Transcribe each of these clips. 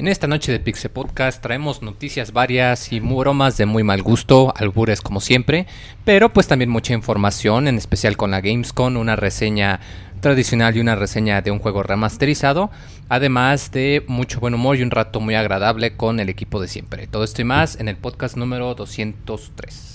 En esta noche de Pixel Podcast traemos noticias varias y bromas de muy mal gusto, albures como siempre, pero pues también mucha información, en especial con la Gamescom, una reseña tradicional y una reseña de un juego remasterizado, además de mucho buen humor y un rato muy agradable con el equipo de siempre. Todo esto y más en el podcast número 203.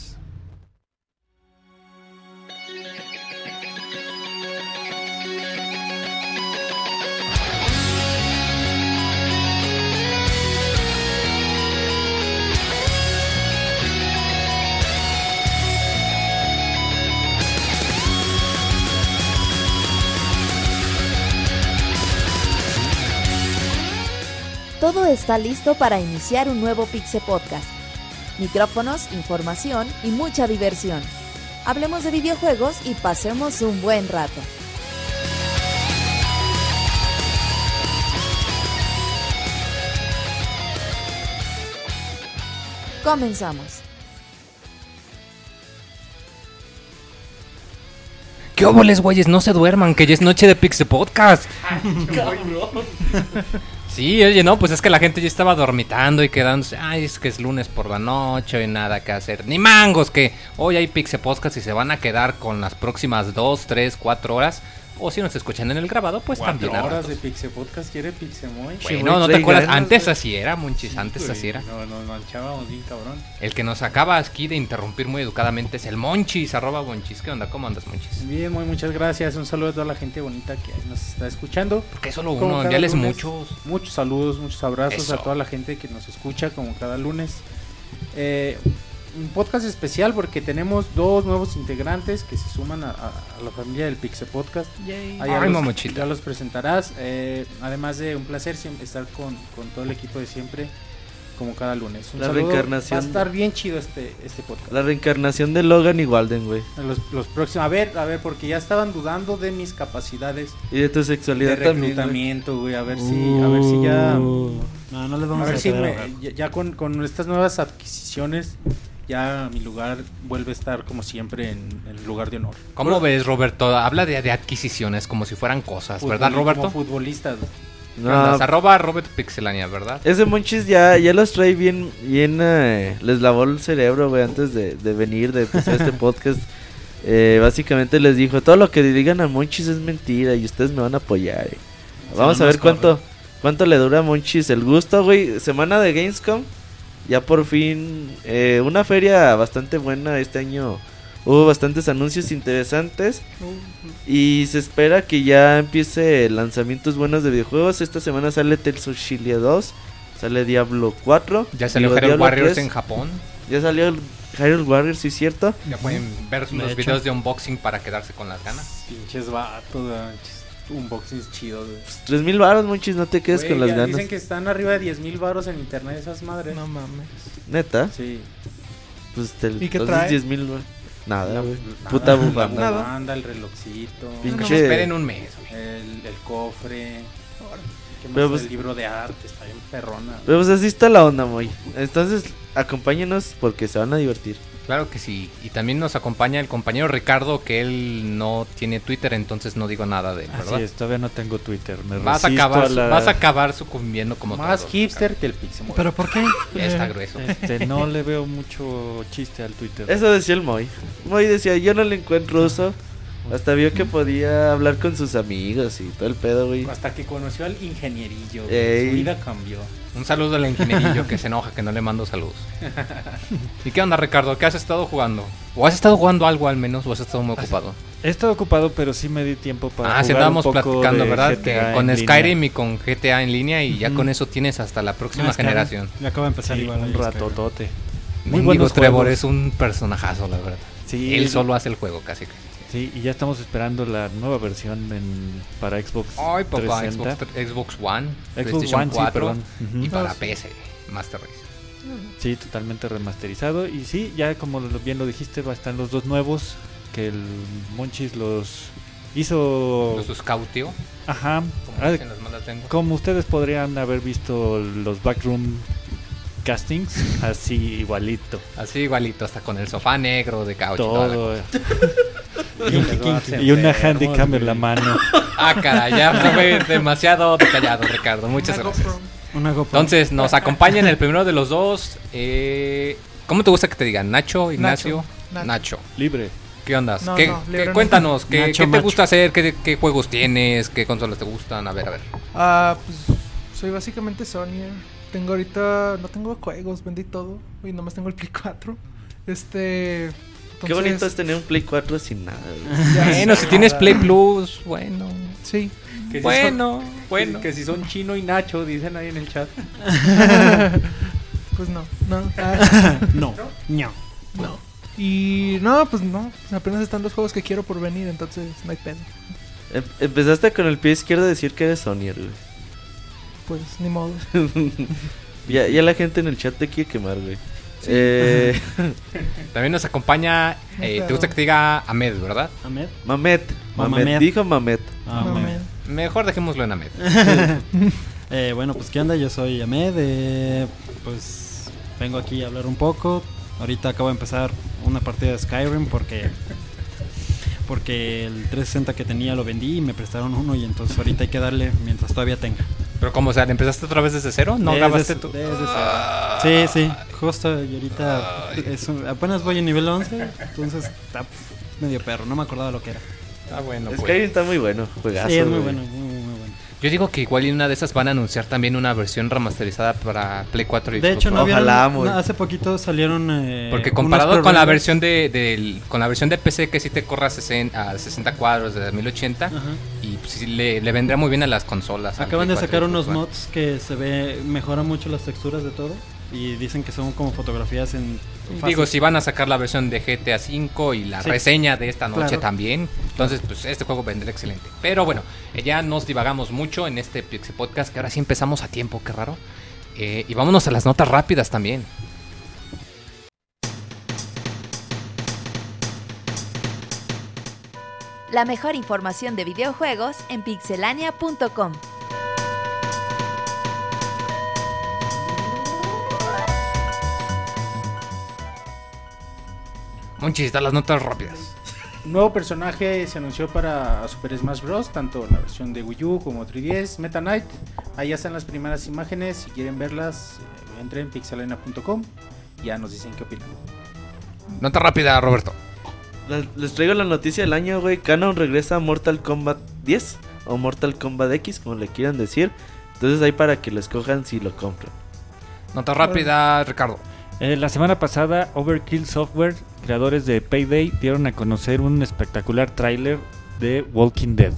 Todo está listo para iniciar un nuevo Pixel Podcast. Micrófonos, información y mucha diversión. Hablemos de videojuegos y pasemos un buen rato. Comenzamos. ¿Qué óboles, güeyes? No se duerman, que ya es noche de Pixel Podcast. Sí, oye, no, pues es que la gente ya estaba dormitando y quedándose, ay, es que es lunes por la noche y nada que hacer. Ni mangos, que hoy hay Pixel Podcast y se van a quedar con las próximas 2, 3, 4 horas. O si nos escuchan en el grabado, pues también. 4 horas de Pixel Podcast quiere Pixemoy. Bueno, no te acuerdas, antes así era, Monchis, antes así era. No, nos manchábamos bien, cabrón. El que nos acaba aquí de interrumpir muy educadamente es el Monchis, @Monchis. ¿Qué onda? ¿Cómo andas, Monchis? Bien, muy muchas gracias. Un saludo a toda la gente bonita que nos está escuchando. Porque solo uno, envíales muchos. Muchos saludos, muchos abrazos Eso. a toda la gente que nos escucha como cada lunes. Un podcast especial porque tenemos 2 nuevos integrantes que se suman a la familia del Pixel Podcast. Yay. Ya los presentarás. Además de un placer estar con todo el equipo de siempre, como cada lunes. Un La saludo. reencarnación. Va a estar bien chido este podcast. La reencarnación de Logan y Walden, güey. Los próximos. A ver, porque ya estaban dudando de mis capacidades Y de tu de sexualidad también, güey. reclutamiento, güey. A ver si ya. No les vamos A ver si hacer ya con estas nuevas adquisiciones. Ya mi lugar vuelve a estar como siempre en el lugar de honor. ¿Cómo ves, Roberto? Habla de adquisiciones como si fueran cosas, ¿verdad, Roberto? Como futbolista. No, @Robert Pixelania, ¿verdad? ese Monchis ya los trae bien, les lavó el cerebro, güey, antes de venir, de empezar este podcast. Básicamente les dijo, todo lo que digan a Monchis es mentira y ustedes me van a apoyar. Vamos a ver cuánto le dura a Monchis el gusto, güey. Semana de Gamescom. Ya por fin, una feria bastante buena este año. Hubo bastantes anuncios interesantes. Y se espera que ya empiece lanzamientos buenos de videojuegos. Esta semana sale Tales of Xillia 2. Sale Diablo 4. Ya salió Hyrule Diablo Warriors 3. en Japón. Ya salió el Hyrule Warriors, sí es cierto. Ya pueden ver los videos de unboxing para quedarse con las ganas. Pinches vatos, unboxings chidos. 3,000 varos, Monchis, no te quedes Güey, con las ya ganas. dicen que están arriba de 10,000 varos en internet esas madres. No mames. Neta, Sí. pues ¿Y qué entonces trae? 10,000, güey. Nada, güey. Nada, Puta la bufanda. bufanda, el relojcito, Pinche- No, esperen un mes, güey. el cofre. ¿Qué más? Pero pues- El libro de arte, está bien perrona. Pero pues así está la onda, Moy. Entonces, acompáñenos porque se van a divertir. Claro que sí. Y también nos acompaña el compañero Ricardo, que él no tiene Twitter, entonces no digo nada de él, ¿verdad? Así es, todavía no tengo Twitter. Me Vas a resisto acabar sucumbiendo como Más todos, hipster que el Pixemoy. ¿Pero por qué? Ya está grueso. No le veo mucho chiste al Twitter. Eso decía el Moy. Moy decía, yo no le encuentro uso. Hasta vio que podía hablar con sus amigos y todo el pedo, güey. Hasta que conoció al ingenierillo, güey, Ey. su vida cambió. Un saludo al ingenierillo que se enoja que no le mando saludos. ¿Y qué onda, Ricardo? ¿Qué has estado jugando? ¿O has estado jugando algo al menos o has estado muy ocupado? He estado ocupado, pero sí me di tiempo para Sí, jugar estábamos un poco platicando, de ¿verdad? GTA Que con en Skyrim línea. y con GTA en línea y ya con eso tienes hasta la próxima generación. Ya acabo de empezar Sí, igual. un ratotote. Muy Mendigo buenos Trevor juegos. es un personajazo, la verdad. Sí, Él solo hace el juego, casi. Sí, y ya estamos esperando la nueva versión para Xbox Ay, papá, 360. Xbox One, Xbox PlayStation One, sí, 4 perdón. Ujú. y para PC, Master Race. Sí, totalmente remasterizado. Y sí, ya como bien lo dijiste, están los 2 nuevos que el Monchis los hizo. Los scouteo, Ajá. como dicen las malas lenguas. Como ustedes podrían haber visto los backroom castings, así igualito. Así igualito, hasta con el sofá negro de caucho. y toda la Todo. Y Y una handicam en la mano. Ah, caray, ya fue demasiado detallado, Ricardo. Muchas gracias. Una GoPro. Entonces, nos acompañan el primero de los dos. ¿Cómo te gusta que te digan? ¿Nacho, Ignacio? Nacho. Libre. ¿Qué onda? No, libre no. Cuéntanos, ¿qué Nacho te Macho. gusta hacer? ¿Qué juegos tienes? ¿Qué consolas te gustan? A ver. Pues soy básicamente Sonyer. No tengo juegos, vendí todo. Y nomás tengo el Play 4. Qué bonito es tener un Play 4 sin nada, güey. Bueno, si tienes Play Plus, bueno. Sí. Que si Bueno. Que si son Chino y Nacho, dicen ahí en el chat. Pues no. No. Y no, pues no. Apenas están los juegos que quiero por venir, entonces no hay pedo. Empezaste con el pie izquierdo a decir que eres Sonyer, güey. Pues ni modo. Ya la gente en el chat te quiere quemar, güey. También nos acompaña, ¿te gusta que te diga Ahmed, verdad? Ahmed. Mamet. Dijo Mamet. Ahmed. Mejor dejémoslo en Ahmed. Bueno, pues ¿qué onda? Yo soy Ahmed. Pues vengo aquí a hablar un poco. Ahorita acabo de empezar una partida de Skyrim porque el 360 que tenía lo vendí y me prestaron uno y entonces ahorita hay que darle mientras todavía tenga. Pero ¿cómo? O sea, ¿empezaste otra vez desde cero? ¿No grabaste tú? Desde cero. Sí, justo y ahorita apenas voy en nivel 11, entonces está medio perro, no me acordaba lo que era. Bueno, pues. Skyrim está muy bueno, juegazo. Sí, es muy güey. bueno, muy bueno. Yo digo que igual en una de esas van a anunciar también una versión remasterizada para Play 4 y De Xbox hecho, One. Ojalá, vieron, amor. hace poquito salieron Porque unos comparado con la programas. versión con la versión de PC que sí te corra a 60 cuadros de 1080 Ajá. y pues, sí le vendría muy bien a las consolas. al Acaban de Play 4 sacar y unos Xbox One. mods que se ve, mejora mucho las texturas de todo y dicen que son como fotografías en Digo, si van a sacar la versión de GTA V y la Sí. reseña de esta noche Claro. también, entonces pues este juego vendrá excelente. Pero bueno, ya nos divagamos mucho en este Pixel Podcast, que ahora sí empezamos a tiempo, qué raro. Y vámonos a las notas rápidas también. La mejor información de videojuegos en pixelania.com. Monchis, están las notas rápidas. Un nuevo personaje se anunció para Super Smash Bros. Tanto la versión de Wii U como 3DS, Meta Knight. Ahí ya están las primeras imágenes. Si quieren verlas, entren en pixelania.com. Ya nos dicen qué opinan. Nota rápida, Roberto. Les traigo la noticia del año, güey. Canon regresa a Mortal Kombat 10 o Mortal Kombat X, como le quieran decir. Entonces ahí para que lo escojan si lo compran. Nota rápida, Ricardo. La semana pasada, Overkill Software, creadores de Payday, dieron a conocer un espectacular tráiler de Walking Dead.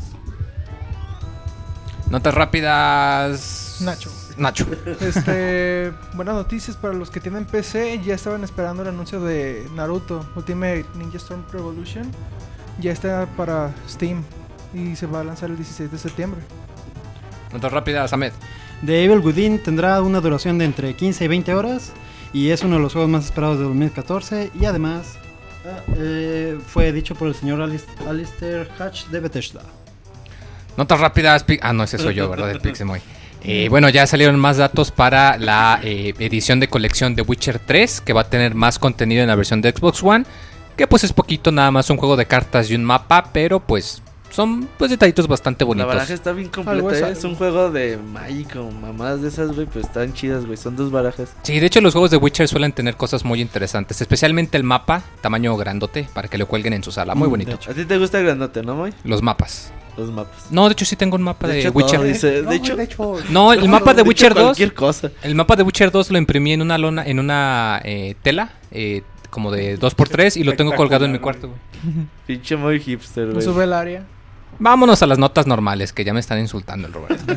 Notas rápidas. Nacho. Buenas noticias para los que tienen PC. Ya estaban esperando el anuncio de Naruto Ultimate Ninja Storm Revolution. Ya está para Steam y se va a lanzar el 16 de septiembre. Notas rápidas, Ahmed. The Evil Within tendrá una duración de entre 15 y 20 horas y es uno de los juegos más esperados de 2014 y además fue dicho por el señor Alistair Hatch de Bethesda. Notas rápidas. No, ese soy yo, ¿verdad? El Pixemoy. Bueno, ya salieron más datos para la edición de colección de Witcher 3, que va a tener más contenido en la versión de Xbox One, que pues es poquito, nada más un juego de cartas y un mapa, pero pues son pues detallitos bastante La bonitos. baraja está bien Algo completa, es es algo. un juego de Magic o mamadas de esas, güey, pues están chidas, güey, son 2 barajas. Sí, de hecho los juegos de Witcher suelen tener cosas muy interesantes, especialmente el mapa, tamaño grandote, para que lo cuelguen en su sala, muy De bonito. hecho. A ti te gusta el grandote, ¿no, Moy? Los mapas. Los mapas. No, de hecho sí tengo un mapa de, hecho, Witcher. todo dice, No, de hecho, No, el mapa de Witcher 2. cualquier cosa. El mapa de Witcher 2 lo imprimí en una lona, en una tela, como de 2x3 y lo tengo colgado en mi cuarto, güey. Pinche Moy hipster, Me güey. sube el área. Vámonos a las notas normales, que ya me están insultando el Roberto.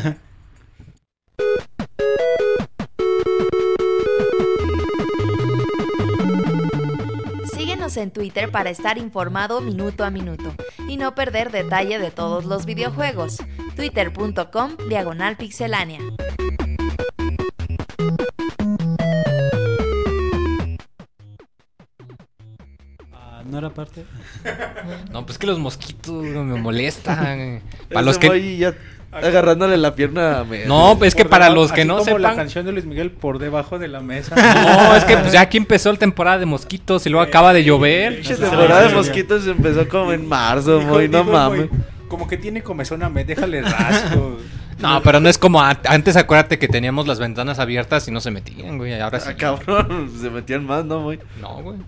Síguenos en Twitter para estar informado minuto a minuto y no perder detalle de todos los videojuegos. Twitter.com/pixelania. ¿No era parte? No, pues que los mosquitos me molestan. Ese Para los que... Moy ya agarrándole la pierna a Med. No, pues es que Por para debajo, los que así no como la sepan... canción de Luis Miguel, por debajo de la mesa. No, es que pues ya aquí empezó la temporada de mosquitos y luego acaba de llover. Pinche temporada de mosquitos empezó como en marzo, Dijo- Moy, no dijo el mames. Moy, como que tiene comezón a Med, déjale rasco. No, pero no es como antes, acuérdate que teníamos las ventanas abiertas y no se metían, güey. Ahora sí. Cabrón, se metían más, ¿no, güey? No, güey.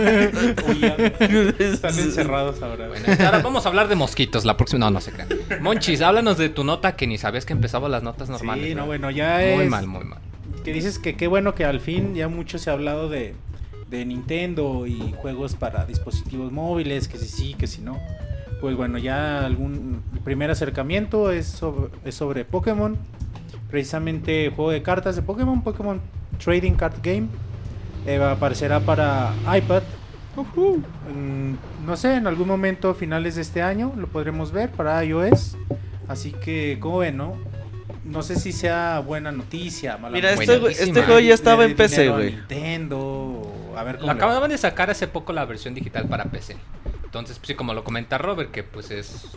Están encerrados ahora. Bueno, ahora vamos a hablar de mosquitos la próxima. No, no se crean. Monchis, háblanos de tu nota que ni sabías que empezaba las notas normales. Sí, no, güey. bueno, ya Muy es... mal, muy mal. Que dices que qué bueno que al fin ya mucho se ha hablado de Nintendo y juegos para dispositivos móviles, que sí, que si no. Pues bueno, ya el primer acercamiento es sobre Pokémon. Precisamente juego de cartas de Pokémon Trading Card Game. Aparecerá para iPad. No sé, en algún momento finales de este año lo podremos ver para iOS. Así que, como ven, ¿no? No sé si sea buena noticia, mala Mira, noticia. este juego ya estaba en PC, güey. Nintendo, a ver Lo cómo le va. acababan de sacar hace poco la versión digital para PC. Entonces, pues, sí, como lo comenta Robert, que pues es...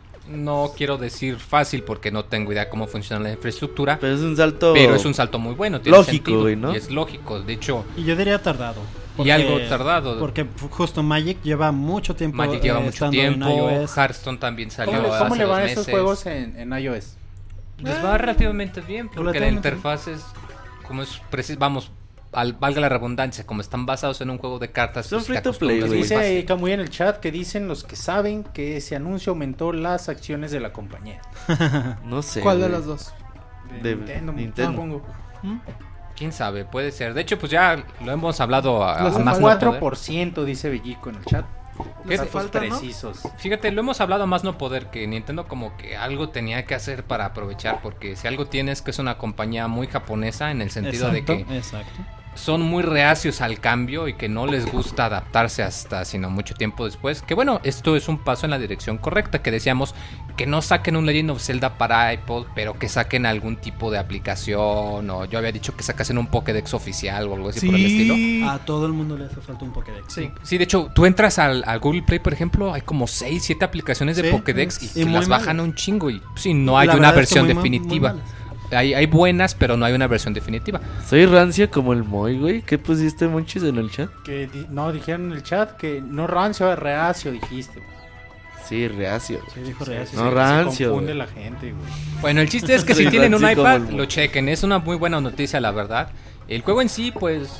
No quiero decir fácil porque no tengo idea cómo funciona la infraestructura. Pero es un salto... Pero es un salto muy bueno. Tiene lógico, sentido, güey, ¿no? Y es lógico, de hecho... Y yo diría tardado. Y algo tardado. Porque justo Magic lleva mucho tiempo Magic lleva mucho estando tiempo. en iOS. Hearthstone también salió ¿Cómo hace le van 2 estos meses. juegos en iOS? Les va relativamente bien porque la Relativamente interfaz es... Como es vamos... valga la redundancia, como están basados en un juego de cartas, Son pues, free te to play, acostumbras güey. muy Dice fácil. Camuy en el chat que dicen los que saben que ese anuncio aumentó las acciones de la compañía. No sé, ¿Cuál de güey. las dos? De De Nintendo, Nintendo. supongo. Quién sabe, puede ser. De hecho, pues ya lo hemos hablado Los a más hace no poder. 4% dice Bellico en el chat. ¿Qué Datos falta, no? precisos. Fíjate, lo hemos hablado a más no poder, que Nintendo como que algo tenía que hacer para aprovechar, porque si algo tiene es que es una compañía muy japonesa en el sentido de que Exacto. son muy reacios al cambio y que no les gusta adaptarse hasta sino mucho tiempo después. Que bueno, esto es un paso en la dirección correcta, que decíamos que no saquen un Legend of Zelda para iPod, pero que saquen algún tipo de aplicación, o yo había dicho que sacasen un Pokédex oficial o algo así por el estilo. A todo el mundo le hace falta un Pokédex. Sí. Sí, de hecho, tú entras al Google Play, por ejemplo, hay como 6, 7 aplicaciones de Sí, Pokédex y y que muy las bajan malas. un chingo y sí, no hay La una verdad es que versión muy definitiva. malas. Hay buenas, pero no hay una versión definitiva. Soy rancia como el Moy, güey. ¿Qué pusiste, Monchis, en el chat? No, dijeron en el chat que no rancio, reacio, dijiste. Sí, reacio. Sí, dijo reacio. No, Se rancio, confunde güey. la gente, güey. Bueno, el chiste es que Soy si tienen un rancio como iPad, el lo chequen. Es una muy buena noticia, la verdad. El juego en sí, pues...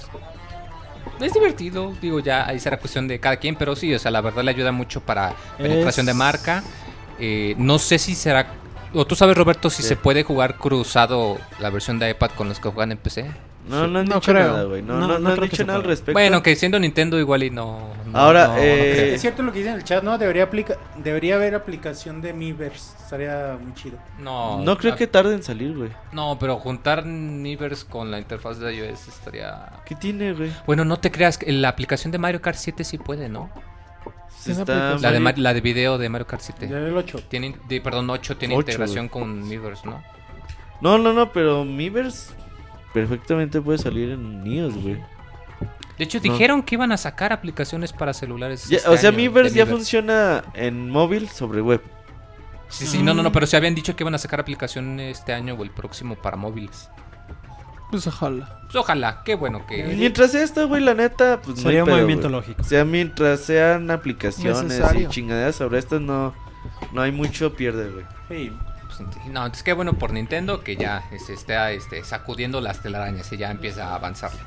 Es divertido, digo, ya ahí será cuestión de cada quien, pero sí, o sea, la verdad le ayuda mucho para penetración de marca. No sé si será... O tú sabes, Roberto, si Sí. se puede jugar cruzado la versión de iPad con los que juegan en PC. No, no han No dicho creo. nada, güey. No, No, no, no no han creo que dicho se nada al pueda. respecto. Bueno, que siendo Nintendo igual y no... Ahora, creo. Es cierto lo que dicen en el chat, ¿no? Debería haber aplicación de Miiverse. Estaría muy chido. No creo que tarde en salir, güey. No, pero juntar Miiverse con la interfaz de iOS estaría... ¿Qué tiene, güey? Bueno, no te creas, que la aplicación de Mario Kart 7 sí puede, ¿no? Se Tiene está aplicación. La de video de Mario Kart 7. Ya el 8. Tiene, perdón, 8 tiene 8, integración con Miiverse, ¿no? No, pero Miiverse perfectamente puede salir en iOS, güey. De hecho, No. dijeron que iban a sacar aplicaciones para celulares. Ya, este o sea, año, Miiverse de ya funciona en móvil sobre web. Sí, no, pero se habían dicho que iban a sacar aplicación este año o el próximo para móviles. Pues ojalá. Pues ojalá, qué bueno que... Mientras sea esto, güey, la neta, pues Sería no un hay pedo, movimiento güey. lógico. O sea, mientras sean aplicaciones Necesario. y chingaderas sobre estas, no hay mucho pierde, güey. Sí. No, entonces qué bueno por Nintendo que ya se está sacudiendo las telarañas y ya empieza a avanzarle.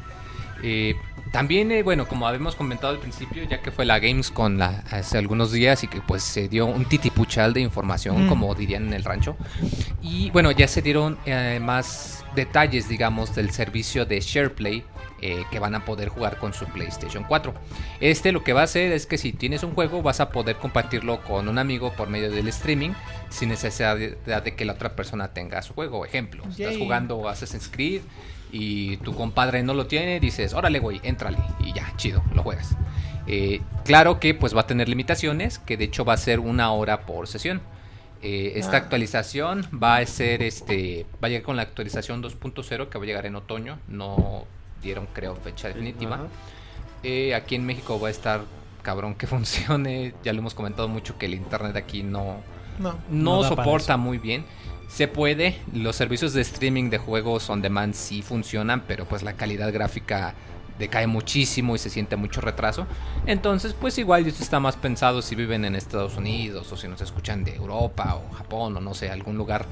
También, bueno, como habíamos comentado al principio, ya que fue la Gamescom hace algunos días y que pues se dio un titipuchal de información, como dirían en el rancho. Y bueno, ya se dieron más detalles, digamos, del servicio de SharePlay que van a poder jugar con su PlayStation 4. Lo que va a hacer es que si tienes un juego vas a poder compartirlo con un amigo por medio del streaming sin necesidad de que la otra persona tenga su juego. Ejemplo, estás Yay. jugando Assassin's Creed y tu compadre no lo tiene, dices, órale güey, éntrale y ya, chido, lo juegas. Claro que pues va a tener limitaciones, que de hecho va a ser 1 hora por sesión. Esta actualización va a ser va a llegar con la actualización 2.0 que va a llegar en otoño. No dieron, creo, fecha definitiva. Ajá. Aquí en México va a estar cabrón que funcione. Ya lo hemos comentado mucho que el internet aquí no No da para soporta eso. muy bien. Se puede, los servicios de streaming de juegos on demand sí funcionan, pero pues la calidad gráfica decae muchísimo y se siente mucho retraso. Entonces pues igual esto está más pensado si viven en Estados Unidos o si nos escuchan de Europa o Japón o no sé, algún lugar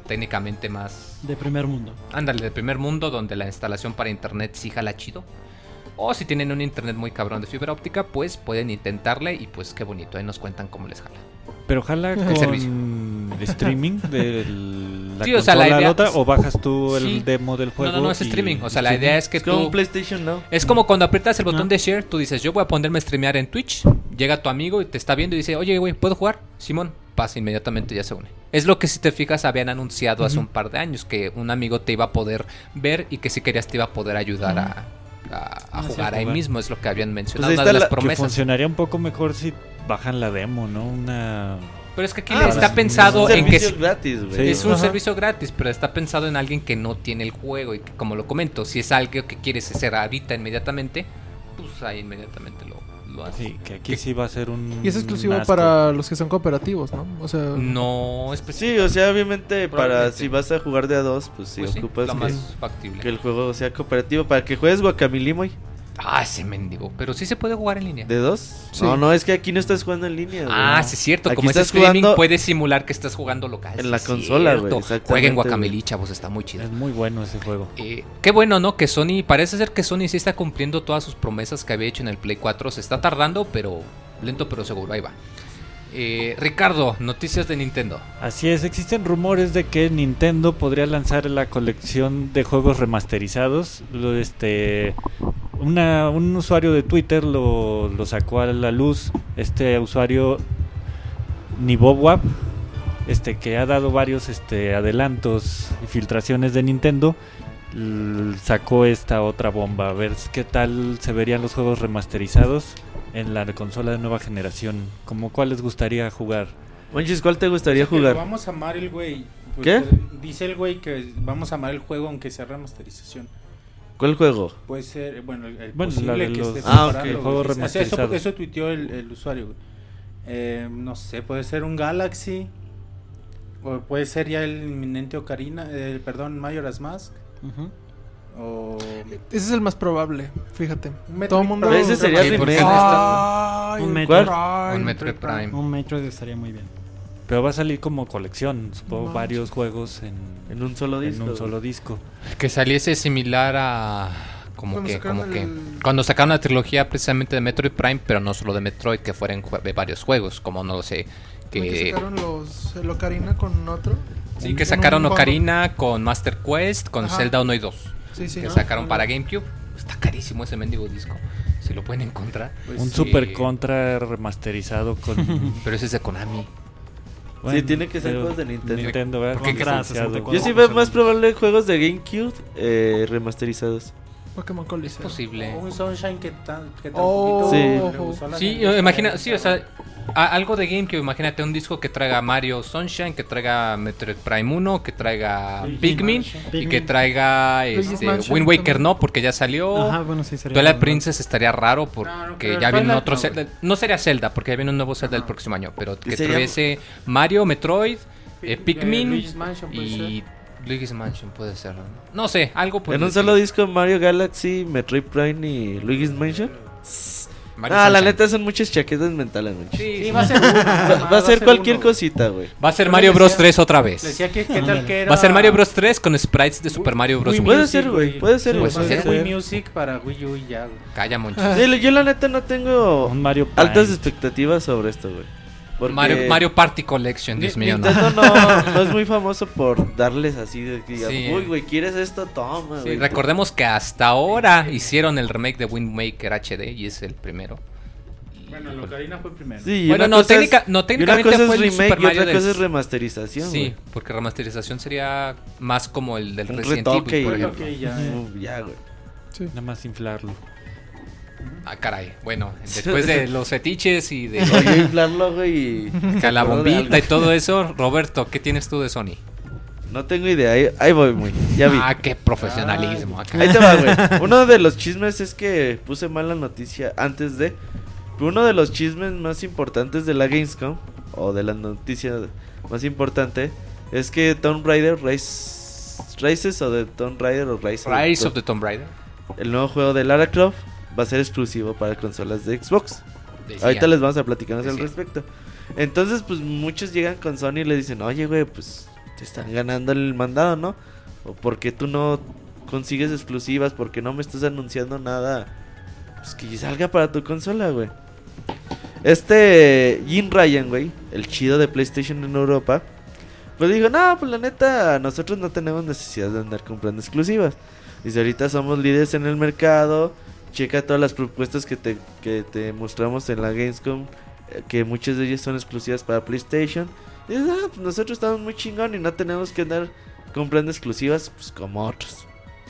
técnicamente más... De primer mundo. Ándale, de primer mundo, donde la instalación para internet sí jala chido. O si tienen un internet muy cabrón de fibra óptica, pues pueden intentarle y pues qué bonito, ahí nos cuentan cómo les jala. Pero jala El con servicio. streaming de la Sí, o sea, la consola a idea- otra, o bajas tú Sí. el demo del juego. No, es y- streaming. O sea, la idea es que Es como tú... un PlayStation Now. Es como cuando aprietas el botón No. de share, tú dices, yo voy a ponerme a streamear en Twitch. Llega tu amigo y te está viendo y dice, oye, güey, ¿puedo jugar? Simón, pasa, inmediatamente ya se une. Es lo que, si te fijas, habían anunciado hace un par de años, que un amigo te iba a poder ver y que si querías te iba a poder ayudar a Sí, jugar ahí jugar. mismo. Es lo que habían mencionado, Pues ahí una está de las la- Que promesas. funcionaría un poco mejor si bajan la demo, ¿no? Pero es que aquí Ah, está sí. pensado Es un en que... servicio gratis, güey. Sí. Es un Ajá. servicio gratis, pero está pensado en alguien que no tiene el juego y que, como lo comento, si es algo que quieres hacer ahorita inmediatamente, pues ahí inmediatamente lo haces. Sí, que aquí sí va a ser un... Y es exclusivo asco. para los que son cooperativos, ¿no? O sea, No Pues específico. sí, o sea, obviamente para Probablemente. si vas a jugar de a dos, pues sí, Pues sí, ocupas lo que, más factible. que el juego sea cooperativo. Para que juegues Guacamilimoy Ah, ese mendigo. Pero sí se puede jugar en línea. de dos. Sí. No, es que aquí no estás jugando en línea, güey. Ah, sí es cierto. Aquí Como es estás streaming, jugando puedes simular que estás jugando local. en sí la es consola, cierto. güey, exactamente, Jueguen güey. Guacamele, chavos, está muy chido. Es muy bueno ese juego. Qué bueno, ¿no? Que Sony, parece ser que Sony sí está cumpliendo todas sus promesas que había hecho en el Play 4. Se está tardando, pero lento pero seguro. Ahí va. Ricardo, noticias de Nintendo. Así es, existen rumores de que Nintendo podría lanzar la colección de juegos remasterizados. Un usuario de Twitter lo sacó a la luz. Este usuario, Nibobwab, que ha dado varios adelantos y filtraciones de Nintendo, sacó esta otra bomba. A ver qué tal se verían los juegos remasterizados en la consola de nueva generación. ¿Cómo cuál les gustaría jugar? Monchis, ¿cuál te gustaría jugar? Vamos a amar el güey. Pues, ¿Qué? Dice el güey que vamos a amar el juego aunque sea remasterización. ¿Cuál juego? Puede ser, bueno, el Bueno, posible la de que los- esté Ah, ok, preparando, el juego güey. O sea, remasterizado. eso tuiteó el usuario, güey. No sé, puede ser un Galaxy. O puede ser ya el inminente Ocarina, Majora's Mask. Ujú. O ese es el más probable, fíjate. Metroid Todo el mundo... Prime. Ese sería Sí, porque remake. Ay, Un Metroid ¿Cuál? Prime. Un Metroid Prime. Un Metroid estaría muy bien. Pero va a salir como colección, supongo, No, varios juegos En un solo disco. en un solo disco. Que saliese similar a... Cuando sacaron Cuando sacaron la trilogía precisamente de Metroid Prime, pero no solo de Metroid, que fueran de varios juegos, como no lo sé. Que sacaron el Ocarina con otro. Sí, que En sacaron un Ocarina con Master Quest, con Ajá. Zelda 1 y 2. Sí, sí. Que ¿no? sacaron para GameCube. Está carísimo ese mendigo disco. Si lo pueden encontrar. Pues Un sí. Super Contra remasterizado con... Pero ese es de Konami. Sí, tiene que ser pero juegos de Nintendo. Nintendo, ¿verdad? Porque Contra Licenciado. 64. Yo sí veo más probable juegos de GameCube remasterizados. Pokémon Es Coliseo. posible. O un Sunshine que tan Oh. poquito Sí. le gustó a la Sí, gente. imagina, sí, o sea, algo de GameCube, imagínate un disco que traiga Mario Sunshine, que traiga Metroid Prime 1, que traiga Luigi's Pikmin Mansion. y que traiga Luigi's Mansion Wind Waker también. no, porque ya salió. Ajá, bueno, sí sería. Twilight bueno. Princess estaría raro No, porque no creo. ya viene Twilight otro no, Zelda. güey. No sería Zelda, porque ya viene un nuevo Zelda el Ajá. próximo año, pero que sería- tuviese Mario, Metroid, Pikmin Luigi's Mansion puede y Luigi's Mansion puede ser. No sé, algo por En el un solo estilo. disco Mario Galaxy, Metroid Prime y Luigi's Mansion. Mario La Sunshine. neta son muchas chaquetas mentales, Monchis. Sí, Sí, sí. va a ser uno, Va a ser cualquier uno. cosita, güey. Va a ser Yo Mario le Bros decía- 3 otra vez. Decía que qué tal que era. Va a ser Mario Bros 3 con sprites de Super Mario Bros. Wii 1. Puede Music, ser, güey. Puede ser, Sí, güey. puede Puede ser ser. Wii Music para Wii U y ya, güey. Calla, Monchis. Sí, yo la neta no tengo Un Mario Prime. altas expectativas sobre esto, güey. Porque Mario Party Collection, Dios mío, ¿no? Nintendo no es muy famoso por darles así de que digan, Sí. uy, güey, ¿quieres esto? Toma, Sí, güey. recordemos que hasta ahora hicieron el remake de Wind Waker HD y es el primero. Y, Bueno, el Ocarina fue primero. Sí, y Bueno, una no, cosa es- no, y técnicamente una cosa fue es el remake Super y Mario otra cosa del- es remasterización, Sí, güey. porque remasterización sería más como el del Un Resident retoque Evil, por y- ejemplo. Ok, ya. Ya, güey. Sí. Nada más inflarlo. Ah, caray. Bueno, después de los fetiches y de Oye, inflarlo, güey, y... que la de bombita y algo. todo eso, Roberto, ¿qué tienes tú de Sony? No tengo idea, ahí voy, muy. Ya vi. Ah, qué profesionalismo acá. Ahí te va, güey. Uno de los chismes es que puse mal la noticia antes de... Pero uno de los chismes más importantes de la Gamescom, o de la noticia más importante, es que Tomb Raider Rises o de Tomb Raider o Rise of the Tomb Raider. el nuevo juego de Lara Croft va a ser exclusivo para consolas de Xbox. Decía. Ahorita les vamos a platicar más al Decía. respecto. Entonces, pues muchos llegan con Sony y le dicen, oye, güey, pues te están ganando el mandado, ¿no? O ¿por qué tú no consigues exclusivas? ¿Por qué no me estás anunciando nada? Pues que salga para tu consola, güey. Jim Ryan, güey, el chido de PlayStation en Europa, pues dijo, no, pues la neta, nosotros no tenemos necesidad de andar comprando exclusivas. Dice, ahorita somos líderes en el mercado. Checa todas las propuestas que te mostramos en la Gamescom, que muchas de ellas son exclusivas para PlayStation. Y dice, pues nosotros estamos muy chingón y no tenemos que andar comprando exclusivas, pues como otros.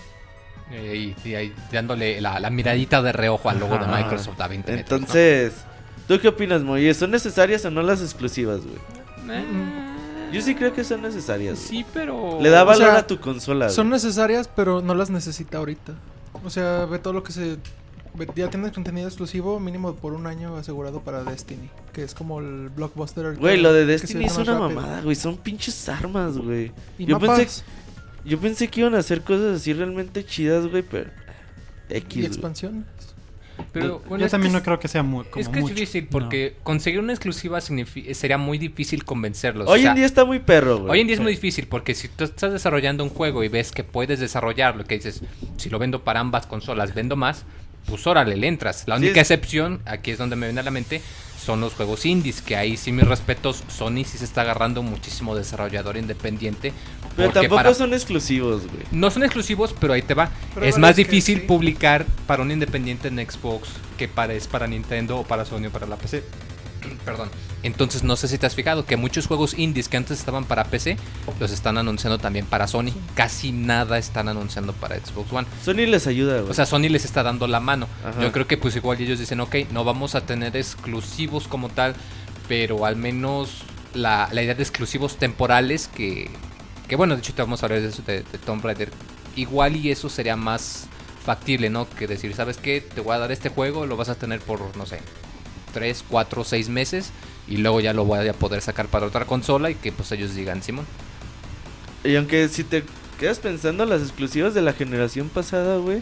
Y ahí dándole la miradita de reojo al logo de Microsoft a 20 metros, entonces, ¿tú qué opinas, Moy? ¿Son necesarias o no las exclusivas, güey? Yo sí creo que son necesarias. Sí, pero... Le da valor O sea, a tu consola. Son güey. necesarias, pero no las necesita ahorita. O sea, ve todo lo que ya tienes contenido exclusivo mínimo por un año asegurado para Destiny, que es como el blockbuster ahorita, Güey, lo de que se Destiny vende es más una rápido. mamada, güey. Son pinches armas, güey. Y Yo mapas pensé que iban a hacer cosas así realmente chidas, güey, pero... y X, güey. expansiones. Pero, bueno, Yo es también que no creo que sea como es que mucho. es difícil porque conseguir una exclusiva sería muy difícil convencerlos. Hoy O sea, en día está muy perro, güey. hoy en día es muy difícil porque si tú estás desarrollando un juego y ves que puedes desarrollarlo, que dices, si lo vendo para ambas consolas, vendo más, pues órale, le entras. La Sí, única es- excepción, aquí es donde me viene a la mente, son los juegos indies, que ahí sí mis respetos, Sony sí se está agarrando muchísimo desarrollador independiente. Pero porque tampoco son exclusivos, güey. no son exclusivos, pero ahí te va. Pero Es hay más varios que difícil sí. publicar para un independiente en Xbox que es para Nintendo o para Sony o para la PC. Perdón. Entonces no sé si te has fijado que muchos juegos indies que antes estaban para PC los están anunciando también para Sony. Casi nada están anunciando para Xbox One. Sony les ayuda, güey. O sea, Sony les está dando la mano. Ajá. Yo creo que pues igual ellos dicen, ok, no vamos a tener exclusivos como tal, pero al menos la idea de exclusivos temporales que bueno, de hecho te vamos a hablar de eso de Tomb Raider. Igual y eso sería más factible, ¿no? Que decir, ¿sabes qué? Te voy a dar este juego, lo vas a tener por, no sé, 3, 4, 6 meses y luego ya lo voy a poder sacar para otra consola y que pues ellos digan, Simón. Y aunque si te quedas pensando las exclusivas de la generación pasada, güey,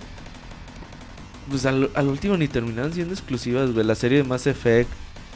pues al último ni terminaron siendo exclusivas, güey. La serie de Mass Effect.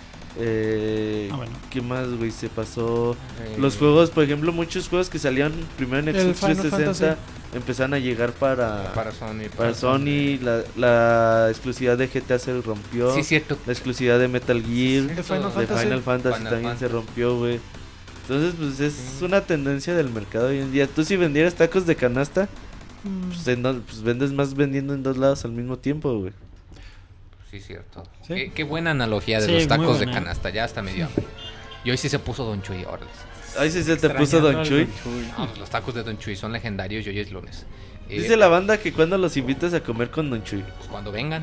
Bueno. ¿Qué más, güey? Se pasó. Los juegos, por ejemplo, muchos juegos que salían primero en El Xbox Final 360 empezaron a llegar para Sony. para Sony. La exclusividad de GTA se rompió. Sí, cierto. La exclusividad de Metal Gear, De Final de Fantasy. Final Fantasy Final también Fantasy. se rompió, güey. Entonces, pues es una tendencia del mercado hoy en día. Tú si vendieras tacos de canasta, pues vendes más vendiendo en dos lados al mismo tiempo, güey. Sí, cierto. Sí. Qué buena analogía de Sí, los muy tacos de buena. canasta. Ya hasta me dio hambre. Y hoy sí se puso Don Chuy, órale. Ahí sí se te puso Don Chuy. No, pues los tacos de Don Chuy son legendarios y hoy es lunes. Dice la banda que cuando los invitas a comer con Don Chuy. Pues cuando vengan.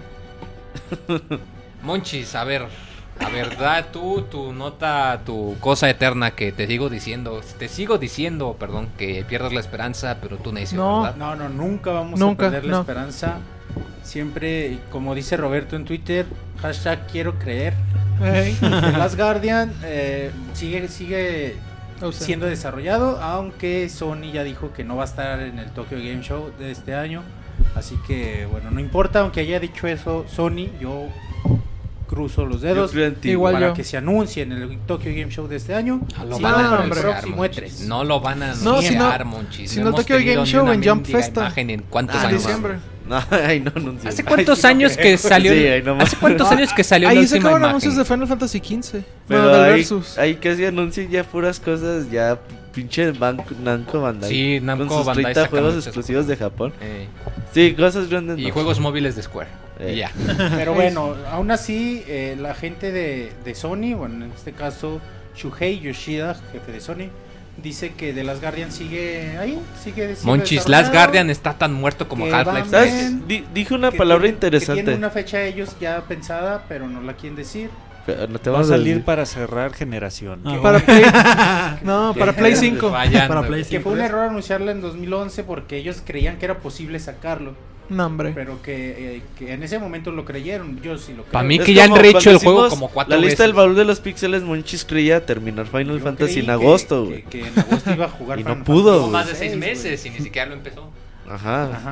Monchis, a ver, da tú tu nota, tu cosa eterna que te sigo diciendo, perdón, que pierdas la esperanza, pero tú necio, No. ¿verdad? No, nunca vamos Nunca, a perder la no. esperanza. Siempre, como dice Roberto en Twitter, hashtag quiero creer. Ey. The Last Guardian sigue Ausente. siendo desarrollado, aunque Sony ya dijo que no va a estar en el Tokyo Game Show de este año. Así que, bueno, no importa, aunque haya dicho eso Sony, yo cruzo los dedos Yo creo en ti, Igual para yo. que se anuncie en el Tokyo Game Show de este año. No lo Si van no, a en el anunciar, próximo Monchis. E3. No lo van a No, si no- anunciar, Monchis. si no el hemos Tokyo tenido Game ni Show una en Jump mendiga Festa. imagen en cuántos En años. diciembre. No, ay, no anunció. ¿Hace cuántos Ay, sí, años no que creo. salió? Sí, ahí nomás. ¿Hace cuántos años que salió la Ahí última sacaban imagen? anuncios de Final Fantasy XV. Pero Bueno, del ahí, Versus. ahí casi anuncian ya puras cosas, ya pinche Namco Bandai. Sí, Namco con sus Bandai 30 saca juegos muchas exclusivos de Japón. cosas. Sí, cosas grandes. Y no. juegos móviles de Square. Y ya. Pero bueno, aún así, la gente de Sony, bueno, en este caso Shuhei Yoshida, jefe de Sony, dice que The Last Guardian sigue ahí, sigue siendo Monchis, desarrollado, Last Guardian está tan muerto como que Half-Life. van ¿Sabes? bien, Dijo una que palabra tienen- interesante. Que tienen una fecha ellos ya pensada, pero no la quieren decir. Pero no te Va a vamos a salir decir. para cerrar generación. Ah, Para bueno. Play. No, para Que- Play 5. Vayan, Para güey. Play Que fue un 5. error anunciarla en 2011 porque ellos creían que era posible sacarlo, No, hombre. pero que en ese momento lo creyeron. Yo sí lo creo. Pa' mí Es que ya han como rehecho cuando el juego hicimos como 4 La veces. lista del baúl de los píxeles, Monchis creía terminar Final Yo Fantasy creí en que- agosto, güey. que en agosto iba a jugar Y no Final pudo, Fantasy Tuvo más de XVI, 6 güey. meses y ni siquiera lo empezó. Ajá. Ajá.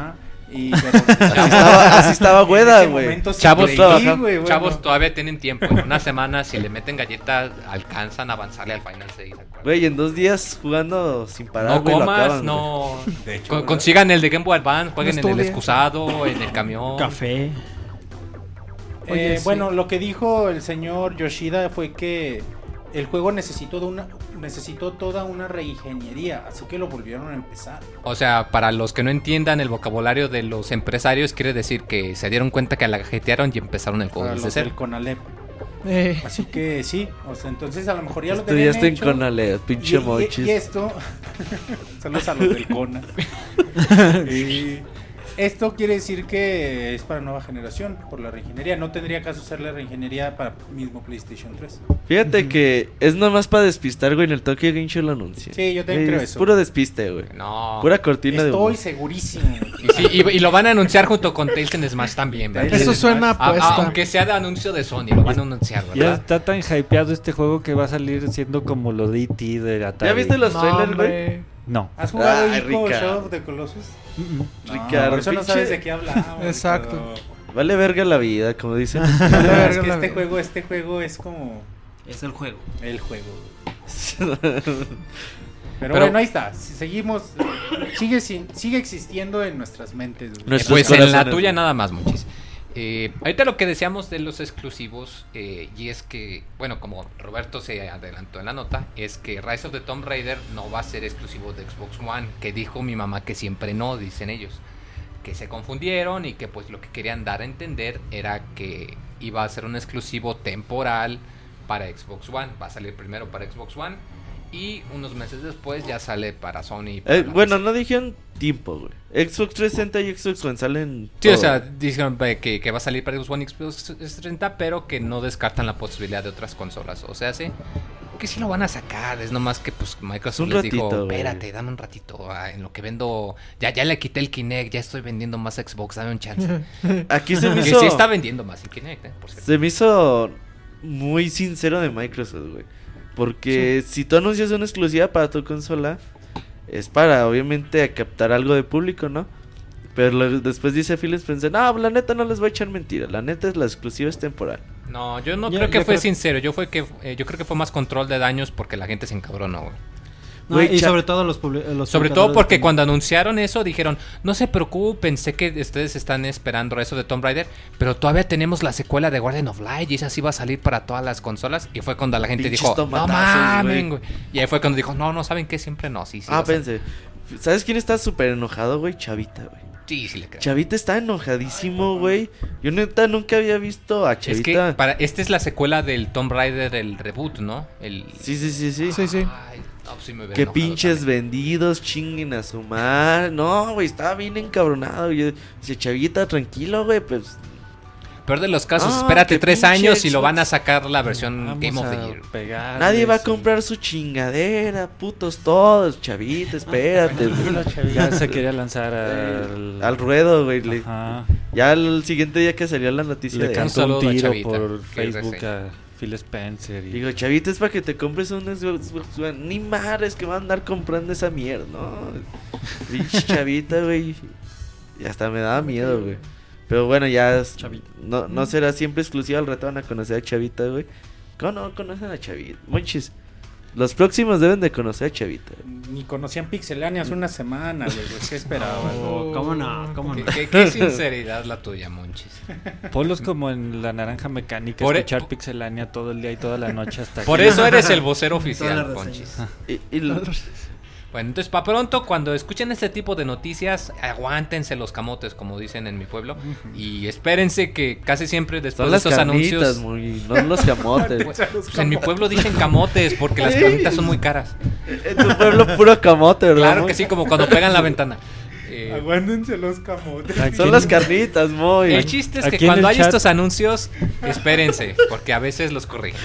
Así estaba Güeda, güey. Chavos todavía tienen tiempo. En una semana, si le meten galletas, alcanzan a avanzarle al Final 6. Güey, en 2 días jugando sin parar, No güey, lo comas, acaban, no. De hecho, Consigan el de Game Boy Advance, jueguen No en el estudien. excusado, en el camión. Café. Oye, sí. Bueno, lo que dijo el señor Yoshida fue que el juego necesitó toda una reingeniería, así que lo volvieron a empezar. O sea, para los que no entiendan el vocabulario de los empresarios, quiere decir que se dieron cuenta que la gajetearon y empezaron el juego Para desde los cero. del Conalep. Así que sí, o sea, entonces a lo mejor ya lo tenían Estudiaste en hecho. Conalep, pinche mochis. Y esto, saludos a los del Cona. Y esto quiere decir que es para nueva generación por la reingeniería. No tendría caso hacer la reingeniería para mismo PlayStation 3. Fíjate que es nomás para despistar, güey, en el Tokyo Game Show lo anuncia. Sí, yo también creo eso. Puro despiste, güey. No. Pura cortina de humo. Estoy segurísimo. Y, sí, y lo van a anunciar junto con Tales in Smash también, ¿verdad? Eso suena apuesta. Aunque sea de anuncio de Sony, lo van a anunciar, Ya ¿verdad? está tan hypeado este juego que va a salir siendo como lo de E.T. de Atari. ¿Ya viste los No, trailers, güey? hombre. No. ¿Has jugado Ay, Ico Ricardo. Shadow of the Colossus? Ricardo, por eso no pinche- sabes de qué hablamos. Exacto. Vale verga la vida, como dicen. pero- Vale No, es verga que la este juego es como Es el juego. el juego. Pero Pero bueno, ahí está. Si seguimos, sigue existiendo en nuestras mentes. güey. Nuestros Pues en la corazones, tuya güey. nada más, muchis. Ahorita lo que decíamos de los exclusivos, y es que, bueno, como Roberto se adelantó en la nota, es que Rise of the Tomb Raider no va a ser exclusivo de Xbox One, que dijo mi mamá que siempre no, dicen ellos. Que se confundieron y que pues lo que querían dar a entender era que iba a ser un exclusivo temporal para Xbox One. Va a salir primero para Xbox One y unos meses después ya sale para Sony. y para la Bueno, PC. no dijeron tiempo, güey. Xbox 360 y Xbox One salen. Sí, todo. o sea, dijeron que va a salir para Xbox One y Xbox 360, pero que no descartan la posibilidad de otras consolas. O sea, sí, que sí lo van a sacar. Es nomás que pues Microsoft Un les dijo, ratito, güey. espérate, dame un ratito. En lo que vendo, ya le quité el Kinect, ya estoy vendiendo más Xbox, dame un chance. Aquí se me Que hizo. sí está vendiendo más el Kinect, por cierto. Se me hizo muy sincero de Microsoft, güey. Porque si tú anuncias una exclusiva para tu consola, es para obviamente captar algo de público, ¿no? Pero después dice Phil Spencer, no, la neta no les voy a echar mentira. La neta es la exclusiva es temporal. No, yo no Yo- creo que yo fue creo- sincero. Yo creo que fue más control de daños porque la gente se encabronó, güey. No, Güey, y cha- sobre todo los Sobre todo porque cuando anunciaron eso dijeron, no se preocupen, sé que ustedes están esperando eso de Tomb Raider, pero todavía tenemos la secuela de Guardian of Light y esa sí va a salir para todas las consolas. Y fue cuando la gente Pinches dijo, no tomatazos, mamen, güey. güey. Y ahí fue cuando dijo, no, ¿saben qué? Siempre no, sí, sí. Ah, o sea, pensé. ¿Sabes quién está súper enojado, güey? Chavita, güey. sí, sí le creo. Chavita está enojadísimo, güey. Yo neta nunca había visto a Es Chavita. que esta es la secuela del Tomb Raider, el reboot, ¿no? Sí. Sí, sí. Ay, no, pues sí me hubiera Que enojado pinches también. vendidos chinguen a su madre. No, güey, estaba bien encabronado. Yo dice, Chavita, tranquilo, güey, pues. Peor de los casos, Ah, espérate que 3 pinche años y lo Xbox. van a sacar la versión Vamos Game of the a Year. pegarles Nadie va a y- comprar su chingadera, putos todos, Chavita, espérate. güey. Ya se quería lanzar Al ruedo, güey. Ajá. Ya el siguiente día que salió la noticia Le de... cantó saludo un a tiro Chavita, por que Facebook reseña. a Phil Spencer. Y... Digo, Chavita, es para que te compres un Xbox One. Ni madres que van a andar comprando esa mierda, ¿no? Pinche Chavita, güey. Y hasta me daba miedo, güey. Pero bueno, ya Chavita. no será siempre exclusivo. Al rato van a conocer a Chavita, güey. ¿Cómo no conocen a Chavita? Monchis. Los próximos deben de conocer a Chavita. Ni conocían Pixelania hace una semana, güey. ¿Qué esperaban? Oh, ¿cómo no? ¿Cómo no? ¿Qué sinceridad la tuya, Monchis? Ponlos como en la naranja mecánica, Por- escuchar Pixelania todo el día y toda la noche hasta Por que... eso eres el vocero Todas oficial, las Monchis. reseñas. Bueno, entonces para pronto, cuando escuchen este tipo de noticias, aguántense los camotes, como dicen en mi pueblo, y espérense que casi siempre después Son de las estos carnitas, anuncios... muy, no los camotes. Pues en mi pueblo dicen camotes porque las carnitas son muy caras. En tu pueblo puro camote, ¿verdad? Claro Moy? que sí, como cuando pegan la ventana. Aguántense los camotes. Aquí Son en- las carnitas, muy. El chiste es que Aquí en cuando el hay chat- estos anuncios, espérense, porque a veces los corrigen.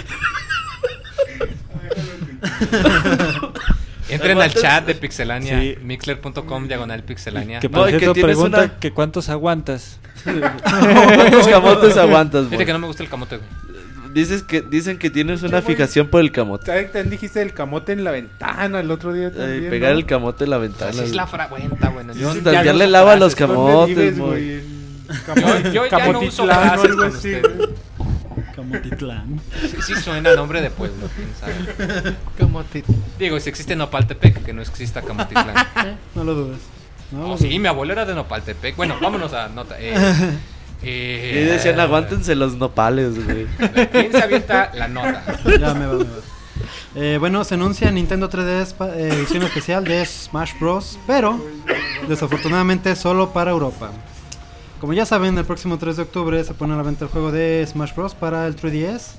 Entren al chat de Pixelania, Sí. mixler.com/pixelania. Que No, por y que cierto tienes pregunta una- que cuántos aguantas. ¿Cuántos camotes aguantas, Fíjate Moy? que no me gusta el camote, güey. Dicen que tienes una Qué muy- fijación por el camote. También dijiste el camote en la ventana el otro día también. Pegar ¿no? el camote en la ventana. Así es la cuenta, bueno. Sí, Yo, sí, Ya no le usas lava los frases, ¿dónde camotes, vives, güey? güey? yo ya no uso Camotitlán o frases algo con así, usted. güey. Camotitlán. Sí suena nombre de pueblo, quién sabe. Digo, si existe Nopaltepec, que no exista Camotitlán. No lo dudes. No lo No, dudes. sí, mi abuelo era de Nopaltepec. Bueno, vámonos a nota. Y decían, aguántense los nopales, güey. ¿Quién se avienta la nota? Ya me va. Bueno, se anuncia Nintendo 3DS edición especial de Smash Bros. Pero desafortunadamente solo para Europa. Como ya saben, el próximo 3 de octubre se pone a la venta el juego de Smash Bros. Para el 3DS.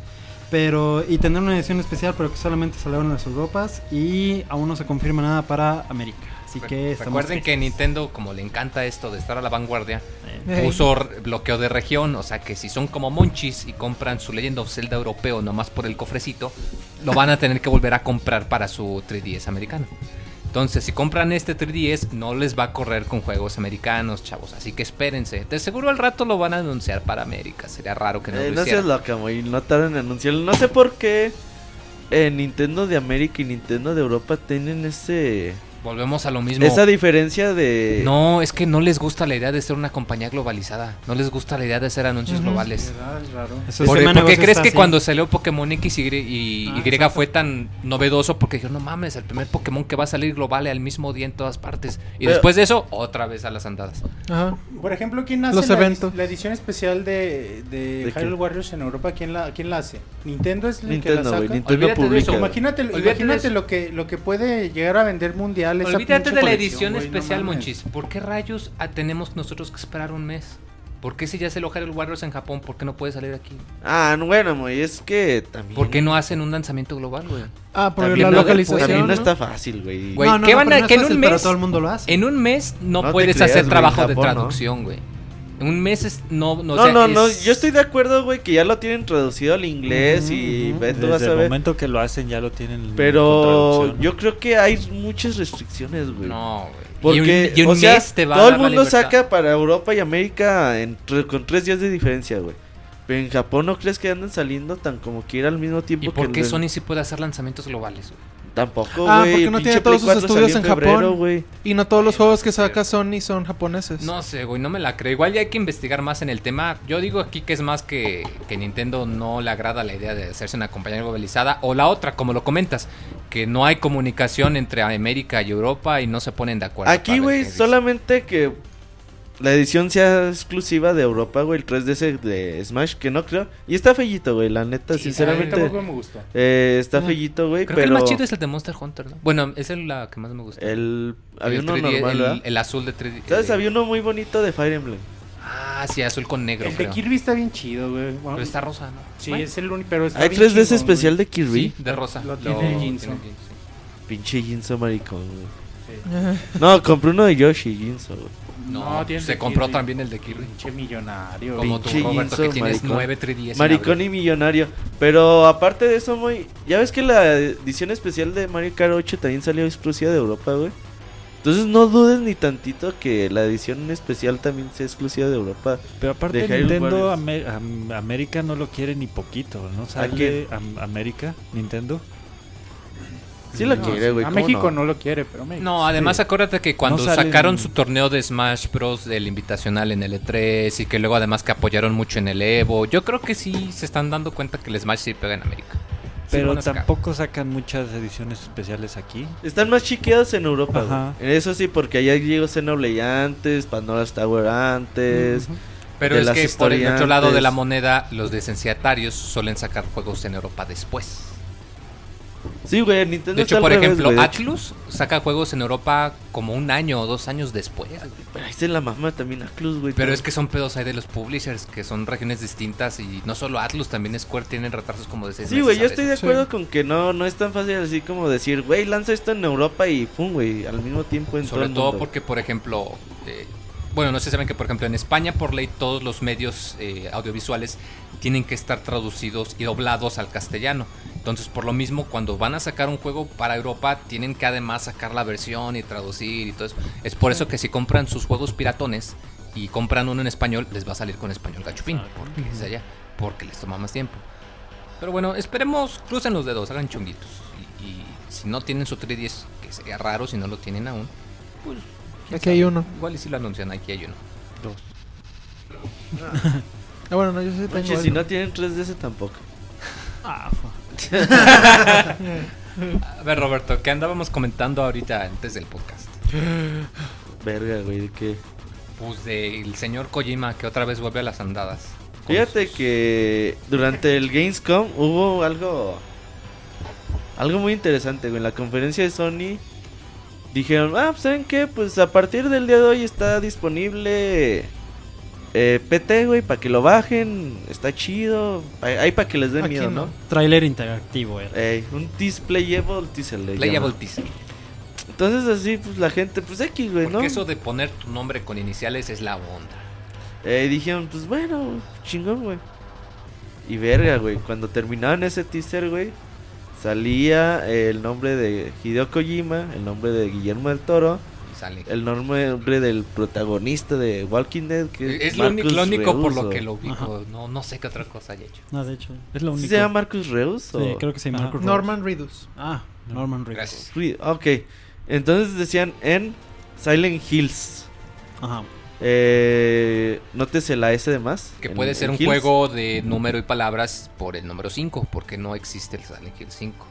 Y tendrá una edición especial, pero que solamente saldrá en las Europas. Y aún no se confirma nada para América. Así que estamos Recuerden que tristes. Nintendo, como le encanta esto de estar a la vanguardia, Ey. puso bloqueo de región. O sea que si son como monchis y compran su Legend of Zelda europeo nomás por el cofrecito, lo van a tener que volver a comprar para su 3DS americano. Entonces, si compran este 3DS, no les va a correr con juegos americanos, chavos. Así que espérense. De seguro al rato lo van a anunciar para América. Sería raro que no lo No seas hicieran. loca, güey. No tardan en anunciarlo. No sé por qué Nintendo de América y Nintendo de Europa tienen Volvemos a lo mismo. esa diferencia de... No, es que no les gusta la idea de ser una compañía globalizada. No les gusta la idea de hacer anuncios globales. ¿Verdad? Es raro. Eso ¿Por sistema de qué negocio crees está que así. cuando salió Pokémon X y Y exacto. fue tan novedoso? Porque dijeron, no mames, el primer Pokémon que va a salir global al mismo día en todas partes. Y Pero- después de eso, otra vez a las andadas. Ajá. Por ejemplo, ¿quién hace Los eventos. la edición especial de ¿De qué? Hyrule Warriors en Europa? ¿Quién la hace? ¿Nintendo es el que la Nintendo, saca? güey. Nintendo Olvídate de publica. eso, güey. Imagínate, Olvídate de imagínate eso. lo que puede llegar a vender mundial esa Olvídate pinche de la colección, edición güey, no especial, mames. Monchis. ¿Por qué rayos tenemos nosotros que esperar un mes? ¿Por qué si ya se lo el Warriors en Japón, por qué no puede salir aquí? Ah, bueno, güey, es que también... ¿Por qué no hacen un lanzamiento global, güey? Ah, por También la no, localización. también no ¿no? está fácil, güey. Güey, No, ¿qué van a- pero no que es en un fácil, pero mes- todo el mundo lo hace. En un mes no, No te puedes creas, hacer güey, trabajo en de Japón, ¿no? traducción, güey. En un mes no, o No, sea, no, es- yo estoy de acuerdo, güey, que ya lo tienen traducido al inglés y ve, tú vas Desde a el ver. momento que lo hacen ya lo tienen con Pero traducción. yo creo que hay muchas restricciones, güey. No, güey. Porque, y un o sea, mes te va todo a el dar la mundo libertad. saca para Europa y América con 3 días de diferencia, güey. Pero en Japón no crees que andan saliendo tan como quiera al mismo tiempo ¿Y por que qué el- Sony sí puede hacer lanzamientos globales, güey? Tampoco, Ah, güey. porque no Pinche tiene todos Play sus 4 estudios salió en febrero, Japón. güey. Y no todos los juegos que saca Sony son japoneses. No sé, güey, no me la creo. Igual ya hay que investigar más en el tema. Yo digo aquí que es más que Nintendo no le agrada la idea de hacerse una compañía globalizada. O la otra, como lo comentas, que no hay comunicación entre América y Europa y no se ponen de acuerdo. Aquí, para ver güey, qué dicen. solamente que la edición sea exclusiva de Europa, güey, el 3DS de Smash, que no creo. Y está fellito, güey, la neta, Sí, a mí sinceramente. tampoco me gustó. Está fellito, güey, Creo pero... que el más chido es el de Monster Hunter, ¿no? Bueno, esa es la que más me gusta. Había El uno 3D, normal, ¿verdad? el azul de 3D. ¿Sabes? Había uno muy bonito de Fire Emblem. Ah, sí, azul con negro, El de creo. Kirby está bien chido, güey. Bueno, Pero está rosa, ¿no? sí, Bueno, es el único, pero está Hay bien 3DS chingón, especial güey. de Kirby. sí, de rosa. Lo tiene el Jinso. tiene el Jinso. Pinche Jinso maricón, güey. Ajá. No, compré uno de Yoshi, Jinso, güey. No, tiene se el de compró Kirby. también el de Kirby. Pinche millonario. Como tú, Pinche Roberto, que Jinso, tienes maricón. 9 3DS. en Maricón abril. y millonario. Pero aparte de eso, muy... Ya ves que la edición especial de Mario Kart 8 también salió exclusiva de Europa, güey. Entonces no dudes ni tantito que la edición especial también sea exclusiva de Europa. Pero aparte de Hyrule Nintendo Warriors. América no lo quiere ni poquito, ¿no? Sale América, Nintendo. Sí lo No, quiere, sí, güey. A ¿cómo México no lo quiere, pero México. No, además Sí. acuérdate que cuando No salen- sacaron su torneo de Smash Bros. Del Invitacional en el E3 y que luego además que apoyaron mucho en el Evo, yo creo que sí se están dando cuenta que el Smash sí pega en América. Sí lo Pero van a sacar. tampoco sacan muchas ediciones especiales aquí. Están más chiqueados en Europa, Ajá. güey. Eso sí, porque allá llegó Xenoblade antes, Pandora's Tower antes. Pero de es las que por el otro lado de historiantes. la moneda, los licenciatarios suelen sacar juegos en Europa después. Sí, güey, Nintendo De está hecho, al por revés, ejemplo, güey, de hecho. Atlus saca juegos en Europa como 1 año o 2 años después. Pero ahí está la mamá también Atlus, güey. Pero es que son pedos ahí de los publishers, que son regiones distintas y no solo Atlus, también Square tienen retrasos como de 6 Sí, meses. güey, yo a estoy de veces. acuerdo con que no es tan fácil así como decir, güey, lanza esto en Europa y pum, güey, al mismo tiempo en todo Sobre el todo mundo. porque, por ejemplo, bueno, no sé si saben que, por ejemplo, en España, por ley, todos los medios audiovisuales tienen que estar traducidos y doblados al castellano. Entonces, por lo mismo, cuando van a sacar un juego para Europa, tienen que además sacar la versión y traducir y todo eso. Es por eso que si compran sus juegos piratones y compran uno en español, les va a salir con español gachupín, porque es allá, porque les toma más tiempo. Pero bueno, esperemos, crucen los dedos, hagan chunguitos. Y si no tienen su 3DS, que sería raro si no lo tienen aún, pues... Aquí hay uno. Igual y si lo anuncian, aquí hay uno. Bueno, no, yo sí tengo Manche, si algo. no tienen 3DS tampoco. Ah, A ver, Roberto, ¿qué andábamos comentando ahorita antes del podcast? Verga, güey, ¿de qué? Pues del señor Kojima que otra vez vuelve a las andadas. Fíjate que durante el Gamescom hubo algo muy interesante, güey. En la conferencia de Sony dijeron, pues ¿saben qué? Pues a partir del día de hoy está disponible PT, güey, para que lo bajen. Está chido. Ahí para que les den Aquí miedo, no. ¿no? Trailer interactivo, Un playable teaser le Playable llaman. teaser. Entonces así, pues la gente, pues X, güey, ¿no? Porque eso de poner tu nombre con iniciales es la onda. Dijeron, pues bueno, chingón, güey. Y verga, güey, cuando terminaban ese teaser, güey, salía el nombre de Hideo Kojima, el nombre de Guillermo del Toro, Y sale. el nombre del protagonista de Walking Dead, que Es lo único por lo Reus, que lo o- ubico. No sé qué otra cosa haya hecho. No, de hecho. Es lo ¿Sí único. se llama Marcus Reus? Sí, o- creo que sí, Ajá. Marcus Norman Reedus. Ah, Norman Reedus. Gracias. Ok, entonces decían en Silent Hills. Ajá. Nótese la S de más. Que en- puede ser en un Hills. juego de número y palabras por el número 5, porque no existe el Silent Hill 5.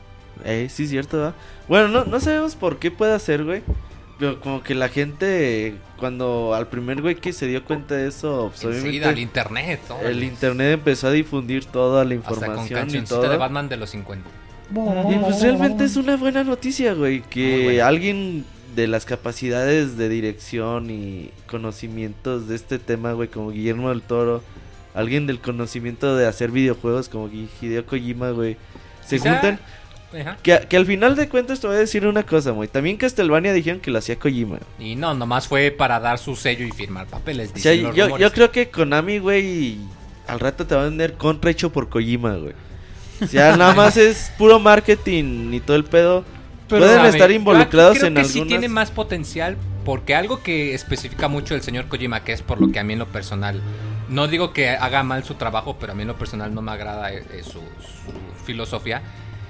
Sí, cierto, ¿verdad? Bueno, no sabemos por qué puede hacer, güey. Pero como que la gente, cuando al primer güey que se dio cuenta de eso, pues Enseguida, el obviamente internet. ¿no? el internet empezó a difundir toda la Hasta con información y cancioncita todo. de Batman de los 50. Y pues realmente es una buena noticia, güey, Muy que buena. alguien de las capacidades de dirección y conocimientos de este tema, güey, como Guillermo del Toro, alguien del conocimiento de hacer videojuegos como Hideo Kojima, güey, se Quizá- juntan. Ajá. Que al final de cuentas te voy a decir una cosa, güey. También Castlevania dijeron que lo hacía Kojima. Y no, nomás fue para dar su sello y firmar papeles. O sea, Dicen los yo rumores. creo que Konami, güey, al rato te va a vender Contra hecho por Kojima, güey. O sea, nada más es puro marketing y todo el pedo. Pero, Pueden ¿sabe? estar Yo involucrados aquí creo en que algunas... sí tiene más potencial, porque algo que especifica mucho el señor Kojima, que es por lo que a mí en lo personal, no digo que haga mal su trabajo, pero a mí en lo personal no me agrada su filosofía.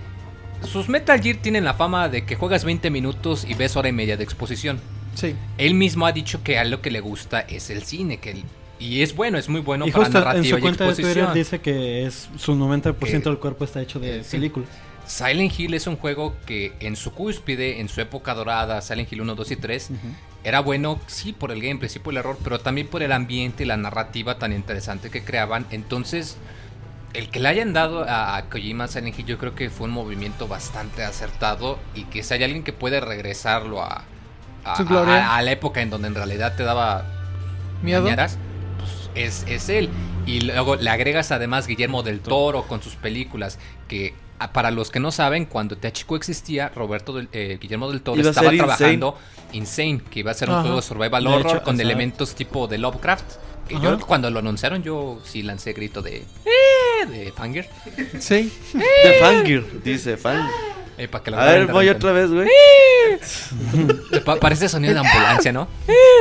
Sus Metal Gear tienen la fama de que juegas 20 minutos y ves hora y media de exposición. Sí. Él mismo ha dicho que a él lo que le gusta es el cine, y es bueno, es muy bueno Y para justo en narrativa su y cuenta de Twitter exposición. dice que es su 90% Que- del cuerpo está hecho de sí. películas. Silent Hill es un juego que en su cúspide, en su época dorada, Silent Hill 1, 2 y 3, era bueno, sí, por el gameplay, sí por el error, pero también por el ambiente y la narrativa tan interesante que creaban. Entonces, el que le hayan dado a Kojima Silent Hill, yo creo que fue un movimiento bastante acertado, y que si hay alguien que puede regresarlo a Su gloria. la época en donde en realidad te daba Miedo. ñañaras, pues es él. Y luego le agregas además Guillermo del Toro con sus películas, que para los que no saben, cuando THQ existía, Guillermo del Toro Iba a estaba ser trabajando Insane, que iba a ser un Ajá. juego de survival De horror hecho, con o sea, elementos tipo de Lovecraft. Que Ajá. yo cuando lo anunciaron, yo sí lancé grito de Fanger. Sí. De Fangir, dice Fangir. Para que lo A ver, graben voy de otra vez, güey. Parece sonido de ambulancia, ¿no?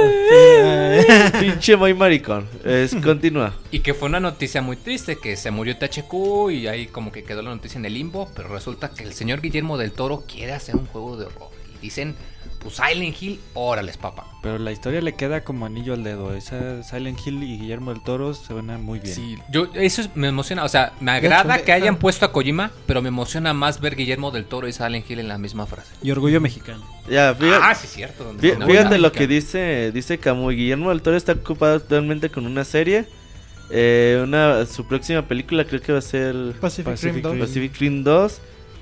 Pinche muy maricón. Continúa. Y que fue una noticia muy triste, que se murió THQ y ahí como que quedó la noticia en el limbo, pero resulta que el señor Guillermo del Toro quiere hacer un juego de horror. Y dicen, pues Silent Hill, órales, papá. Pero la historia le queda como anillo al dedo. Esa Silent Hill y Guillermo del Toro suena muy bien. Sí, me emociona, o sea, me agrada que hayan puesto a Kojima, pero me emociona más ver Guillermo del Toro y Silent Hill en la misma frase. Y Orgullo Mexicano. Ya, fíjate. Sí, cierto. Fíjate lo que dice Camus. Guillermo del Toro está ocupado actualmente con una serie. Su próxima película creo que va a ser Pacific Rim 2. Pacific Rim 2.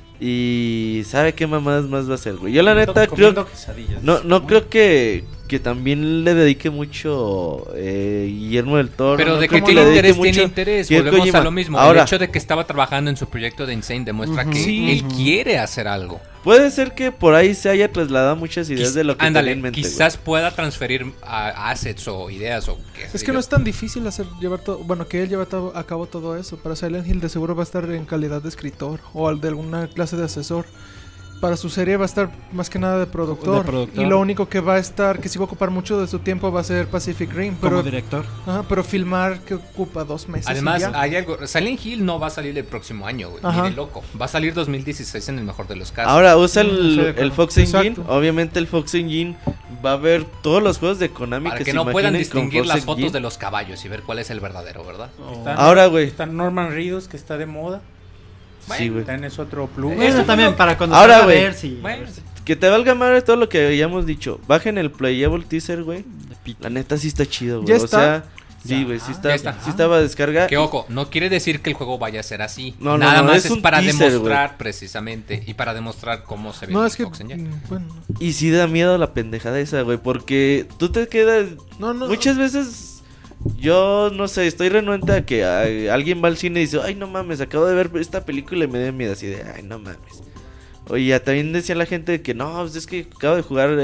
Y sabe qué mamadas más va a hacer, güey. Yo la neta creo no creo que también le dedique mucho Guillermo del Toro. Pero no de creo que tiene le dedique interés, tiene mucho interés. Hideo Volvemos Kojima. a lo mismo. Ahora, El hecho de que estaba trabajando en su proyecto de Insane demuestra que Sí. él quiere hacer algo. puede ser que por ahí se haya trasladado muchas ideas de lo que Ándale, tenía en mente, quizás pueda transferir assets o ideas o qué sé Es que yo. no es tan difícil llevar todo, bueno, que él lleve a cabo todo eso. Para Silent Hill de seguro va a estar en calidad de escritor o de alguna clase de asesor. para su serie va a estar más que nada de productor. Y lo único que va a estar, que sí va a ocupar mucho de su tiempo, va a ser Pacific Rim. Como director. Ajá, pero filmar que ocupa 2 meses. Además, y ya. hay algo. Silent Hill no va a salir el próximo año, güey. Ajá. Ni de loco. Va a salir 2016 en el mejor de los casos. Ahora usa estoy de acuerdo. el Fox Engine. Exacto. Obviamente el Fox Engine va a ver todos los juegos de Konami para que que se no puedan imaginen con distinguir Fox las fotos Engine. de los caballos y ver cuál es el verdadero, ¿verdad? Ahora, güey. Está Norman Reedus, que está de moda. Sí, güey. También es otro plus. Bueno, Esto también fue para cuando Ahora, salga a güey. ver si... Bueno, Que te valga madre todo lo que habíamos dicho. Bajen el playable teaser, güey. La neta sí está chido, güey. ¿Ya O está? sea, sí, güey, sí Ya está, está. sí estaba a descarga. que ojo, no quiere decir que el juego vaya a ser así. No, no, Nada no, más es es un para teaser, demostrar precisamente y para demostrar cómo se ve No, el es que. Xbox Engine. Bueno. Y sí da miedo la pendejada esa, güey, porque tú te quedas... No. Muchas veces yo, no sé, estoy renuente a que alguien va al cine y dice, ay, no mames, acabo de ver esta película y me da miedo, así de, ay, no mames. Oye, también decía la gente que no, pues es que acabo de jugar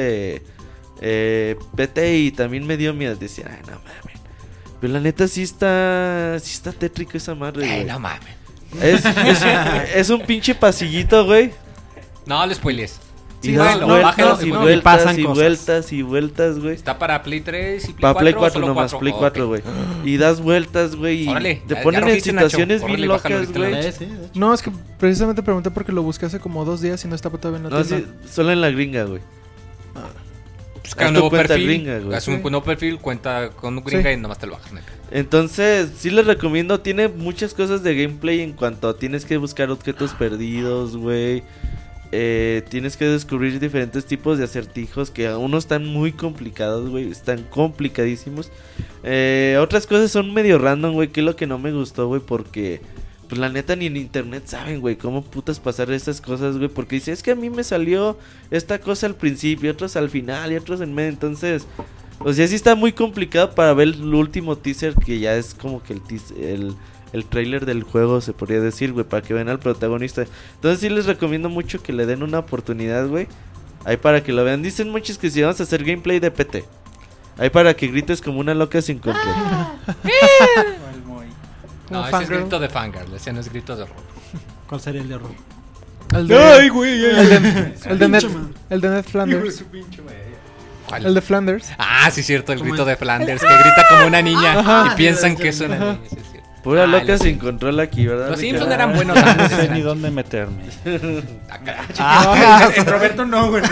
PT y también me dio miedo. Decía, ay, no mames. Pero la neta sí está tétrico esa madre, güey. No mames. Es un pinche pasillito, güey. No le spoilees. Y Sí, das bájalo, bájalo, vueltas y y vueltas pasan y cosas. vueltas y vueltas, güey. Está para Play 3 y Play Para 4. Play ¿o 4 solo nomás, 4? Play 4, güey. Y das vueltas, güey. Y Órale, te ya ponen en rompiste, Nacho. situaciones Órale, bien bájalo locas, ahorita en la güey. noche. Sí, de hecho. No, es que precisamente pregunté porque lo busqué hace como 2 días y no estaba todavía en la No, tienda. sí, solo en la gringa, güey. Pues Haz cada tu nuevo cuenta perfil. gringa, güey. Haz un nuevo perfil, cuenta con un gringa y nomás te lo bajas. neta. Entonces, sí les recomiendo. Tiene muchas cosas de gameplay en cuanto a tienes que buscar objetos perdidos, güey. Tienes que descubrir diferentes tipos de acertijos que unos están muy complicados, güey. Están complicadísimos. Otras cosas son medio random, güey. Que es lo que no me gustó, güey. Porque, pues la neta, ni en internet saben, güey, cómo putas pasar estas cosas, güey. Porque dice, es que a mí me salió esta cosa al principio, otros al final y otros en medio. Entonces, o sea, sí está muy complicado para ver el último teaser, que ya es como que el trailer del juego, se podría decir, güey, para que vean al protagonista. Entonces sí les recomiendo mucho que le den una oportunidad, güey. Ahí para que lo vean. Dicen muchos que si vamos a hacer gameplay de PT. Ahí para que grites como una loca sin control. No, ese es grito de fangirl. Ese no es grito de horror. ¿Cuál sería el de horror? El de, el de Ned Flanders. ¿Cuál? El de Flanders. Ah, sí, cierto, el ¿Cómo grito es? de Flanders, que grita como una niña Ajá. y piensan que es una niña. Sí, es cierto. Pura Ah, loca los sin Simpsons. control aquí, ¿verdad? Los mi Simpsons cara? eran buenos No antes. sé ni dónde meterme. El Roberto no, güey.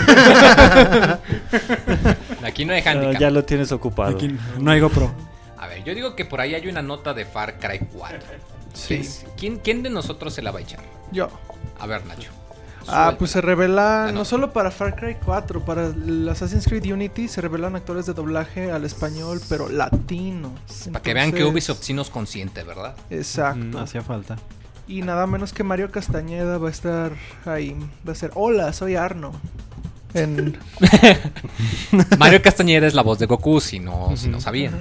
Aquí no hay No, handicap. ya lo tienes ocupado. Aquí no hay GoPro. A ver, yo digo que por ahí hay una nota de Far Cry 4. Sí. ¿Quién de nosotros se la va a echar? Yo. A ver, Nacho. Pues se revela Ah, no. no solo para Far Cry 4, para el Assassin's Creed Unity se revelan actores de doblaje al español, pero latino. Para que vean que Entonces, Ubisoft sí nos consiente, ¿verdad? Exacto. Hacía falta. Y nada menos que Mario Castañeda va a estar ahí. Va a ser, hola, soy Arno. En... Mario Castañeda es la voz de Goku, si no sabían.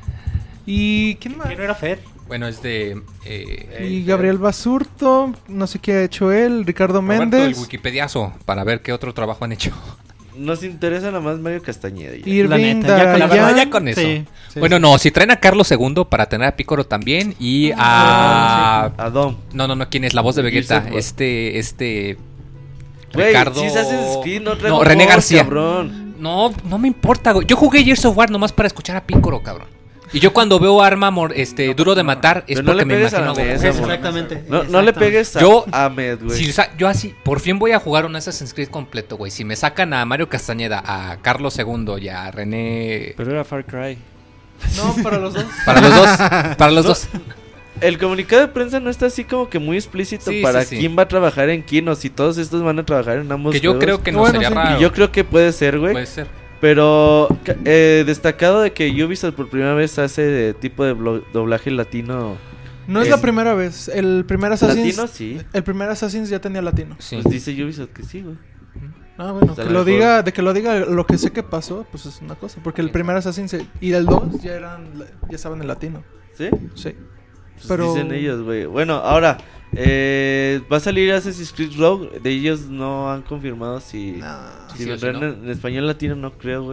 ¿Y quién más? ¿Quién no era Fer? Bueno, es de... Y Gabriel Basurto, no sé qué ha hecho él, Ricardo Roberto, el Méndez, Wikipediazo, para ver qué otro trabajo han hecho. Nos interesa nada más Mario Castañeda. ya. Irving La neta, ya con La verdad, Darayán. ya con eso. Sí, sí, Bueno, sí. no, si traen a Carlos II para tener a Picoro también y a... A Dom. No, ¿quién es? La voz de Vegeta. Gears of Este... Güey, Ricardo... si se Assassin's Creed, no traigo René voz, García. cabrón. No me importa, güey. Yo jugué Gears of War nomás para escuchar a Picoro, cabrón. Y yo cuando veo arma duro de matar es Pero no porque le me pegues a imagino la a Goku. mesa, Sí, amor. exactamente. No le pegues a Yo- Ahmed, güey. Sí, o sea, yo así, por fin voy a jugar un Assassin's Creed completo, güey. Si me sacan a Mario Castañeda, a Carlos II y a René... Pero era Far Cry. No, para los dos. Para los dos. El comunicado de prensa no está así como que muy explícito Sí, para sí. quién va a trabajar en quién o si todos estos van a trabajar en ambos Que yo juegos. creo que no Bueno, sería sí. raro. Y yo creo que puede ser, güey. Puede ser. Pero destacado de que Ubisoft por primera vez hace tipo de doblaje latino. No es la primera vez. El primer Assassin's... Latino, sí. El primer Assassin's ya tenía latino. Sí. Pues dice Ubisoft que sí, güey. Ah, bueno, O sea, que a lo lo mejor- diga, de que lo diga lo que sé que pasó, pues es una cosa. Porque el primer Assassin's y el 2 ya estaban en latino. ¿Sí? Sí. Pues Pero- dicen ellos, güey. Bueno, ahora va a salir Assassin's Creed Rogue. De ellos no han confirmado si Nah. si Sí o sí, vendrán ¿no? en español latino, no creo, güey.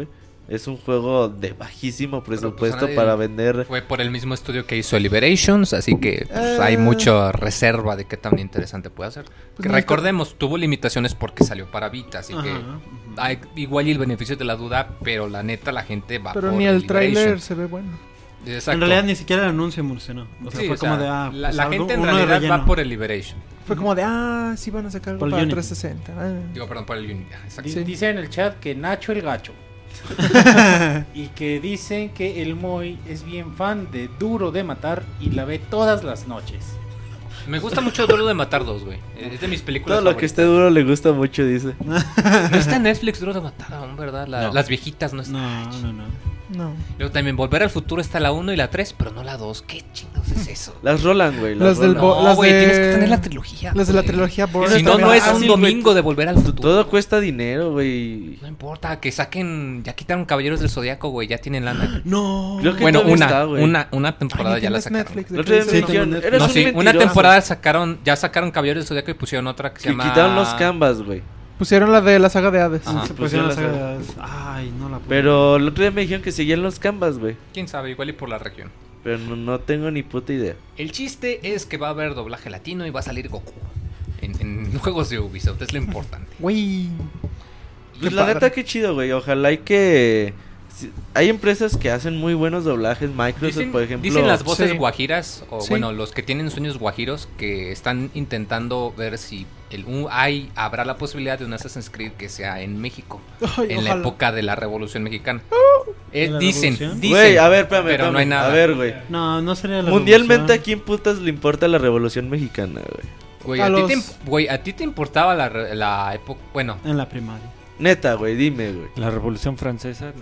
es un juego de bajísimo presupuesto nadie- para vender. Fue por el mismo estudio que hizo Liberations, así que pues, hay mucha reserva de qué tan interesante puede ser. Pues Que no recordemos, tuvo limitaciones porque salió para Vita, así que Ajá. hay igual y el beneficio de la duda, pero la neta la gente va Pero por ni el Liberation. tráiler se ve bueno. Exacto. En realidad ni siquiera el anuncio emocionó. O sea, Sí, fue o como sea, de, la pues, algo- gente en uno de realidad va relleno. por el Liberation. Fue como de, sí van a sacar algo Por el para Unity. 360. Digo, perdón, por el Unity. Exacto. Sí. Dice en el chat que Nacho el gacho. Y que dicen que el Moy es bien fan de Duro de Matar y la ve todas las noches. Me gusta mucho Duro de Matar 2, güey. Es de mis películas Todo lo que favoritas. esté duro le gusta mucho, dice. No está en Netflix Duro de Matar aún, ¿verdad? No. Las viejitas no están. No. No. Luego también Volver al Futuro está la 1 y la 3, pero no la 2. ¿Qué chingados es eso? Las rolan, güey. Las del rolan. bo- las güey, de- tienes que tener la trilogía. Las de la güey. trilogía Bourne. Si no, no es un fácil, domingo de Volver al Futuro. Todo cuesta dinero, güey. No importa, que saquen. Ya quitaron Caballeros del Zodiaco, güey. Ya tienen lana. No. Creo que Bueno, todavía está, güey. una temporada ya la sacaron. Netflix. El otro día me Sí, dijeron, tengo eres No, un sí, una mentiroso. temporada ya sacaron Caballeros del Zodiaco y pusieron otra que se Que llama. quitaron los canvas, güey. Pusieron la de la saga de Hades. Ajá. Se pues pusieron ya las la sagas. Ay, no la puedo. Pero el otro día me dijeron que seguían los canvas, güey. Quién sabe, igual y por la región. Pero no tengo ni puta idea. El chiste es que va a haber doblaje latino y va a salir Goku. En juegos de Ubisoft, es lo importante. Güey. Pues Qué la padre. neta, qué chido, güey. Ojalá y que... Hay empresas que hacen muy buenos doblajes. Microsoft, por ejemplo. Dicen las voces Sí. guajiras, o Sí. bueno, los que tienen sueños guajiros, que están intentando ver si habrá la posibilidad de un Assassin's Creed que sea en México, Ay, en la ojalá. época de la Revolución Mexicana. ¿De la Dicen, Revolución? Güey, a ver, espérame, pero no hay espérame. nada. A ver, güey. No sería la Mundialmente, ¿a revolución. quién putas le importa la Revolución Mexicana, güey? Güey, A a ti te importaba la época, bueno, En la primaria. Neta, güey, dime, güey. La Revolución Francesa.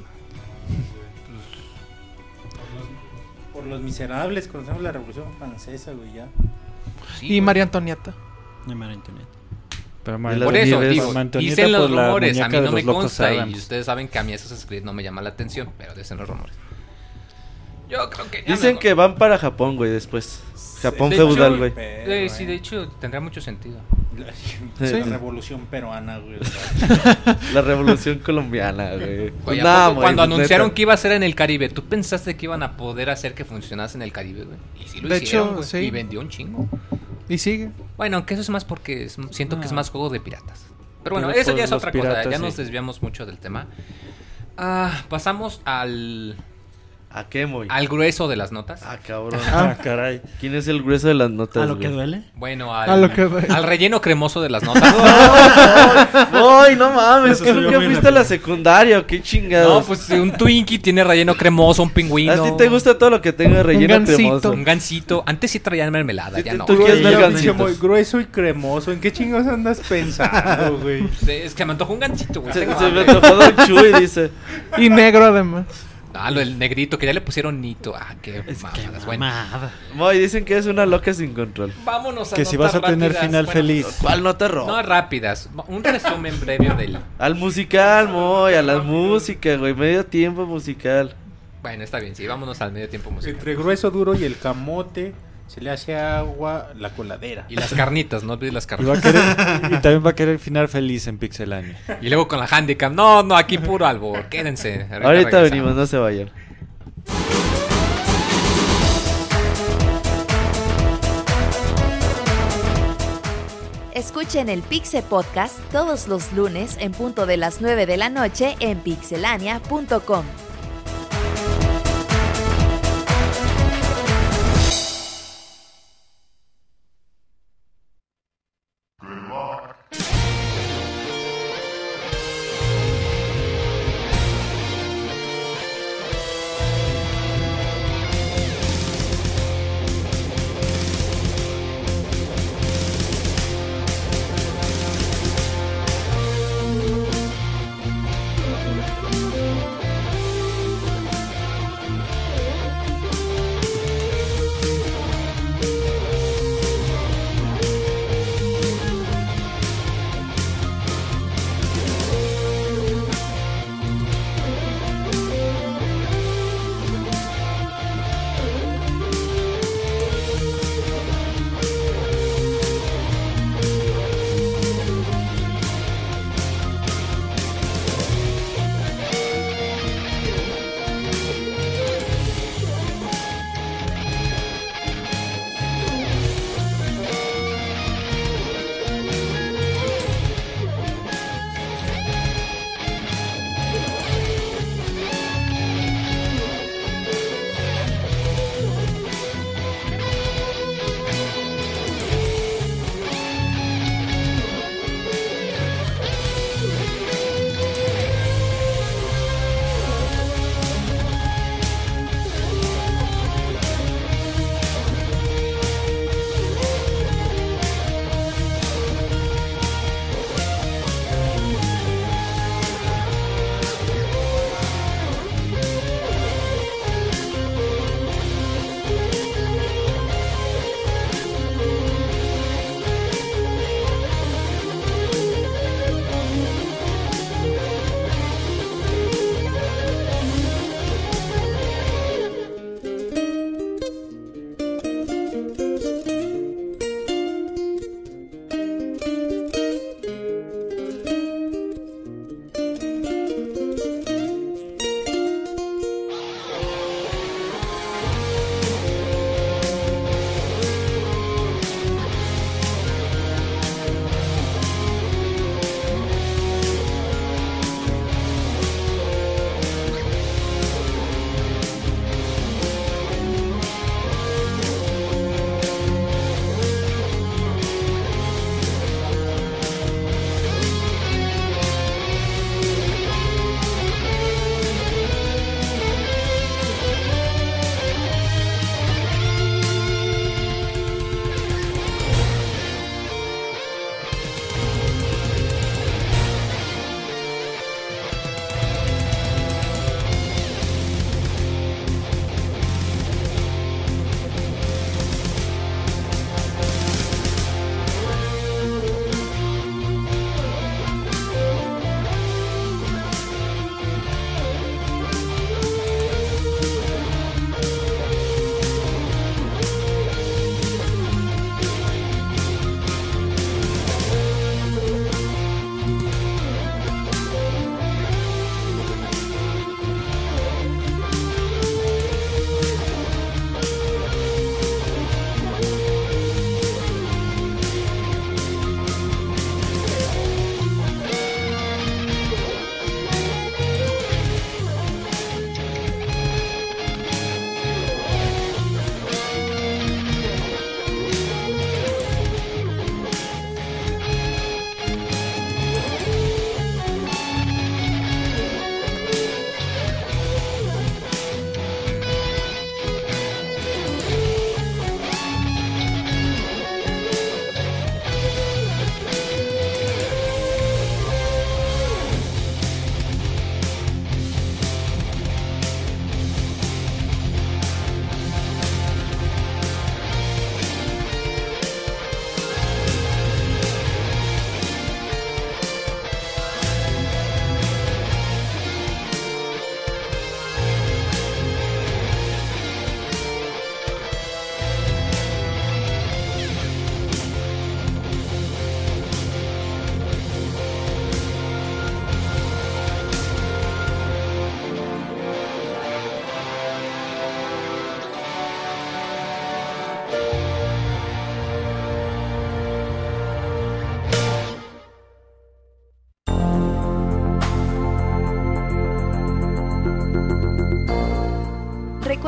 Por los miserables, conocemos la Revolución Francesa, güey, ya. sí, Y güey. María Antonieta. De María Antonieta. Pero Y Mar- la Por de eso, Nieves. digo, Antonieta dicen los por la rumores, a muñeca mí de no me los locos consta y Adams. ustedes saben que a mí Assassin's Creed no me llama la atención, pero dicen los rumores. Yo creo que ya Dicen me- que van para Japón, güey, después. Japón De feudal, hecho, güey. Sí, de hecho tendría mucho sentido. La Revolución Peruana, güey. La Revolución Colombiana, güey. Güey, Pues ¿a nada, poco güey, cuando pues, anunciaron neta. que iba a ser en el Caribe, ¿tú pensaste que iban a poder hacer que funcionase en el Caribe, güey? Y sí lo De hicieron, hecho, güey, sí. y vendió un chingo. Y sigue. Bueno, aunque eso es más porque siento que es más juego de piratas. Pero bueno, Pero eso por ya es los otra cosa, piratas, ya sí. nos desviamos mucho del tema. Pasamos al ¿A qué, muy? grueso de las notas. Ah, cabrón. Ah, caray. ¿Quién es el grueso de las notas, ¿A lo que güey? duele? Bueno, A lo que- al relleno cremoso de las notas. ¡Ay, no mames! Eso ¿Que salió nunca muy fuiste a la rápido. secundaria o qué chingados? No, pues un Twinkie tiene relleno cremoso, un pingüino. ¿A ti te gusta todo lo que tenga relleno gansito. cremoso? Un gansito. Antes sí traían mermelada, Sí, ya no. tú quieres ver Yo, gancitos. muy grueso y cremoso. ¿En qué chingos andas pensando, güey? Es que me antojó un gancito, güey. Se Tengo me hambre. antojó Don Chuy, dice. Y negro además. Ah, lo del negrito, que ya le pusieron Nito. Ah, qué mamadas. Bueno, Mamada. Moy, dicen que es una loca sin control. vámonos a Que si vas a notas tener rápidas. final Bueno, feliz. ¿Cuál nota roja? No rápidas, un resumen breve del... Al musical, Moy, a la música, güey. Medio tiempo musical. Bueno, está bien, sí, vámonos al medio tiempo musical. Entre grueso, duro y el camote se le hace agua la coladera. Y las carnitas, no olvides las Y, va a carnitas. querer, y también va a querer final feliz en Pixelania. Y luego con la handicap. No, aquí puro albor, quédense. Ahorita regresamos. venimos, no se vayan. Escuchen el Pixe Podcast todos los lunes en punto de las 9 de la noche en pixelania.com.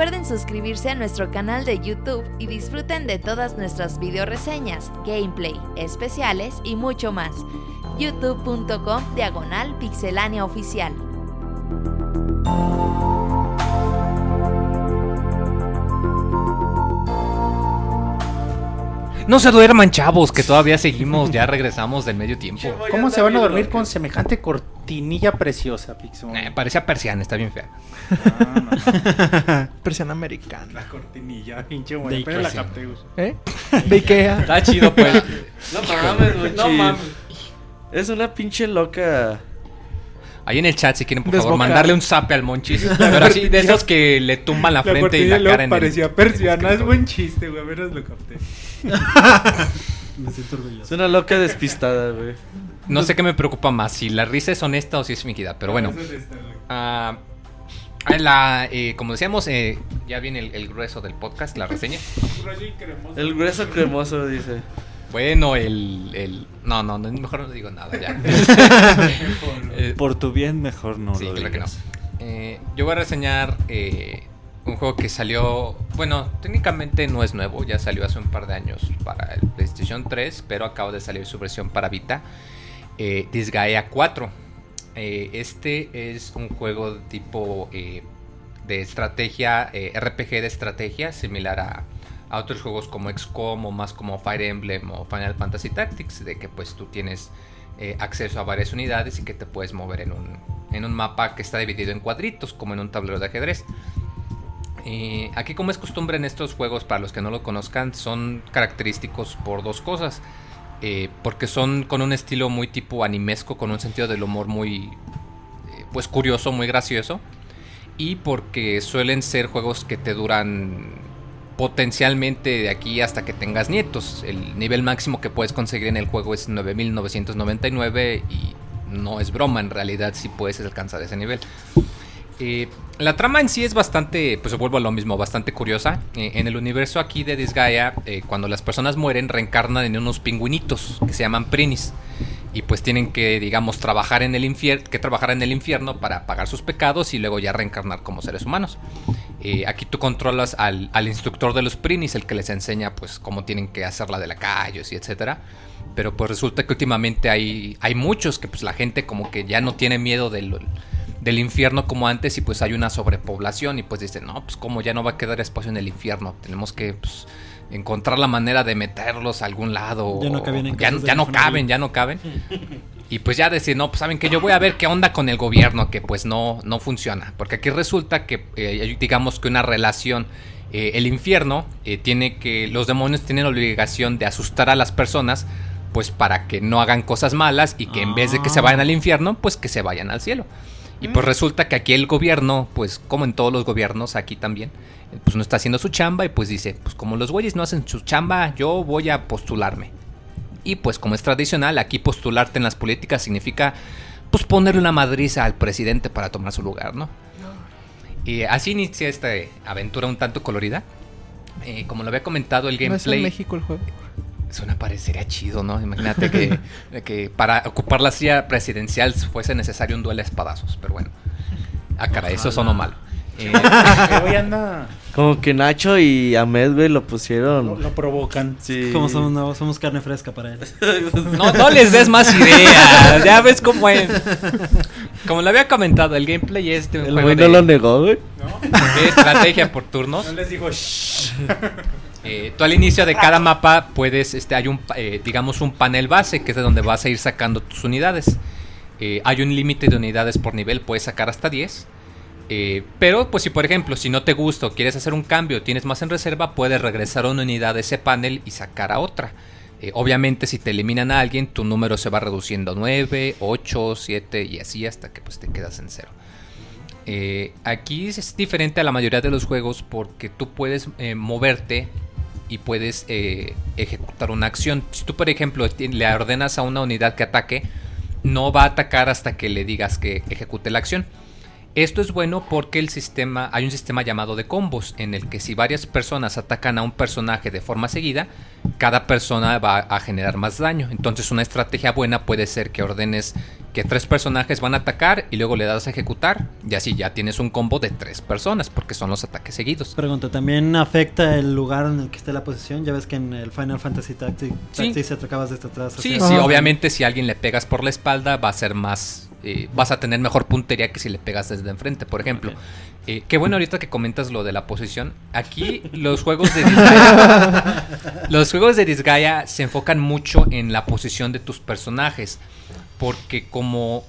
Recuerden suscribirse a nuestro canal de YouTube y disfruten de todas nuestras videoreseñas, gameplay, especiales y mucho más. youtube.com/Pixelania Oficial. No se duerman, chavos, que todavía seguimos, ya regresamos del medio tiempo. ¿Cómo se van a dormir con semejante cortinilla preciosa, Pixel? Parecía persiana, está bien fea. Persiana americana. La cortinilla, pinche güey. Pero la capté, güey. ¿Eh? ¿De Ikea? Está chido, pues. No mames, Monchis. No mames. Es una pinche loca. Ahí en el chat, si quieren, por favor, Desbocar. mandarle un zape al Monchis. Pero así, de esos que le tumban la frente y la cara en parecía el... persiana, es buen chiste, güey. Apenas lo capté. Me siento orgulloso. Es una loca despistada, güey. No sé qué me preocupa más, si la risa es honesta o si es fingida, pero bueno. Como decíamos, ya viene el grueso del podcast, la reseña. El grueso cremoso, dice. Bueno, No, mejor no digo nada ya. Por tu bien, mejor no Sí, lo claro digas. que no. Yo voy a reseñar un juego que salió... Bueno, técnicamente no es nuevo, ya salió hace un par de años para el PlayStation 3, pero acaba de salir su versión para Vita, Disgaea 4. Este es un juego tipo de estrategia, RPG de estrategia, similar a otros juegos como XCOM o más como Fire Emblem o Final Fantasy Tactics, de que pues tú tienes acceso a varias unidades y que te puedes mover en un mapa que está dividido en cuadritos, como en un tablero de ajedrez. Aquí, como es costumbre en estos juegos, para los que no lo conozcan, son característicos por dos cosas. Porque son con un estilo muy tipo animesco, con un sentido del humor muy pues curioso, muy gracioso. Y porque suelen ser juegos que te duran potencialmente de aquí hasta que tengas nietos. El nivel máximo que puedes conseguir en el juego es 9.999 y no es broma, en realidad sí puedes alcanzar ese nivel. La trama en sí es bastante, pues vuelvo a lo mismo, bastante curiosa. En el universo aquí de Disgaea, cuando las personas mueren, reencarnan en unos pingüinitos que se llaman Prinis. Y pues tienen que, digamos, trabajar en el infierno para pagar sus pecados y luego ya reencarnar como seres humanos. Aquí tú controlas al instructor de los Prinis, el que les enseña pues cómo tienen que hacer la de lacayos y etcétera. Pero pues resulta que últimamente hay muchos que pues la gente como que ya no tiene miedo del infierno como antes y pues hay una sobrepoblación y pues dicen, no, pues como ya no va a quedar espacio en el infierno, tenemos que pues encontrar la manera de meterlos a algún lado. Ya no caben en casas ya no caben. Y pues ya decir, no, pues saben que yo voy a ver qué onda con el gobierno, que pues no funciona. Porque aquí resulta que, digamos que una relación, el infierno tiene que, los demonios tienen la obligación de asustar a las personas, pues para que no hagan cosas malas y que en vez de que se vayan al infierno, pues que se vayan al cielo. Y pues resulta que aquí el gobierno, pues como en todos los gobiernos, aquí también, pues no está haciendo su chamba y pues dice, pues como los güeyes no hacen su chamba, yo voy a postularme. Y pues como es tradicional, aquí postularte en las políticas significa pues ponerle una madriza al presidente para tomar su lugar, ¿no? Y así inicia esta aventura un tanto colorida. Como lo había comentado, el ¿No es en gameplay... México el juego? Suena, parecería chido, ¿no? Imagínate que para ocupar la silla presidencial fuese necesario un duelo a espadazos, pero bueno. Ah, caray, eso sonó mal. Hoy anda... Como que Nacho y Ahmed, güey, lo pusieron. Lo provocan. Sí. Como somos carne fresca para él. No les des más ideas, ya ves cómo es. Como lo había comentado, el gameplay es de un El juego güey no lo negó, güey. de estrategia por turnos. No les digo shh. Tú al inicio de cada mapa puedes, hay un, digamos, un panel base que es de donde vas a ir sacando tus unidades. Hay un límite de unidades por nivel, puedes sacar hasta 10. Pero pues si por ejemplo, si no te gusta o quieres hacer un cambio, tienes más en reserva, puedes regresar a una unidad de ese panel y sacar a otra. Obviamente si te eliminan a alguien, tu número se va reduciendo a 9, 8, 7 y así hasta que pues te quedas en 0. Aquí es diferente a la mayoría de los juegos porque tú puedes moverte y puedes ejecutar una acción. Si tú por ejemplo le ordenas a una unidad que ataque, no va a atacar hasta que le digas que ejecute la acción. Esto es bueno porque hay un sistema llamado de combos, en el que si varias personas atacan a un personaje de forma seguida, cada persona va a generar más daño. Entonces una estrategia buena puede ser que ordenes que 3 personajes van a atacar y luego le das a ejecutar y así ya tienes un combo de 3 personas porque son los ataques seguidos. Pregunta, ¿también afecta el lugar en el que esté la posición? Ya ves que en el Final Fantasy Tactics atacabas desde atrás. Sí, obviamente si a alguien le pegas por la espalda va a ser más... vas a tener mejor puntería que si le pegas desde enfrente, por ejemplo. Okay. Qué bueno ahorita que comentas lo de la posición. Aquí los juegos de Disgaea se enfocan mucho en la posición de tus personajes. Porque como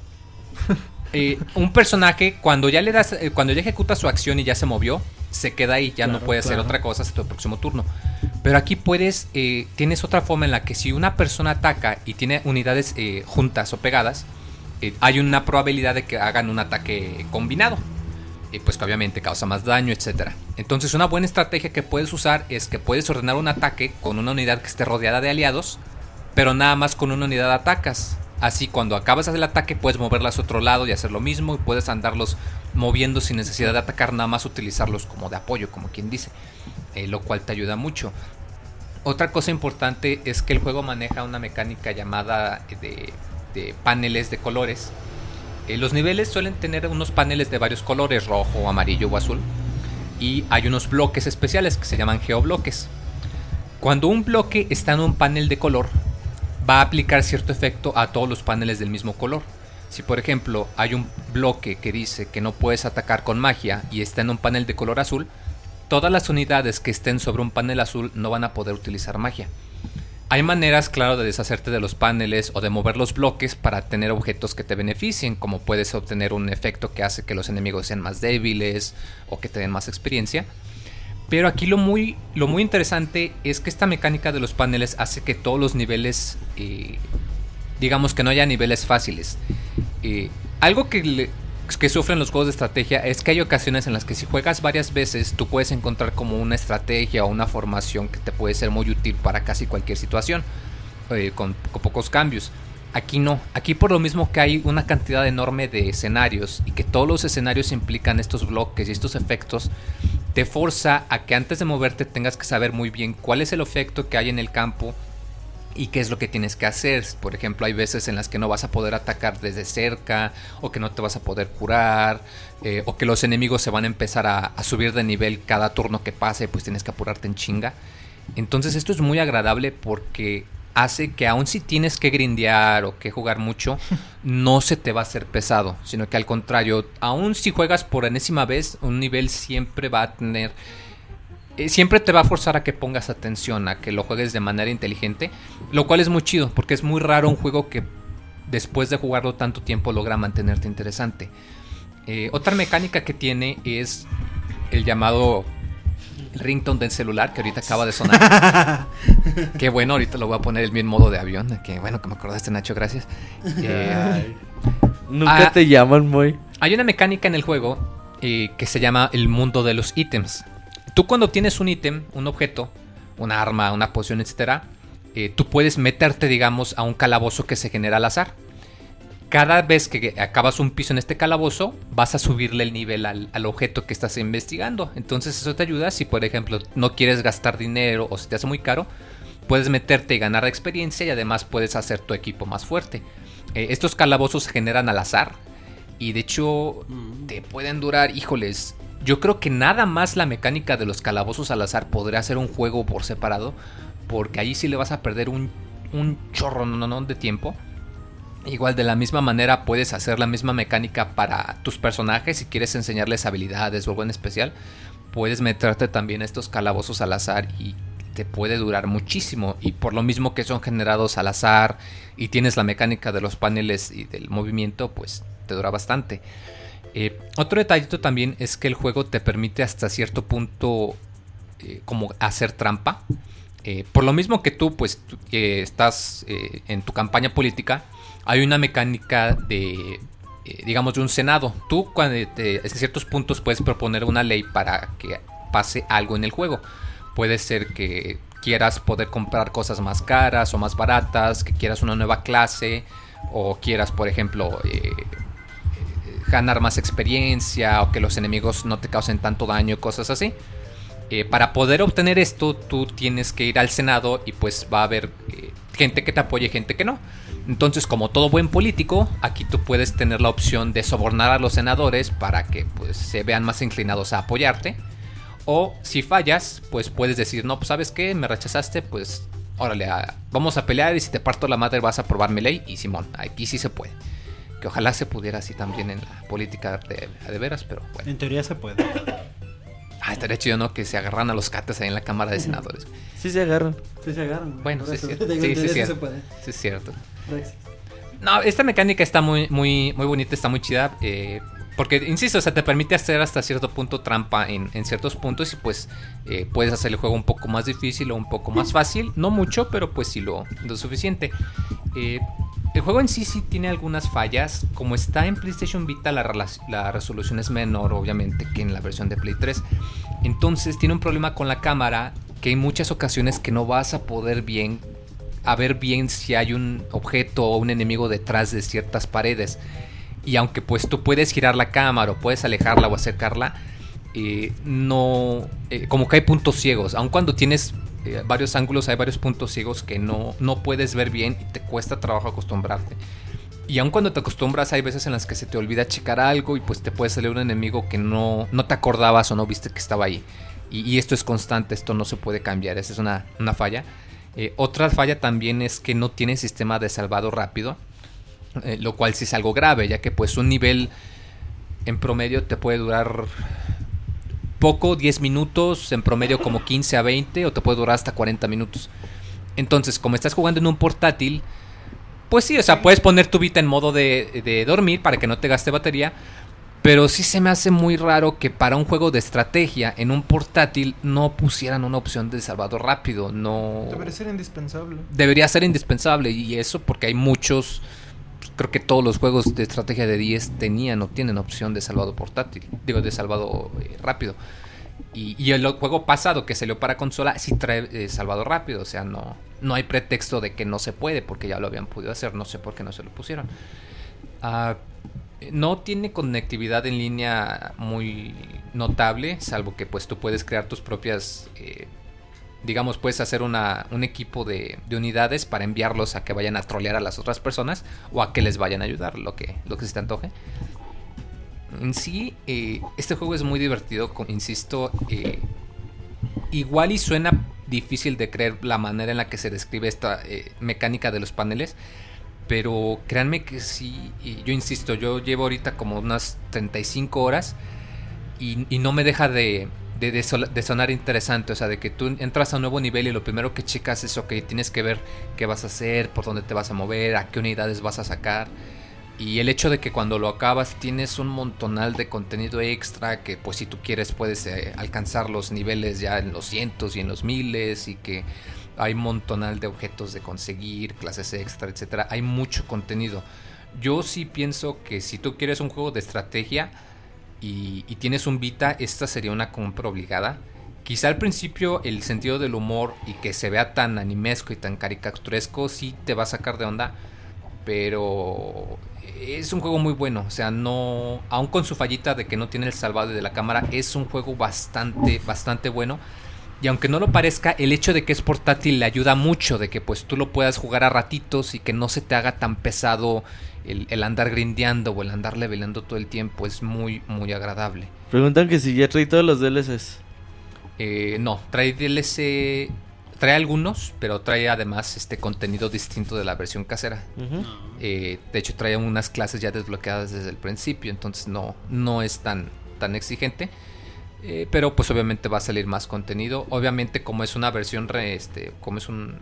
un personaje, cuando ya ejecuta su acción y ya se movió, se queda ahí, ya no puede hacer otra cosa hasta tu próximo turno. Pero aquí tienes otra forma en la que si una persona ataca y tiene unidades juntas o pegadas, hay una probabilidad de que hagan un ataque combinado. Pues que obviamente causa más daño, etcétera. Entonces una buena estrategia que puedes usar es que puedes ordenar un ataque con una unidad que esté rodeada de aliados, pero nada más con una unidad atacas. Así cuando acabas el ataque puedes moverlas a otro lado y hacer lo mismo, y puedes andarlos moviendo sin necesidad de atacar, nada más utilizarlos como de apoyo, como quien dice, lo cual te ayuda mucho. Otra cosa importante es que el juego maneja una mecánica llamada de paneles de colores. Los niveles suelen tener unos paneles de varios colores, rojo, amarillo o azul, y hay unos bloques especiales que se llaman geobloques. Cuando un bloque está en un panel de color, va a aplicar cierto efecto a todos los paneles del mismo color. Si por ejemplo hay un bloque que dice que no puedes atacar con magia y está en un panel de color azul, todas las unidades que estén sobre un panel azul no van a poder utilizar magia. Hay maneras, claro, de deshacerte de los paneles o de mover los bloques para tener objetos que te beneficien, como puedes obtener un efecto que hace que los enemigos sean más débiles o que te den más experiencia. Pero aquí lo muy interesante es que esta mecánica de los paneles hace que todos los niveles, digamos que no haya niveles fáciles. Algo que sufren los juegos de estrategia es que hay ocasiones en las que si juegas varias veces tú puedes encontrar como una estrategia o una formación que te puede ser muy útil para casi cualquier situación, con pocos cambios. Aquí no, aquí por lo mismo que hay una cantidad enorme de escenarios y que todos los escenarios implican estos bloques y estos efectos, te forza a que antes de moverte tengas que saber muy bien cuál es el efecto que hay en el campo y qué es lo que tienes que hacer. Por ejemplo, hay veces en las que no vas a poder atacar desde cerca, o que no te vas a poder curar, o que los enemigos se van a empezar a subir de nivel cada turno que pase, pues tienes que apurarte en chinga. Entonces esto es muy agradable porque hace que aun si tienes que grindear o que jugar mucho, no se te va a hacer pesado, sino que al contrario, aun si juegas por enésima vez, un nivel siempre va a tener... siempre te va a forzar a que pongas atención, a que lo juegues de manera inteligente, lo cual es muy chido, porque es muy raro un juego que después de jugarlo tanto tiempo logra mantenerte interesante. Otra mecánica que tiene es el llamado ringtone del celular, que ahorita acaba de sonar. Qué bueno, ahorita lo voy a poner en modo de avión. Que bueno que me acordaste, Nacho, gracias. Nunca te llaman, muy. Hay una mecánica en el juego que se llama el mundo de los ítems. Tú cuando obtienes un ítem, un objeto, una arma, una poción, etcétera, tú puedes meterte, digamos, a un calabozo que se genera al azar. Cada vez que acabas un piso en este calabozo, vas a subirle el nivel al objeto que estás investigando. Entonces eso te ayuda si, por ejemplo, no quieres gastar dinero o se te hace muy caro, puedes meterte y ganar experiencia y además puedes hacer tu equipo más fuerte. Estos calabozos se generan al azar y de hecho te pueden durar, híjoles... Yo creo que nada más la mecánica de los calabozos al azar podría hacer un juego por separado, porque ahí sí le vas a perder un chorro de tiempo. Igual de la misma manera puedes hacer la misma mecánica para tus personajes. Si quieres enseñarles habilidades o algo en especial, puedes meterte también a estos calabozos al azar y te puede durar muchísimo. Y por lo mismo que son generados al azar y tienes la mecánica de los paneles y del movimiento, pues te dura bastante. Otro detallito también es que el juego te permite hasta cierto punto como hacer trampa. Por lo mismo que tú pues estás en tu campaña política, hay una mecánica de digamos de un senado. Tú en ciertos puntos puedes proponer una ley para que pase algo en el juego. Puede ser que quieras poder comprar cosas más caras o más baratas, que quieras una nueva clase, o quieras, por ejemplo, ganar más experiencia, o que los enemigos no te causen tanto daño, cosas así. Para poder obtener esto, tú tienes que ir al Senado y pues va a haber gente que te apoye y gente que no. Entonces, como todo buen político, aquí tú puedes tener la opción de sobornar a los senadores para que pues se vean más inclinados a apoyarte. O si fallas, pues puedes decir, no, pues ¿sabes qué? Me rechazaste, pues órale, vamos a pelear y si te parto la madre vas a aprobar mi ley. Y Simón, aquí sí se puede. Que ojalá se pudiera así también en la política de veras, pero bueno. En teoría se puede. Estaría chido, ¿no? Que se agarran a los cates ahí en la Cámara de Senadores. Sí se agarran. Sí se agarran. Bueno, sí, Por eso. cierto. Digo, Sí, en teoría cierto. se puede. Sí, es cierto. Brexit. No, esta mecánica está muy bonita, está muy chida. Porque, insisto, o sea, te permite hacer hasta cierto punto trampa en ciertos puntos. Y pues puedes hacer el juego un poco más difícil o un poco más fácil. No mucho, pero pues sí lo suficiente. El juego en sí tiene algunas fallas. Como está en PlayStation Vita, la resolución es menor, obviamente, que en la versión de Play 3. Entonces tiene un problema con la cámara, que hay muchas ocasiones que no vas a poder ver bien si hay un objeto o un enemigo detrás de ciertas paredes. Y aunque pues tú puedes girar la cámara o puedes alejarla o acercarla, como que hay puntos ciegos. Aun cuando tienes varios ángulos, hay varios puntos ciegos que no puedes ver bien y te cuesta trabajo acostumbrarte. Y aun cuando te acostumbras, hay veces en las que se te olvida checar algo y pues te puede salir un enemigo que no te acordabas o no viste que estaba ahí. Y esto es constante, esto no se puede cambiar, esa es una falla. Otra falla también es que no tiene sistema de salvado rápido, lo cual sí es algo grave, ya que pues un nivel en promedio te puede durar poco, 10 minutos, en promedio como 15 a 20, o te puede durar hasta 40 minutos. Entonces, como estás jugando en un portátil, pues sí, o sea, puedes poner tu Vita en modo de dormir para que no te gaste batería. Pero sí se me hace muy raro que para un juego de estrategia en un portátil no pusieran una opción de salvado rápido. No Debería ser indispensable. Debería ser indispensable. Y eso porque hay muchos, creo que todos los juegos de estrategia de 10 tenían o tienen opción de salvado portátil. Digo, de salvado rápido. Y el juego pasado que salió para consola sí trae salvado rápido. O sea, no hay pretexto de que no se puede, porque ya lo habían podido hacer. No sé por qué no se lo pusieron. No tiene conectividad en línea muy notable, salvo que pues tú puedes crear tus propias, digamos, puedes hacer un equipo de unidades para enviarlos a que vayan a trolear a las otras personas o a que les vayan a ayudar, lo que se te antoje. En sí, este juego es muy divertido, insisto, igual y suena difícil de creer la manera en la que se describe esta mecánica de los paneles. Pero créanme que sí, yo insisto, yo llevo ahorita como unas 35 horas y no me deja de sonar interesante. O sea, de que tú entras a un nuevo nivel y lo primero que checas es, ok, tienes que ver qué vas a hacer, por dónde te vas a mover, a qué unidades vas a sacar. Y el hecho de que cuando lo acabas tienes un montonal de contenido extra que pues si tú quieres puedes alcanzar los niveles ya en los cientos y en los miles, y que hay un montonal de objetos de conseguir, clases extra, etcétera. Hay mucho contenido. Yo sí pienso que si tú quieres un juego de estrategia y tienes un Vita, esta sería una compra obligada. Quizá al principio el sentido del humor y que se vea tan animesco y tan caricaturesco sí te va a sacar de onda, pero es un juego muy bueno. O sea, no, aun con su fallita de que no tiene el salvado de la cámara, es un juego bastante bueno. Y aunque no lo parezca, el hecho de que es portátil le ayuda mucho, de que pues tú lo puedas jugar a ratitos y que no se te haga tan pesado el andar grindeando o el andar levelando todo el tiempo. Es muy agradable. Preguntan que si ya trae todos los DLCs. No, trae DLC, trae algunos, pero trae además contenido distinto de la versión casera. De hecho trae unas clases ya desbloqueadas desde el principio, entonces no es tan exigente. Pero pues obviamente va a salir más contenido. Obviamente como es una versión como es un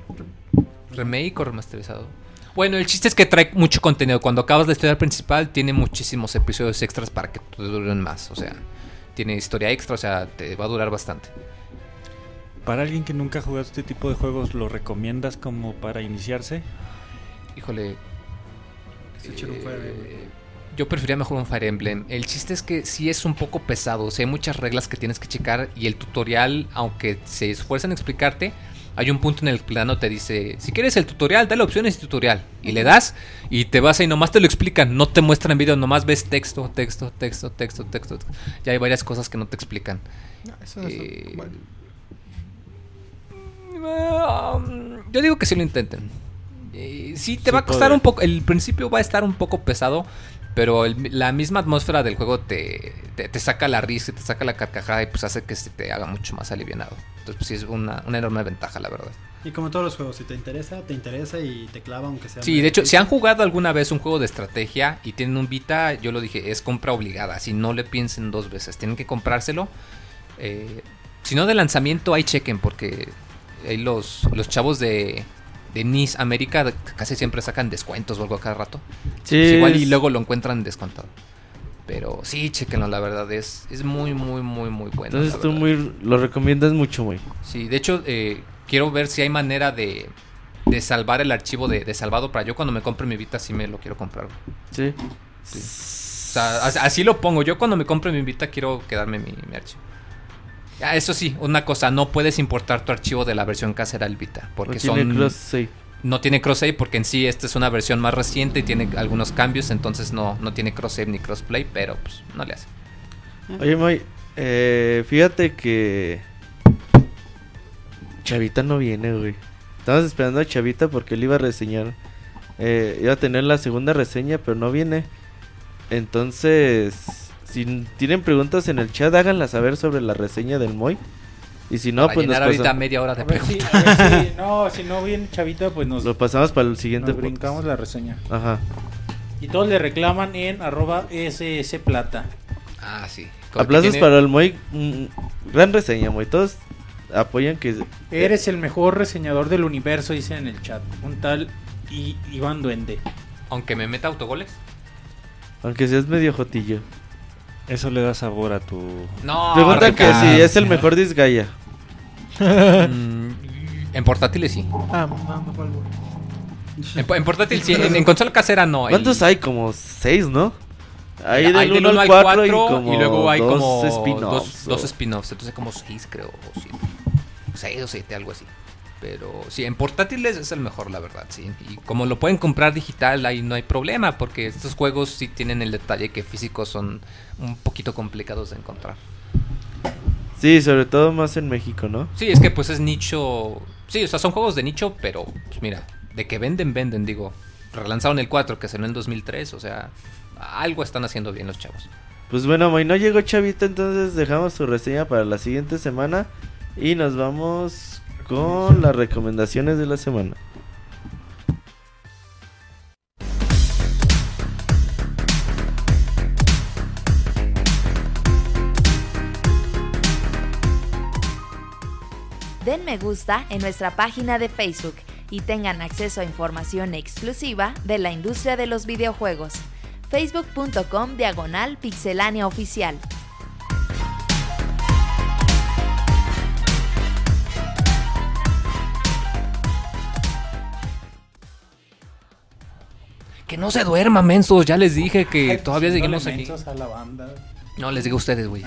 remake o remasterizado. Bueno, el chiste es que trae mucho contenido. Cuando acabas la historia principal tiene muchísimos episodios extras para que te duren más. O sea, tiene historia extra, o sea, te va a durar bastante. Para alguien que nunca ha jugado este tipo de juegos, ¿lo recomiendas como para iniciarse? Híjole, yo preferiría mejor un Fire Emblem. El chiste es que sí es un poco pesado. O sea, hay muchas reglas que tienes que checar. Y el tutorial, aunque se esfuerzan en explicarte, hay un punto en el plano te dice, si quieres el tutorial, dale opciones y tutorial. Y le das y te vas y nomás te lo explican. No te muestran video, nomás ves texto. Ya hay varias cosas que no te explican. No, eso no es bueno. Yo digo que sí lo intenten. Sí, te va a costar un poco. El principio va a estar un poco pesado, pero la misma atmósfera del juego te saca la risa y te saca la carcajada y pues hace que se te haga mucho más alivianado. Entonces, pues sí, es una enorme ventaja, la verdad. Y como todos los juegos, si te interesa y te clava, aunque sea... Sí, de hecho, si han jugado alguna vez un juego de estrategia y tienen un Vita, yo lo dije, es compra obligada. Si no le piensen 2 veces, tienen que comprárselo. Si no de lanzamiento, ahí chequen, porque ahí los chavos de NIS América casi siempre sacan descuentos o algo a cada rato. Sí, pues igual y luego lo encuentran descontado. Pero sí, chequenlo, la verdad, es muy, muy, muy, muy bueno. Entonces tú lo recomiendas mucho, muy. Sí, de hecho, quiero ver si hay manera de salvar el archivo de salvado para yo cuando me compre mi Vita, sí me lo quiero comprar. Sí. O sea, así lo pongo. Yo cuando me compre mi Vita quiero quedarme mi archivo. Eso sí, una cosa, no puedes importar tu archivo de la versión casera del Vita, porque no tiene cross-save porque en sí esta es una versión más reciente y tiene algunos cambios, entonces no tiene cross-save ni crossplay, pero pues no le hace. Oye, Moy, fíjate que Chavita no viene, güey. Estamos esperando a Chavita porque él iba a reseñar. Iba a tener la segunda reseña, pero no viene. Entonces, si tienen preguntas en el chat, háganlas saber sobre la reseña del Moy. Y si no, pues nos ahorita media hora de preguntas. Si no viene Chavita, pues nos lo pasamos para el siguiente. Nos brincamos la reseña. Ajá. Y todos le reclaman en @ssplata. Ah, sí. Aplausos para el Moy. Gran reseña, Moy. Todos apoyan que... Eres el mejor reseñador del universo, dicen en el chat. Un tal Iván Duende. Aunque me meta autogoles. Aunque seas medio jotillo. Eso le da sabor a tu... No, preguntan que si es el mejor Disgaea. En portátiles sí. No fue algo. En portátil sí. En consola casera no. ¿Cuántos hay? Como 6, ¿no? Hay del 1 al 4 y luego hay como spin-offs. dos spin-offs. Entonces como 6 creo. O 7. 6 o 7, algo así. Pero sí, en portátiles es el mejor, la verdad, sí. Y como lo pueden comprar digital, ahí no hay problema, porque estos juegos sí tienen el detalle que físicos son un poquito complicados de encontrar. Sí, sobre todo más en México, ¿no? Sí, es que pues es nicho. Sí, o sea, son juegos de nicho, pero pues mira, de que venden, digo. Relanzaron el 4 que salió en 2003, o sea, algo están haciendo bien los chavos. Pues bueno, Moy, no llegó Chavita, entonces dejamos su reseña para la siguiente semana y nos vamos con las recomendaciones de la semana. Den me gusta en nuestra página de Facebook y tengan acceso a información exclusiva de la industria de los videojuegos. facebook.com/pixelania oficial. Que no se duerman, mensos. Ya les dije que todavía seguimos aquí. A la banda. No, les digo a ustedes, güey.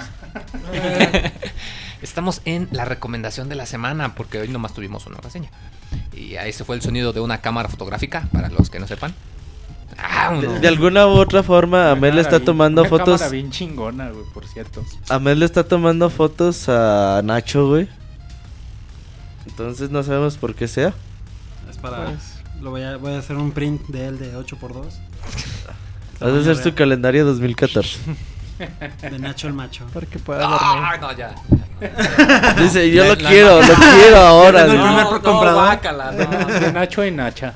Estamos en la recomendación de la semana, porque hoy nomás tuvimos una reseña. Y ahí se fue el sonido de una cámara fotográfica, para los que no sepan. De alguna u otra forma, Ahmed le está tomando una fotos. Cámara bien chingona, güey, por cierto. Ahmed le está tomando fotos a Nacho, güey. Entonces no sabemos por qué sea. Es para... voy a hacer un print de él de 8x2. Vas a hacer su calendario 2014. De Nacho el macho. Para que pueda dormir. No, ya. Dice, yo lo quiero ahora. El primer comprador. Guácala, no. De Nacho y Nacha.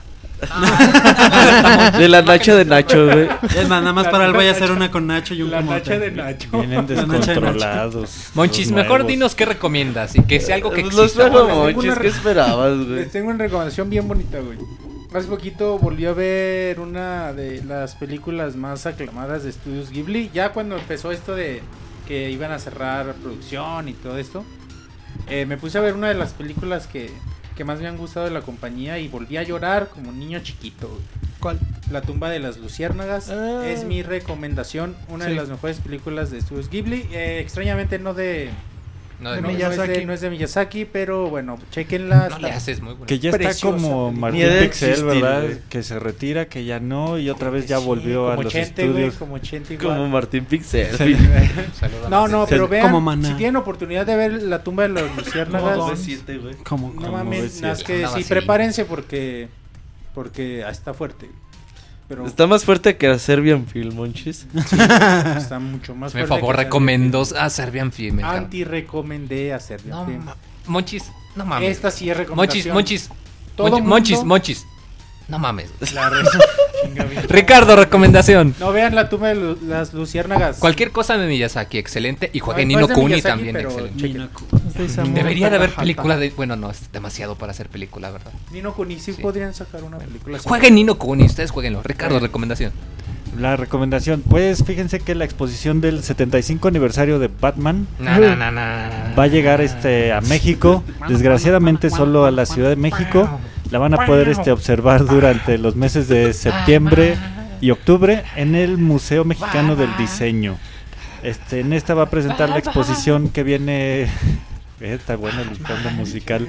De la Nacho de Nacho, güey. Es más, nada más para él voy a hacer una con Nacho y un La camote. Nacha de Nacho. Vienen descontrolados. Monchis, los mejor nuevos. dinos qué recomiendas y que sea algo que Los exista. nuevos Tengo Monchis, una ¿qué esperabas, güey? Les tengo una recomendación bien bonita, güey. Hace poquito volví a ver una de las películas más aclamadas de Estudios Ghibli. Ya cuando empezó esto de que iban a cerrar producción y todo esto, me puse a ver una de las películas que más me han gustado de la compañía y volví a llorar como un niño chiquito, güey. ¿Cuál? La tumba de las luciérnagas. Es mi recomendación, una de las mejores películas de Estudios Ghibli. Extrañamente no de No, De no, Miyazaki. No es de Miyazaki, pero bueno, chequenla. no le haces muy bueno. Que ya está Preciosa como película. Martín Ni ha de Pixel, existir, ¿verdad? güey. Que se retira, que ya no, y otra vez ya volvió a como los Chente, estudios. Güey, como Chente igual. Como Martín Pixel. Saludos. No, pero vean, Como Maná. si tienen oportunidad de ver La tumba de las luciérnagas, No, no, siete, güey. Como mames, ves, nada, es que andaba sí, así. prepárense porque está fuerte. Pero Está más fuerte que la Serbian Film, Monchis. está mucho más Me fuerte. favor, que recomiendo a Serbian Film. me encanta. Anti-recomendé a Serbian No, Film. Monchis, no mames. Esta sí es recomendación. Monchis. Todo mundo- Monchis. No mames. La re- Chinga, bien. Ricardo, recomendación. No vean La tumba de las luciérnagas. Cualquier cosa de Miyazaki, excelente. Y juegue No, Nino es de Kuni Miyazaki, también, pero excelente. chequen. Debería de haber película de... Bueno, no, es demasiado para hacer película, ¿verdad? Nino Kuni sí, Sí. podrían sacar una película así. Jueguen Nino Kuni, ustedes jueguenlo. Ricardo, recomendación. La recomendación, pues fíjense que la exposición del 75 aniversario de Batman va a llegar a México, desgraciadamente solo a la Ciudad de México. La van a poder observar durante los meses de septiembre y octubre en el Museo Mexicano del Diseño. En esta va a presentar la exposición que viene. Está bueno el fondo musical.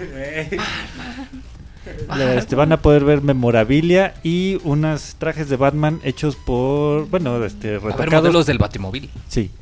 Van a poder ver memorabilia y unos trajes de Batman hechos por, bueno, A ver, retocados. modelos del Batimóvil. Sí.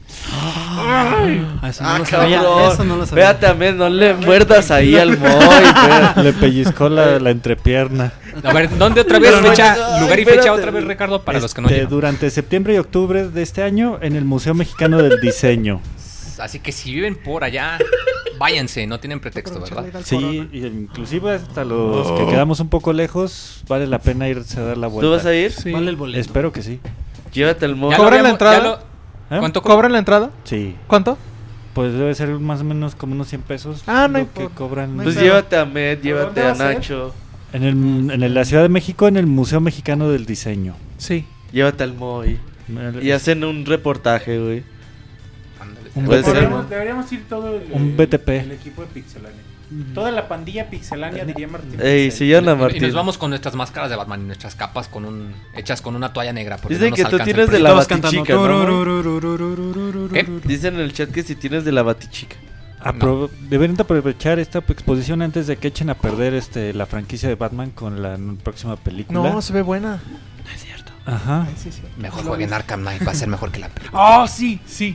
Eso no Ah, lo sabía. cabrón. Eso no lo sabía. Véate, amén, no le muerdas ahí al Moy. espera. Le pellizcó la entrepierna. A ver, ¿dónde otra vez? Pero no, Fecha, ay, lugar y espérate. fecha otra vez, Ricardo, para los que no llegan. Durante septiembre y octubre de este año en el Museo Mexicano del Diseño. Así que si viven por allá, váyanse, no tienen pretexto, ¿verdad? Sí, y inclusive hasta los que quedamos un poco lejos, vale la pena irse a dar la vuelta. ¿Tú vas a ir? Sí. Vale el boleto. Espero que sí. Llévate al Moy. Ya lo ¿Cobran la habíamos- entrada? ya lo- ¿Eh? ¿Cuánto ¿Cobran la entrada? Sí. ¿Cuánto? Pues debe ser más o menos como unos 100 pesos. Ah, no lo hay que po- cobran. no hay Pues pedo. llévate a Med, llévate ¿Dónde va a a ser? Nacho. En la Ciudad de México, en el Museo Mexicano del Diseño. Sí. Llévate al Moy. Y hacen un reportaje, güey. Ándale. Un Puede BTP. ser. Deberíamos ir todo Un BTP. el equipo de Pixelania. Toda la pandilla pixelania, diría Martín. Ey, Pixel. si ya anda Y Martín. nos vamos con nuestras máscaras de Batman y nuestras capas hechas con una toalla negra. porque Dicen no que nos tú alcanza el tienes de precio. la Todos cantando. batichica, ¿no, Moy? Turururururururururu. ¿Qué? Dicen en el chat que si tienes de la batichica. Deberían de aprovechar esta exposición antes de que echen a perder la franquicia de Batman con la próxima película. No, se ve buena. Ajá. Ay, sí, sí. Mejor jueguen Arkham Knight, va a ser mejor que la película. Oh, sí, sí.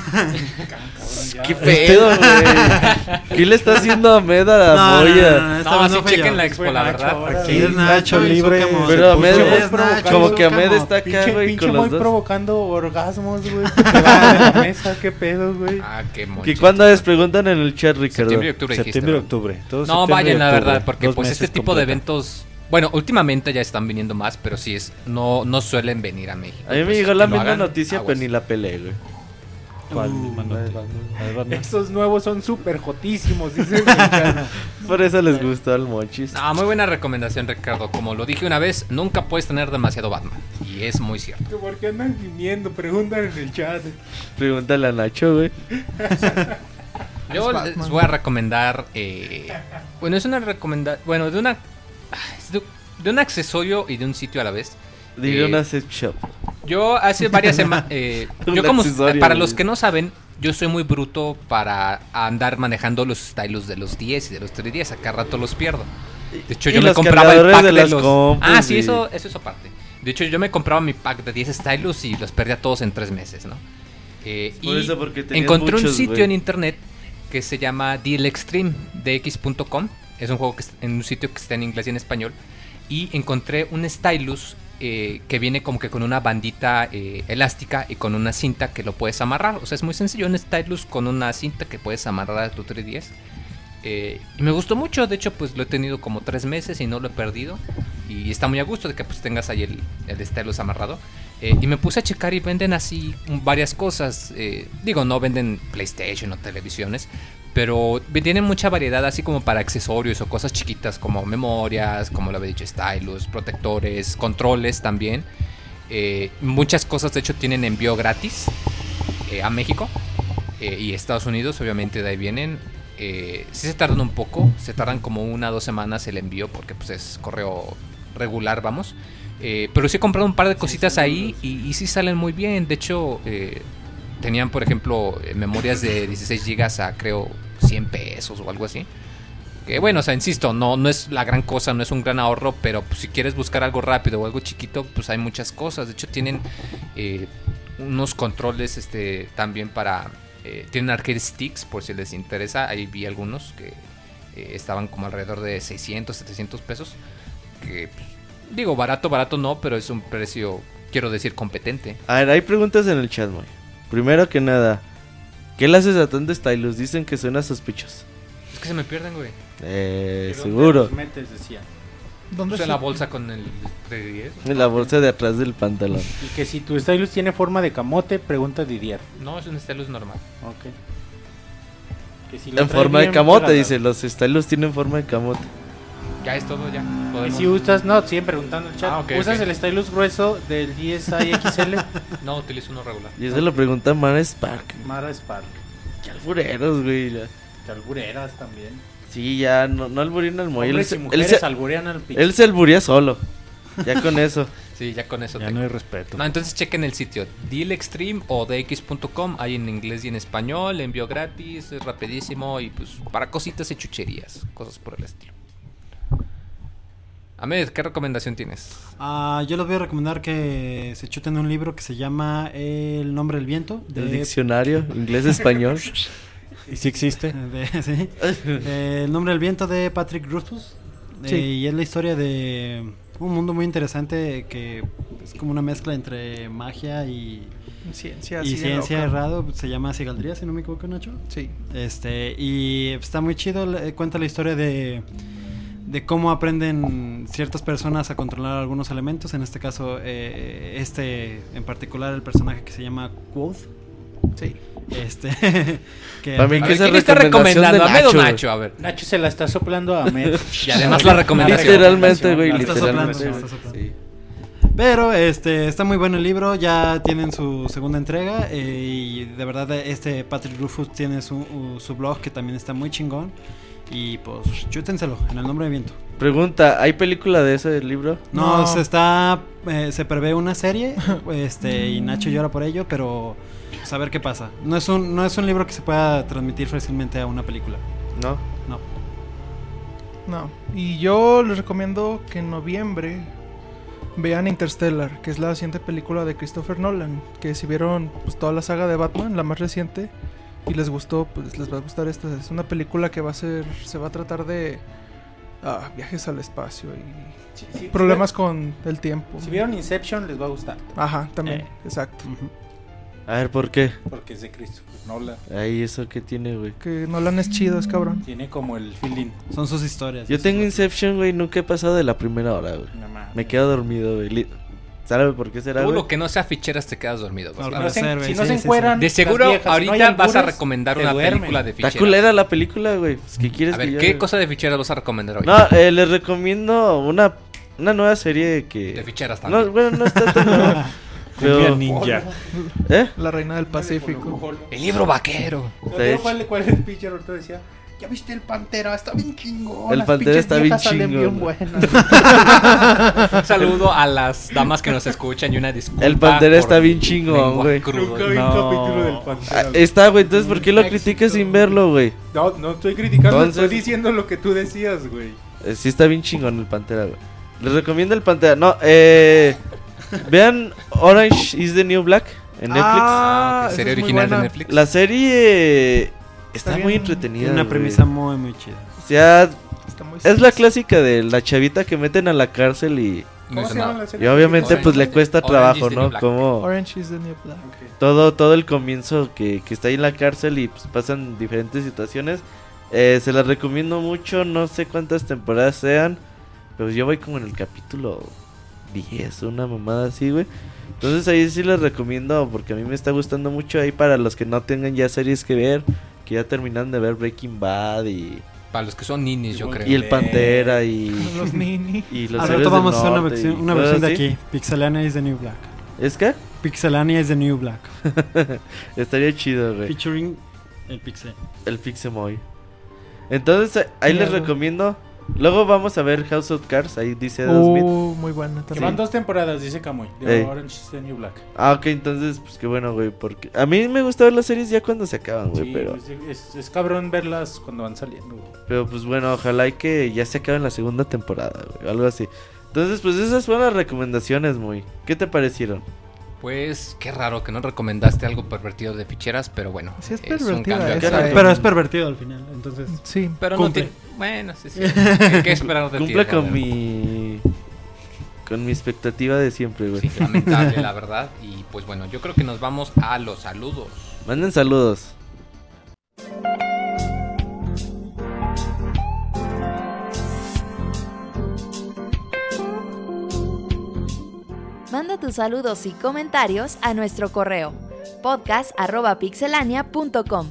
¿Qué pedo, güey? ¿Qué le está haciendo a Med a la No, Moya? esta No, vez sí fue chequen yo. la expo, la verdad. Sí, es Nacho Nacho libre. libre. Pero Med, Es Nacho, como que a Med Zucamo. está acá, güey, Pinche con Moy los dos. provocando orgasmos, güey. Se va de la mesa, qué pedo, güey. Ah, qué ¿Que monchito. cuándo les preguntan en el chat, Ricardo? Septiembre y octubre dijiste, Septiembre y ¿no? octubre. Todo No, septiembre y vayan, la octubre, verdad, porque 2 pues este meses tipo de completa. eventos, bueno, últimamente ya están viniendo más, pero sí no suelen venir a México. A mí me Pues, llegó la que lo misma hagan, noticia, aguas. pero ni la peleé, güey. ¿Cuál misma la de nota? Batman. La de Batman. Estos nuevos son súper jotísimos, dice el chat. Por eso les gustó al Monchis. No, muy buena recomendación, Ricardo. Como lo dije una vez, nunca puedes tener demasiado Batman. Y es muy cierto. ¿Por qué andan gimiendo? Preguntan en el chat. Pregúntale a Nacho, güey. Yo Es les Batman. voy a recomendar. Bueno, es una recomendación. Bueno, de un accesorio y de un sitio a la vez. Diga una sex shop. Yo hace varias semanas. Un Yo, como. accesorio, Para güey. los que no saben, yo soy muy bruto para andar manejando los stylus de los 10 y de los 310. Acá rato los pierdo. De hecho, Y yo me los compraba el cargadores pack de de las los. compus Ah, sí, y- eso es aparte. De hecho, yo me compraba mi pack de 10 stylus y los perdía todos en 3 meses, ¿no? Por eso, porque tenías encontré un muchos, sitio güey. en internet que se llama dealextreme.dx.com. Es un juego en un sitio que está en inglés y en español. Y encontré un stylus que viene como que con una bandita elástica y con una cinta que lo puedes amarrar. O sea, es muy sencillo, un stylus con una cinta que puedes amarrar a tu 310. Y me gustó mucho, de hecho pues lo he tenido como 3 meses y no lo he perdido. Y está muy a gusto de que pues tengas ahí el stylus amarrado. Y me puse a checar y venden así varias cosas. Digo, no venden PlayStation o televisiones, pero tienen mucha variedad así como para accesorios o cosas chiquitas como memorias, como lo había dicho, stylus, protectores, controles también. Muchas cosas de hecho tienen envío gratis a México y Estados Unidos, obviamente de ahí vienen. Sí se tardan un poco, se tardan como 1 o 2 semanas el envío porque pues es correo regular, vamos. Pero sí he comprado un par de cositas ahí y sí salen muy bien. De hecho, tenían por ejemplo memorias de 16 GB a creo 100 pesos o algo así. Que bueno, o sea, insisto, no es la gran cosa, no es un gran ahorro, pero pues, si quieres buscar algo rápido o algo chiquito, pues hay muchas cosas. De hecho, tienen unos controles también para... tienen arcade sticks, por si les interesa. Ahí vi algunos que estaban como alrededor de 600, 700 pesos. Que, pues, digo, barato no, pero es un precio, quiero decir, competente. A ver, hay preguntas en el chat, güey. Primero que nada, ¿qué le haces a Tonde Stylus? Dicen que suena sospechoso. Es que se me pierden, güey. Seguro. Los metes, decía. ¿Dónde Puse sí? la bolsa con el 310. En la bolsa de atrás del pantalón. Y que si tu stylus tiene forma de camote, pregunta Didier. No, es un stylus normal. Ok. Que si lo En trae forma de bien camote, pegado. dice. Los stylus tienen forma de camote. Ya es todo, ya. Y Podemos... si usas, no, siguen preguntando en el chat. Ah, ok, ¿Usas ok. el stylus grueso del 10i XL? No, utilizo uno regular. Y eso lo pregunta Mara Spark. Mara Spark. Qué albureros, güey. Ya. Te albureras también. Sí, ya, no alburían al Moy. Hombres y Él mujeres se, alburean al pinche. él se alburía solo. Ya con eso. Sí, ya con eso Ya tengo. no hay respeto. No, entonces chequen el sitio Deal Extreme o dx.com. Hay en inglés y en español, envío gratis, es rapidísimo y pues para cositas y chucherías, cosas por el estilo. Ahmed, ¿qué recomendación tienes? Yo les voy a recomendar que se chuten un libro que se llama El nombre del viento. El diccionario, inglés-español. ¿Y si existe? Sí. El nombre del viento de Patrick Rothfuss. Sí. Y es la historia de un mundo muy interesante que es como una mezcla entre magia y Ciencia, y así de ciencia loca. errado. Se llama Cigaldría, si no me equivoco, Nacho. Sí. Y está muy chido. Cuenta la historia de cómo aprenden ciertas personas a controlar algunos elementos. En este caso, en particular, el personaje que se llama Quoth. Sí. Que Para mí A que ver, esa ¿quién está recomendación recomendando? de ¿Ahmed o Nacho, Nacho? A ver. Nacho se la está soplando a Ahmed. Y además la recomendación. Literalmente, güey, La está literalmente. soplando, la está soplando. Sí. Pero está muy bueno el libro, ya tienen su segunda entrega y de verdad Patrick Rothfuss tiene su blog que también está muy chingón y pues chútenselo en el nombre de viento. Pregunta, ¿hay película de ese libro? No, No. se prevé una serie y Nacho llora por ello, pero pues, a ver qué pasa. No es un libro que se pueda transmitir fácilmente a una película. No. No. No. Y yo les recomiendo que en noviembre vean Interstellar, que es la siguiente película de Christopher Nolan. Que si vieron pues, toda la saga de Batman, la más reciente, y les gustó, pues les va a gustar esta. Es una película que se va a tratar de viajes al espacio y problemas con el tiempo. Si vieron Inception, les va a gustar. Ajá, también, exacto. Ujú. A ver, ¿por qué? Porque es de Christopher Nolan. Ahí, ¿eso qué tiene, güey? Que Nolan es chido, es cabrón. Tiene como el feeling. Son sus historias. Yo tengo Inception, güey, nunca he pasado de la primera hora, güey. No mames. Me quedo dormido, güey. ¿Sabe por qué será, Tú güey? lo que no sea ficheras te quedas dormido. Al Gonzalo. Si no se, parecer, güey, si no sí, se sí, encueran De las seguro viejas, si no hay ahorita vas a albures, recomendar te una duermen. película de Está ficheras. culera la película, güey. Pues, ¿qué quieres A ver, que yo ¿qué haga? cosa de ficheras vas a recomendar hoy? No, les recomiendo una nueva serie que... De ficheras también. No, bueno, no está tan nueva. Cumbia Pero... Ninja. ¿Eh? La reina del Pacífico. El libro vaquero. Pero ¿Cuál es el pinche ahorita decía? ¿Ya viste el Pantera? Está bien chingón. El las Pantera pinches está bien viejas salen chingón, bien güey. buenas. Un saludo a las damas que nos escuchan y una disculpa. El Pantera por está bien mi chingón, lenguaje güey. crudo. Nunca vi un No. capítulo del Pantera. güey. Está, güey. Entonces, ¿por qué lo criticas sin verlo, güey? No estoy criticando, Entonces- estoy diciendo lo que tú decías, güey. Sí está bien chingón el Pantera, güey. Les recomiendo el Pantera. No, vean Orange is the New Black en Netflix. Ah, ok, esa serie es muy original de buena. Netflix. La serie está bien- muy entretenida. Tiene una güey. premisa muy, muy chida. O sea, Está muy es la clásica de la chavita que meten a la cárcel y No hizo nada. Y obviamente pues le cuesta Orange trabajo, is the ¿no? New Black. Como Orange is the New Black. todo el comienzo que está ahí en la cárcel y pues pasan diferentes situaciones. Se las recomiendo mucho, no sé cuántas temporadas sean, pero yo voy como en el capítulo 10, una mamada así, güey. Entonces ahí sí les recomiendo porque a mí me está gustando mucho ahí para los que no tengan ya series que ver, que ya terminan de ver Breaking Bad y Para los que son ninis, yo creo. el Pantera y Los Nini. y los Al Héroes rato del vamos a hacer Norte y una cosas versión de así. aquí. Pixelania is the New Black. ¿Es que? Pixelania is the New Black. Estaría chido, güey. Featuring el Pixel. El Pixemoy. Entonces ahí les Miedo. recomiendo Luego vamos a ver House of Cards, ahí dice 2000. Muy buena Que también. van 2 temporadas, dice Camuy, de Orange is the New Black. Ah, ok, entonces, pues qué bueno, güey, porque a mí me gusta ver las series ya cuando se acaban, güey, Sí, pero... es cabrón verlas cuando van saliendo, güey. Pero pues bueno, ojalá y que ya se acabe la segunda temporada, güey, algo así. Entonces, pues esas fueron las recomendaciones, muy. ¿Qué te parecieron? Pues qué raro que no recomendaste algo pervertido de ficheras, pero bueno. Sí, es un pervertida cambio esa, acá. Pero es pervertido al final, entonces. Sí. Pero Cumple. no te... Bueno, sí. ¿Qué esperar de ti? Cumple con Robert? con mi expectativa de siempre, güey. Sí, lamentable, la verdad. Y pues bueno, yo creo que nos vamos a los saludos. Manden saludos. Manda tus saludos y comentarios a nuestro correo podcast@pixelania.com.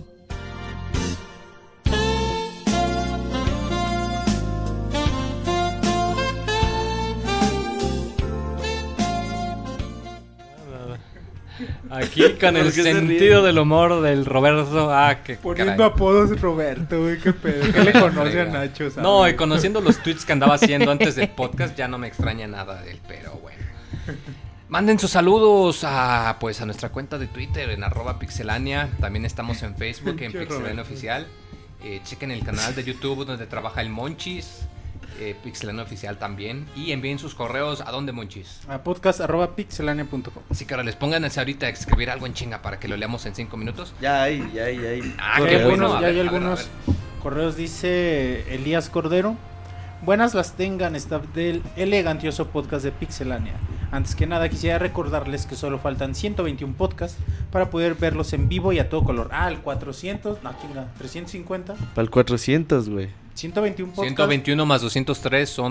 Aquí con el ¿Por qué se sentido ríen? del humor del Roberto. Ah, qué Poniendo caray. apodos Roberto, güey, qué pedo. ¿Qué le conoce a Nacho? ¿Sabe? No, y conociendo los tweets que andaba haciendo antes del podcast, ya no me extraña nada de él, pero bueno. Manden sus saludos a nuestra cuenta de Twitter en @pixelania. También estamos en Facebook en Qué Pixelania Roberto. Oficial. Chequen el canal de YouTube donde trabaja el Monchis. Pixelania Oficial también. Y envíen sus correos a dónde, Monchis. A podcast@pixelania.com. Así que ahora les pónganse ahorita a escribir algo en chinga para que lo leamos en 5 minutos. Ya hay. Ah, Ya qué hay bueno. algunos, A ya hay ver, a ver, algunos a ver. correos, dice Elías Cordero. Buenas las tengan, staff del elegantioso podcast de Pixelania. Antes que nada quisiera recordarles que solo faltan 121 podcasts para poder verlos en vivo y a todo color. Ah, el 400, no, chinga, 350, Para el 400, güey. 121 podcasts. 121 más 203 son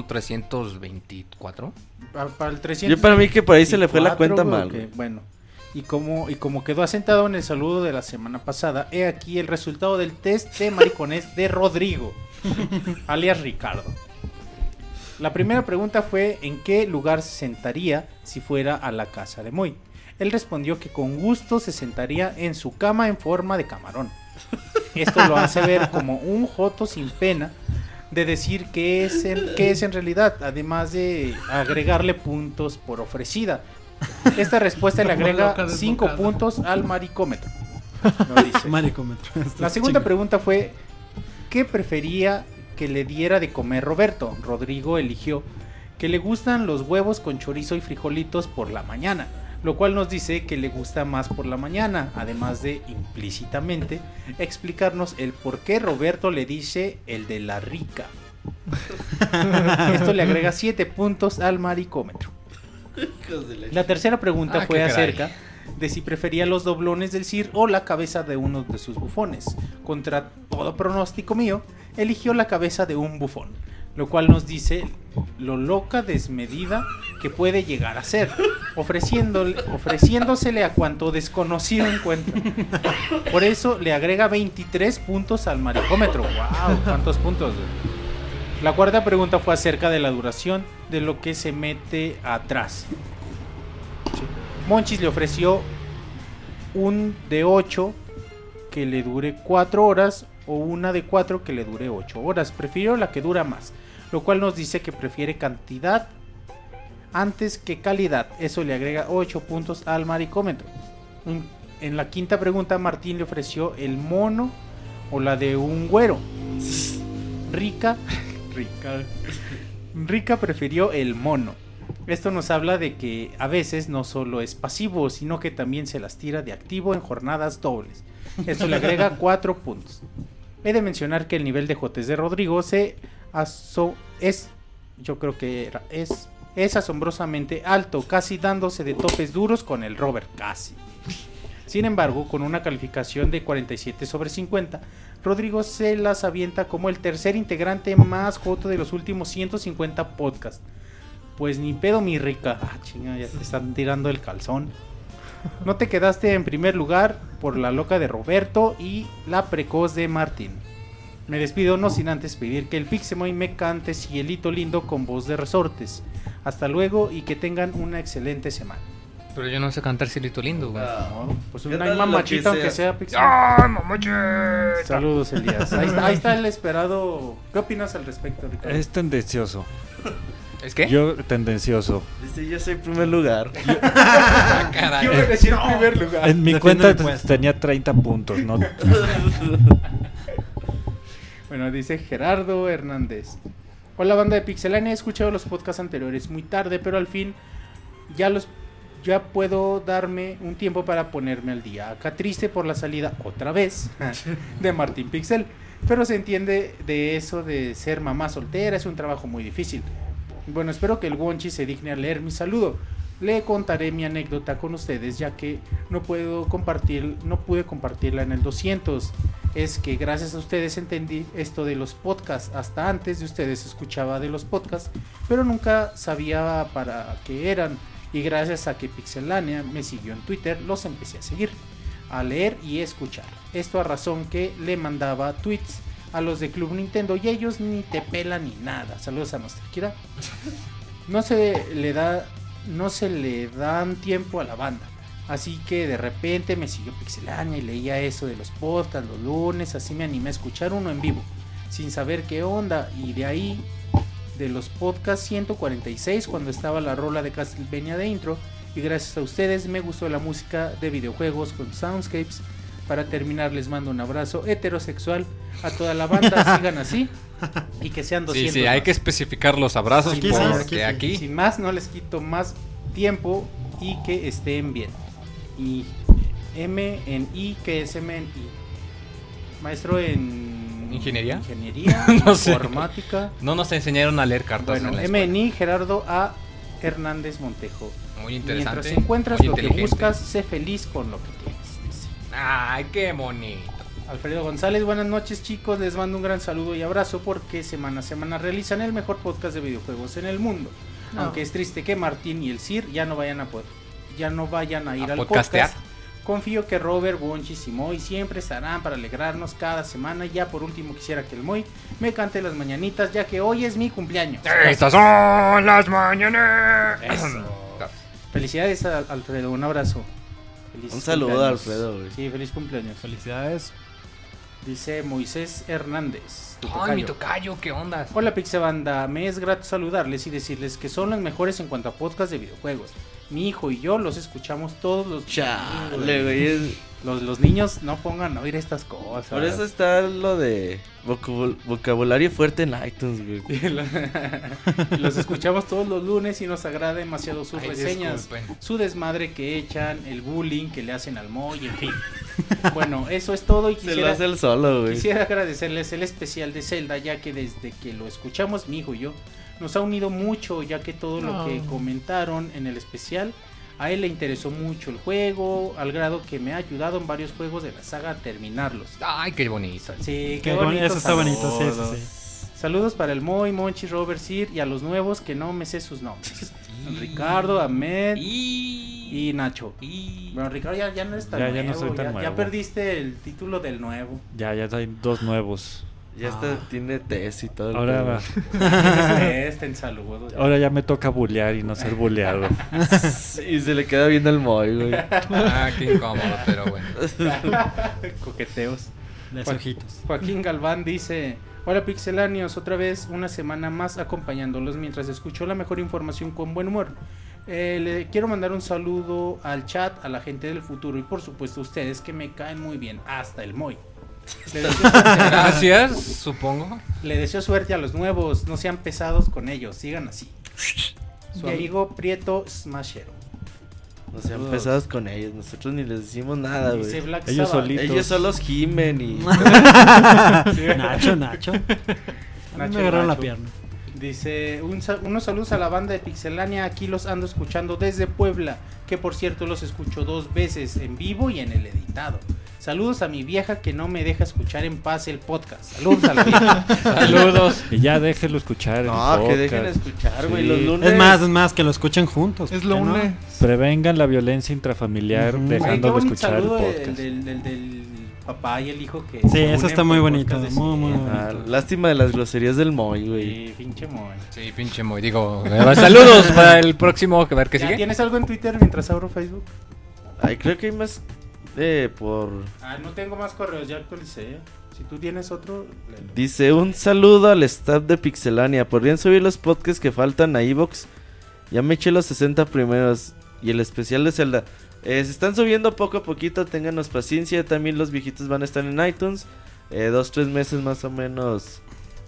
324. Para el 300. Yo para mí que por ahí se le fue la cuenta güey, mal, que, güey. bueno, y como quedó asentado en el saludo de la semana pasada, he aquí el resultado del test de maricones de Rodrigo, alias Ricardo. La primera pregunta fue ¿en qué lugar se sentaría si fuera a la casa de Moy? Él respondió que con gusto se sentaría en su cama en forma de camarón. Esto lo hace ver como un joto sin pena de decir qué es en realidad, además de agregarle puntos por ofrecida. Esta respuesta le agrega 5 puntos al maricómetro. Lo dice. Maricómetro. La segunda pregunta fue ¿qué prefería que le diera de comer Roberto? Rodrigo eligió que le gustan los huevos con chorizo y frijolitos por la mañana, lo cual nos dice que le gusta más por la mañana, además de implícitamente explicarnos el por qué Roberto le dice el de la rica. Esto le agrega 7 puntos al maricómetro. La tercera pregunta fue qué caray. acerca de si prefería los doblones del Sir o la cabeza de uno de sus bufones. Contra todo pronóstico mío, eligió la cabeza de un bufón, lo cual nos dice lo loca desmedida que puede llegar a ser, ofreciéndosele a cuanto desconocido encuentra. Por eso le agrega 23 puntos al maricómetro. ¡Wow! ¿Cuántos puntos? La cuarta pregunta fue acerca de la duración de lo que se mete atrás. Monchis le ofreció un de 8 que le dure 4 horas o una de 4 que le dure 8 horas. Prefirió la que dura más, lo cual nos dice que prefiere cantidad antes que calidad. Eso le agrega 8 puntos al maricómetro. En la quinta pregunta Martín le ofreció el mono o la de un güero. Rica prefirió el mono. Esto nos habla de que a veces no solo es pasivo, sino que también se las tira de activo en jornadas dobles. Esto le agrega 4 puntos. He de mencionar que el nivel de jotes de Rodrigo es asombrosamente alto, casi dándose de topes duros con el Robert, casi. Sin embargo, con una calificación de 47/50, Rodrigo se las avienta como el tercer integrante más joto de los últimos 150 podcasts. Pues ni pedo, mi rica. Ah, chinga, ya te están tirando el calzón. No te quedaste en primer lugar por la loca de Roberto y la precoz de Martín. Me despido no sin antes pedir que el Pixemoy me cante Cielito Lindo con voz de resortes. Hasta luego y que tengan una excelente semana. Pero yo no sé cantar Cielito Lindo, güey. Pues ¿Qué una tal mamachita lo que aunque sea Pixel. ¡Ay, mamachita! Saludos, Elías. Ahí está el esperado. ¿Qué opinas al respecto, Ricardo? Es tendencioso. ¿Es qué? Yo, tendencioso. Dice, yo soy primer lugar. Ah, caray. Yo merecí el primer lugar. En mi Defiende cuenta el puesto. tenía 30 puntos, ¿no? Bueno, dice Gerardo Hernández. Hola, banda de Pixelania. He escuchado los podcasts anteriores muy tarde, pero al fin ya puedo darme un tiempo para ponerme al día. Acá triste por la salida, otra vez, de Martín Pixel. Pero se entiende de eso de ser mamá soltera, es un trabajo muy difícil. Bueno, espero que el Wonchi se digne a leer mi saludo. Le contaré mi anécdota con ustedes, ya que no pude compartirla en el 200. Es que gracias a ustedes entendí esto de los podcasts. Hasta antes de ustedes escuchaba de los podcasts, pero nunca sabía para qué eran. Y gracias a que Pixelania me siguió en Twitter, los empecé a seguir, a leer y escuchar. Esto a razón que le mandaba tweets a los de Club Nintendo y ellos ni te pelan ni nada. Saludos a nuestra Kira. No se le dan tiempo a la banda. Así que de repente me siguió Pixelania y leía eso de los podcasts los lunes. Así me animé a escuchar uno en vivo, sin saber qué onda. Y de ahí, de los podcasts 146, cuando estaba la rola de Castlevania de intro. Y gracias a ustedes me gustó la música de videojuegos con soundscapes. Para terminar, les mando un abrazo heterosexual a toda la banda. Sigan así y que sean 200. Sí, hay más. que especificar los abrazos Aquí sí, porque aquí sí. aquí Sin más, no les quito más tiempo y que estén bien. Y M en I, que es M en I. Maestro en ¿Ingeniería? No sé. Informática. no nos enseñaron a leer cartas Bueno, en la M en escuela. I, Gerardo A. Hernández Montejo. Muy interesante. Mientras encuentras muy lo que inteligente. buscas, sé feliz con lo que tienes. Dice. Ay, qué bonito. Alfredo González, buenas noches, chicos. Les mando un gran saludo y abrazo porque semana a semana realizan el mejor podcast de videojuegos en el mundo. No. Aunque es triste que Martín y el Sir ya no vayan a ir ¿A al podcastear? podcast. Confío que Robert, Wonchis y Moy siempre estarán para alegrarnos cada semana. Ya por último quisiera que el Moy me cante las mañanitas, ya que hoy es mi cumpleaños. Estas son las mañanas. Eso. Felicidades a Alfredo, un abrazo. Feliz Un saludo cumpleaños. a Alfredo, güey. Sí, feliz cumpleaños. Felicidades. Dice Moisés Hernández. tu Ay, mi tocayo. tocayo, ¿qué onda? Hola Pixebanda, me es grato saludarles y decirles que son los mejores en cuanto a podcast de videojuegos. Mi hijo y yo los escuchamos todos los Chale, güey. Los niños no pongan a oír estas cosas. Por eso está lo de vocabulario fuerte en iTunes, güey. Los escuchamos todos los lunes y nos agrada demasiado sus Ay, reseñas, disculpen. su desmadre que echan, el bullying que le hacen al Moy, en fin. Bueno, eso es todo y Se lo hace el solo, güey. quisiera agradecerles el especial de Zelda, ya que desde que lo escuchamos, mi hijo y yo, nos ha unido mucho, ya que todo lo que comentaron en el especial, a él le interesó mucho el juego, al grado que me ha ayudado en varios juegos de la saga a terminarlos. Ay, qué bonito. Sí, Qué bonito. eso está bonito, sí, saludos. sí, sí. Saludos para el Moy, Monchi, Robert, Sir y a los nuevos que no me sé sus nombres. Ricardo, Ahmed y Nacho. Bueno, Ricardo ya no es tan Ya nuevo, no soy tan ya nuevo. perdiste el título del nuevo. Ya hay dos nuevos. Ya tiene test y todo. el Ahora pedo. En saludos. Ahora ya me toca bulear y no ser buleado. Y se le queda viendo el Moy, güey. Ah, qué incómodo, pero bueno. Coqueteos. De Joa- ojitos. Joaquín Galván dice: hola Pixelanios, otra vez una semana más acompañándolos mientras escucho la mejor información con buen humor. Le quiero mandar un saludo al chat, a la gente del futuro y por supuesto a ustedes que me caen muy bien, hasta el Moy. Gracias, supongo. Le deseo suerte a los nuevos, no sean pesados con ellos, sigan así. Su amigo Prieto Smashero. No sean pesados con ellos. Nosotros ni les decimos nada, Dice güey. Black Ellos Sabbath. solitos. Ellos solos gimen y... Nacho. A mí Nacho, me agarraron la Nacho. pierna. Dice, unos saludos a la banda de Pixelania, aquí los ando escuchando desde Puebla, que por cierto los escucho 2 veces, en vivo y en el editado. Saludos a mi vieja que no me deja escuchar en paz el podcast. Saludos a la vieja. Saludos. Y ya déjelo escuchar. el No, que podcast. dejen escuchar, güey. Sí. Los lunes... Es más, que lo escuchen juntos. Es lo ¿por qué no? une. Prevengan la violencia intrafamiliar Ujú. Oye, qué dejando de bonito escuchar el saludo podcast. del papá y el hijo que... Sí, se eso unen está muy por bonito, podcast de muy, muy cine. bonito. Lástima de las groserías del Moy, güey. Sí, pinche Moy. Sí, pinche muy. Digo, saludos para el próximo, a ver qué ¿Ya sigue. tienes algo en Twitter mientras abro Facebook? Ay, creo que hay más por... No tengo más correos, ya actualicé. Si tú tienes otro, léelo. Dice, un saludo al staff de Pixelania. ¿Podrían subir los podcasts que faltan a iVoox? Ya me eché los 60 primeros. Y el especial de Zelda. Se están subiendo poco a poquito, ténganos paciencia. También los viejitos van a estar en iTunes. 2-3 meses más o menos.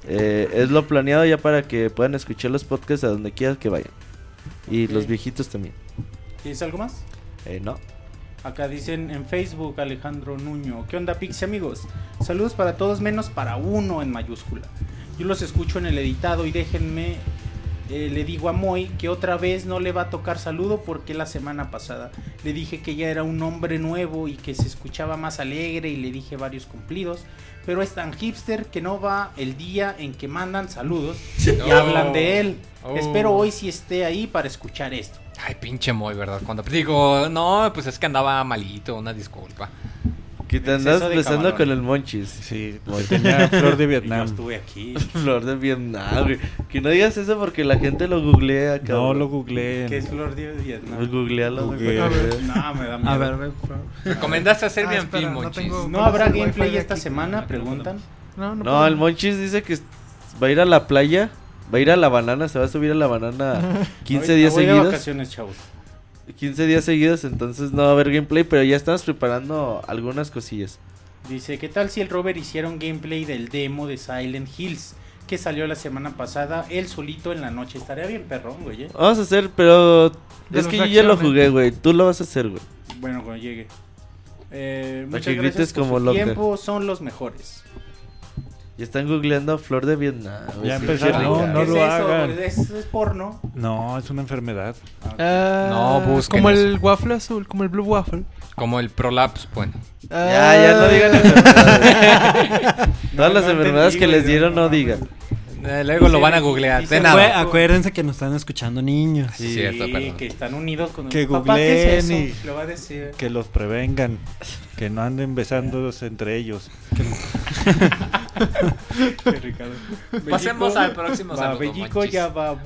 Es lo planeado ya para que puedan escuchar los podcasts a donde quieran que vayan. Y Ok. los viejitos también. ¿Tienes algo más? No. Acá dicen en Facebook Alejandro Nuño. ¿Qué onda, Pixie amigos? Saludos para todos menos para uno en mayúscula. Yo los escucho en el editado y déjenme... le digo a Moy que otra vez no le va a tocar saludo porque la semana pasada le dije que ya era un hombre nuevo y que se escuchaba más alegre y le dije varios cumplidos, pero es tan hipster que no va el día en que mandan saludos y hablan de él. Espero hoy sí esté ahí para escuchar esto. Ay, pinche muy, ¿verdad? Cuando digo, no, pues es que andaba malito, una disculpa. Que te Exceso andas de besando camarón. con el Monchis. Sí, tenía flor de Y yo Vietnam. estuve aquí. Flor de Vietnam, güey. Que no digas eso porque la gente lo googlea, cabrón. No lo googleé. ¿Qué es Flor de Vietnam? Pues googlealo, güey. Google. para que A ver. veas. No, me da miedo. A ver, ve, por favor. Recomendaste hacer bien espera, film, no Monchis. tengo- ¿No habrá ¿Conoces el gameplay wifi de esta aquí? semana? Preguntan. No, no, No, puedo. el Monchis dice que va a ir a la playa, va a ir a la banana, se va a subir a la banana 15 días Voy de seguidos. vacaciones, chavos. 15 días seguidos, entonces no va a haber gameplay, pero ya estamos preparando algunas cosillas. Dice, ¿qué tal si el Robert hiciera un gameplay del demo de Silent Hills que salió la semana pasada, él solito en la noche? Estaría bien perrón, güey. Vamos a hacer, pero De es las que yo ya lo reacciones. jugué, güey. Tú lo vas a hacer, güey. Bueno, cuando llegue. que Muchas grites gracias por como su loca. tiempo, son los mejores. Ya están googleando Flor de Vietnam. Ya Sí, empezaron. qué No, rica. no ¿Qué lo es eso? hagan. ¿Es porno? No, es una enfermedad. No, búsquenos. Como el waffle azul, como el blue waffle. Como el Prolapse, bueno. Ya no digan enfermedades. Todas las No enfermedades entendí, que les güey, dieron no no, digan. Luego lo van a googlear. dice- De Güey, nada. acuérdense que nos están escuchando niños. Sí, cierto, perdón. que están unidos con... Que Papá, ¿qué es googleen eso? Lo va a decir. Que los prevengan. Que no anden besándose entre ellos. Ricardo. Pasemos al próximo saludo, Bellico Monchis.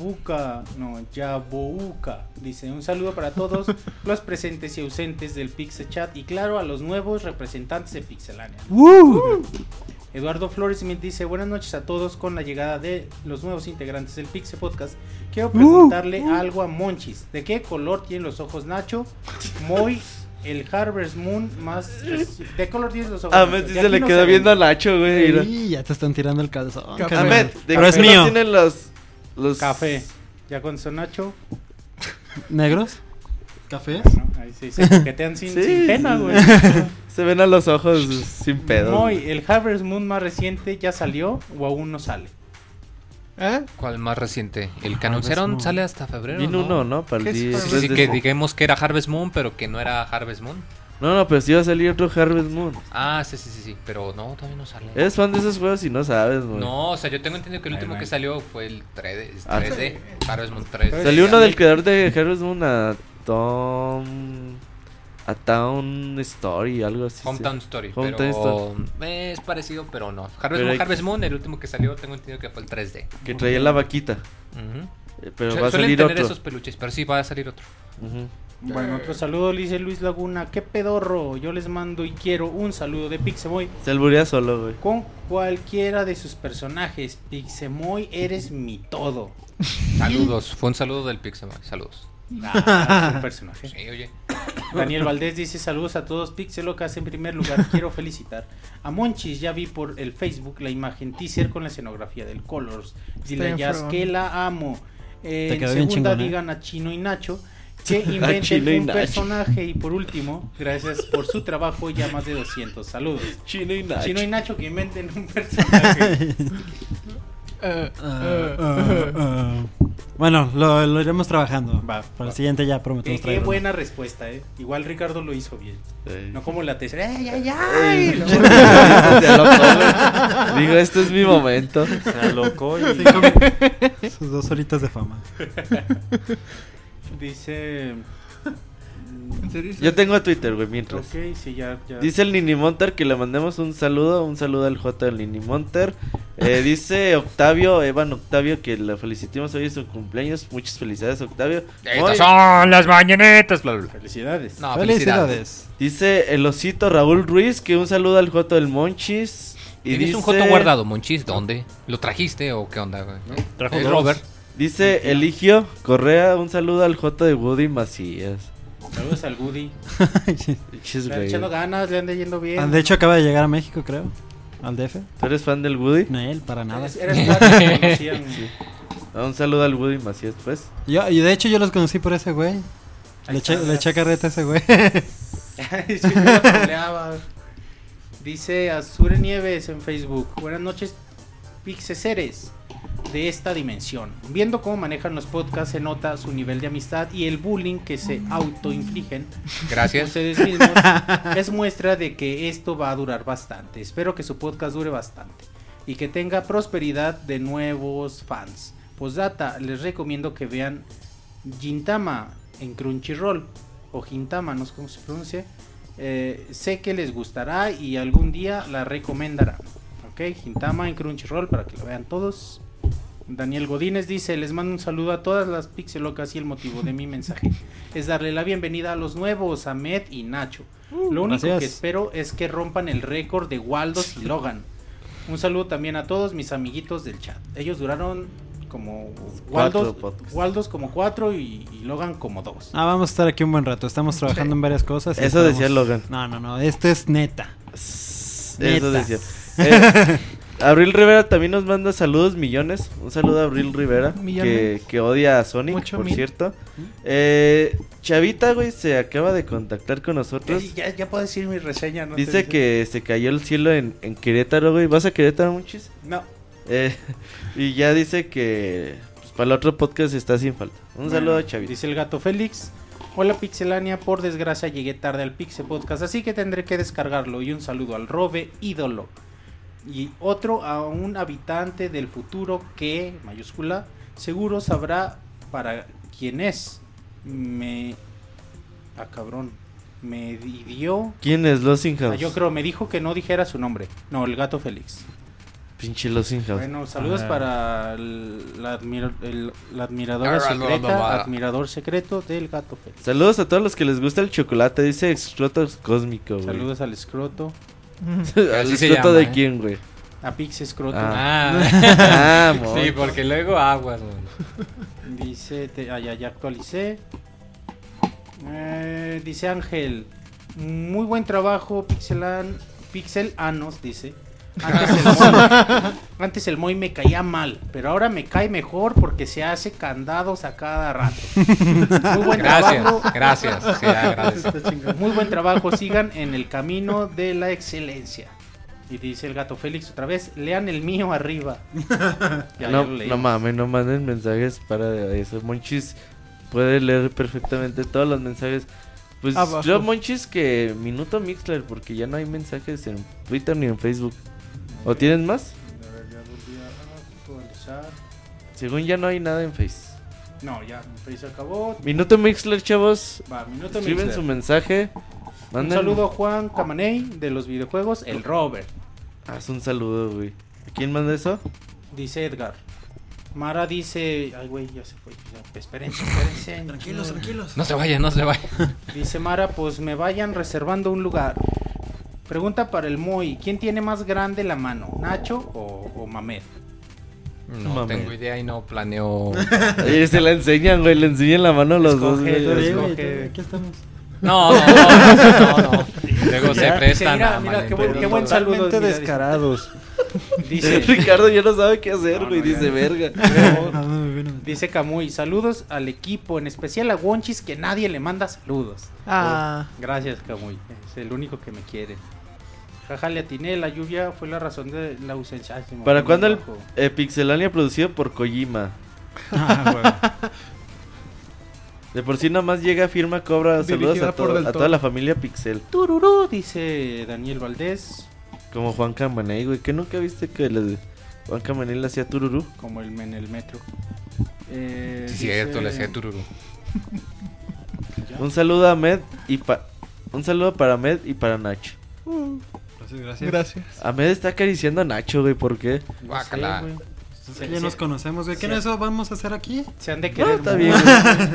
Yabouka. Dice, un saludo para todos los presentes y ausentes del Pixel Chat y claro, a los nuevos representantes de Pixelania. Eduardo Flores me dice, buenas noches a todos con la llegada de los nuevos integrantes del Pixel Podcast. Quiero preguntarle algo a Monchis. ¿De qué color tienen los ojos Nacho? Moy, el Harvest Moon más... ¿De color tienes los ojos? A Nacho? Met De sí se aquí le no quedó ven. viendo a Nacho, güey. mira. Y ya te están tirando el calzón. Café. carnal. Ahmed, ¿de Pero qué es color mío. tienen los... Café. Ya con son Nacho. ¿Negros? ¿Cafés? No, ahí sí, se coquetean sin, Sí, sin pena, sí. güey. Se ven a los ojos sin pedo. Moy, el Harvest Moon más reciente ya salió o aún no sale. ¿Eh? ¿Cuál más reciente? El que Harvest anunciaron Moon. sale hasta febrero. Vino ¿no? uno, ¿no? Para ¿Qué el es 10. Harvest Sí, Moon? que digamos que era Harvest Moon, pero que no era Harvest Moon. No, pero sí va a salir otro Harvest Moon. Ah, sí, pero no, todavía no sale. Eres fan de esos juegos y no sabes, güey. No, o sea, yo tengo entendido que el Ay, último man. que salió fue el 3D, Ah, 3D Harvest Moon 3. Salió uno del creador de Harvest Moon a Town Story, algo así. Hometown Story, Hometown pero es parecido, pero no. Pero hay- Harvest Moon, el último que salió, tengo entendido que fue el 3D. Que traía la vaquita. Ujú. Pero Suelen va a salir tener otro. esos peluches, pero sí va a salir otro. Ujú. Bueno, otro saludo, le dice Luis Laguna. ¿Qué pedorro? Yo les mando y quiero un saludo de Pixemoy Se alburea solo, güey. con cualquiera de sus personajes. Pixemoy, eres mi todo. Saludos, fue un saludo del Pixemoy, saludos. Ah, es un personaje. Sí, oye. Daniel Valdés dice saludos a todos Pixelocas. En primer lugar quiero felicitar a Monchis. Ya vi por el Facebook la imagen teaser con la escenografía del Colors. Dile Está a Jazz bien que la amo. En quedó bien segunda chingón, ¿eh? digan a Chino y Nacho que Chino inventen y un Nacho. personaje. Y por último, gracias por su trabajo, ya más de 200 saludos. Chino y Nacho. Chino y Nacho que inventen un personaje. Bueno, lo iremos trabajando. Va, Para va. el siguiente ya prometemos Qué traerlo. buena respuesta, Igual Ricardo lo hizo bien. Sí. No como la tercera. ¡Ay, ay, Ey, ay! se alocó, güey. Digo, este es mi momento. Se alocó y... Sus 2 horitas de fama. Dice ¿En serio? Yo tengo Twitter, güey, mientras. Ok, sí, ya. Dice el Ninimonter que le mandemos un saludo al J del Ninimonter. Dice Evan Octavio, que le felicitemos hoy en su cumpleaños. Muchas felicidades, Octavio. Estas son las mañanetas. Bla, bla, bla. Felicidades. No, Felicidades. Dice el osito Raúl Ruiz que un saludo al J del Monchis. Y ¿Tienes dice, un joto guardado, Monchis? ¿Dónde? ¿Lo trajiste o qué onda, güey? Trajo Es dos. Robert. Dice Eligio Correa, un saludo al J de Woody Macías. Saludos al Woody. Pinches, Le güey. echando ganas, le anda yendo bien. De hecho, acaba de llegar a México, creo. Al DF. ¿Tú eres fan del Woody? No, él, para nada. Eres cuatro que conocían. Un saludo al Woody Macías, pues. Y de hecho, yo los conocí por ese güey. Ahí Le está. eché carreta a ese güey. Sí, yo lo troleaba. Dice Azure Nieves en Facebook. Buenas noches, pixeceres de esta dimensión. Viendo cómo manejan los podcasts se nota su nivel de amistad y el bullying que se autoinfligen Gracias. ustedes mismos es muestra de que esto va a durar bastante. Espero que su podcast dure bastante y que tenga prosperidad de nuevos fans. Postdata, les recomiendo que vean Gintama en Crunchyroll o Gintama, no sé cómo se pronuncia. Sé que les gustará y algún día la recomendarán. Ok, Gintama en Crunchyroll para que lo vean todos. Daniel Godínez dice: les mando un saludo a todas las pixelocas y el motivo de mi mensaje es darle la bienvenida a los nuevos, Ahmed y Nacho. Lo único gracias. que espero es que rompan el récord de Waldos y Logan. Un saludo también a todos mis amiguitos del chat. Ellos duraron como Cuatro podcasts. Waldos como 4 y Logan como 2. Vamos a estar aquí un buen rato. Estamos trabajando en varias cosas. y Eso esperamos- decía Logan. No. Esto es neta. Eso Neta. decía. Abril Rivera también nos manda saludos millones. Un saludo a Abril Rivera, Millones. que odia a Sonic, Mucho por mil. cierto. Chavita, güey, se acaba de contactar con nosotros. Ya puedo decir mi reseña, ¿no? Dice que se cayó el cielo en Querétaro, güey. ¿Vas a Querétaro, Monchis? No. Y ya dice que pues, para el otro podcast está sin falta. Un saludo a Chavita. Dice el gato Félix: hola Pixelania, por desgracia llegué tarde al Pixel Podcast, así que tendré que descargarlo. Y un saludo al Robe ídolo. Y otro a un habitante del futuro que, mayúscula, seguro sabrá para quién es. Cabrón. Me dio... ¿Quién es Losinghouse? yo creo, me dijo que no dijera su nombre. No, el gato Félix. Pinche Losinghouse. Bueno, saludos Ah. para la admiradora secreta, admirador secreto del gato Félix. Saludos a todos los que les gusta el chocolate. Dice Excroto Cósmico, güey. Saludos al escroto. ¿Al Así se escroto llama, de ¿eh? quién, güey? A Pix escroto. Ah, mo. Sí, porque luego aguas, güey. Dice, ya actualicé. Dice Ángel: muy buen trabajo, Pixelanos, dice. Antes el Moy me caía mal, pero ahora me cae mejor porque se hace candados a cada rato. Muy buen trabajo. Gracias. Sí, agradezco. Muy buen trabajo, sigan en el camino de la excelencia. Y dice el gato Félix otra vez: lean el mío arriba. Ya No, lo leí. no mames, no manden mensajes para eso. Monchis puede leer perfectamente todos los mensajes. Pues Abajo. yo, Monchis, que minuto Mixler, porque ya no hay mensajes en Twitter ni en Facebook. ¿O tienen más? A ver, ya volví a actualizar. Según ya no hay nada en Face. No, ya, Face se acabó. Minuto Mixler, chavos. Va, minuto Escriben Mixler. su mensaje. Un Manden. saludo a Juan Camaney de los videojuegos, el Robert. Haz un saludo, güey. ¿A quién manda eso? Dice Edgar. Mara dice... Ay, güey, ya se fue. Ya, espérense. Tranquilos. No se vayan. Dice Mara, pues me vayan reservando un lugar. Pregunta para el Moy: ¿quién tiene más grande la mano, Nacho o Mamed? No Mames. tengo idea y no planeo. Ahí se la enseñan, güey. Le enseñan la mano a los dos, Escoge, güey. escoge. Aquí estamos. No. Luego se Ya, prestan mira, a mira, qué buen malentendidos. saludo. Totalmente Mira, descarados. Dice... Ricardo ya no sabe qué hacer, No, güey. no, ya Dice, no. verga. Dice Camuy: saludos al equipo, en especial a Wonchis, que nadie le manda saludos. Ah, Gracias, Camuy, es el único que me quiere. Jaja, le atiné, la lluvia fue la razón de la ausencia. Ay, se me ¿Para fue cuándo el abajo. Pixelania producido por Kojima? De por sí nada más llega, firma, cobra. Saludos Dirigida a, por Del a toda Toro. la familia Pixel. Tururú, dice Daniel Valdés, Como Juan Camaney, güey. ¿Que nunca viste que Juan Camaney le hacía tururú? como en el metro. Sí, cierto, le hacía tururú. Un saludo a Med un saludo para Med y para Nacho. Gracias. Ahmed está acariciando a Nacho, güey, ¿por qué? Guácala. güey. Ya nos conocemos, güey. ¿Qué no eso vamos a hacer aquí? Se han de No, querer. está ¿no? bien.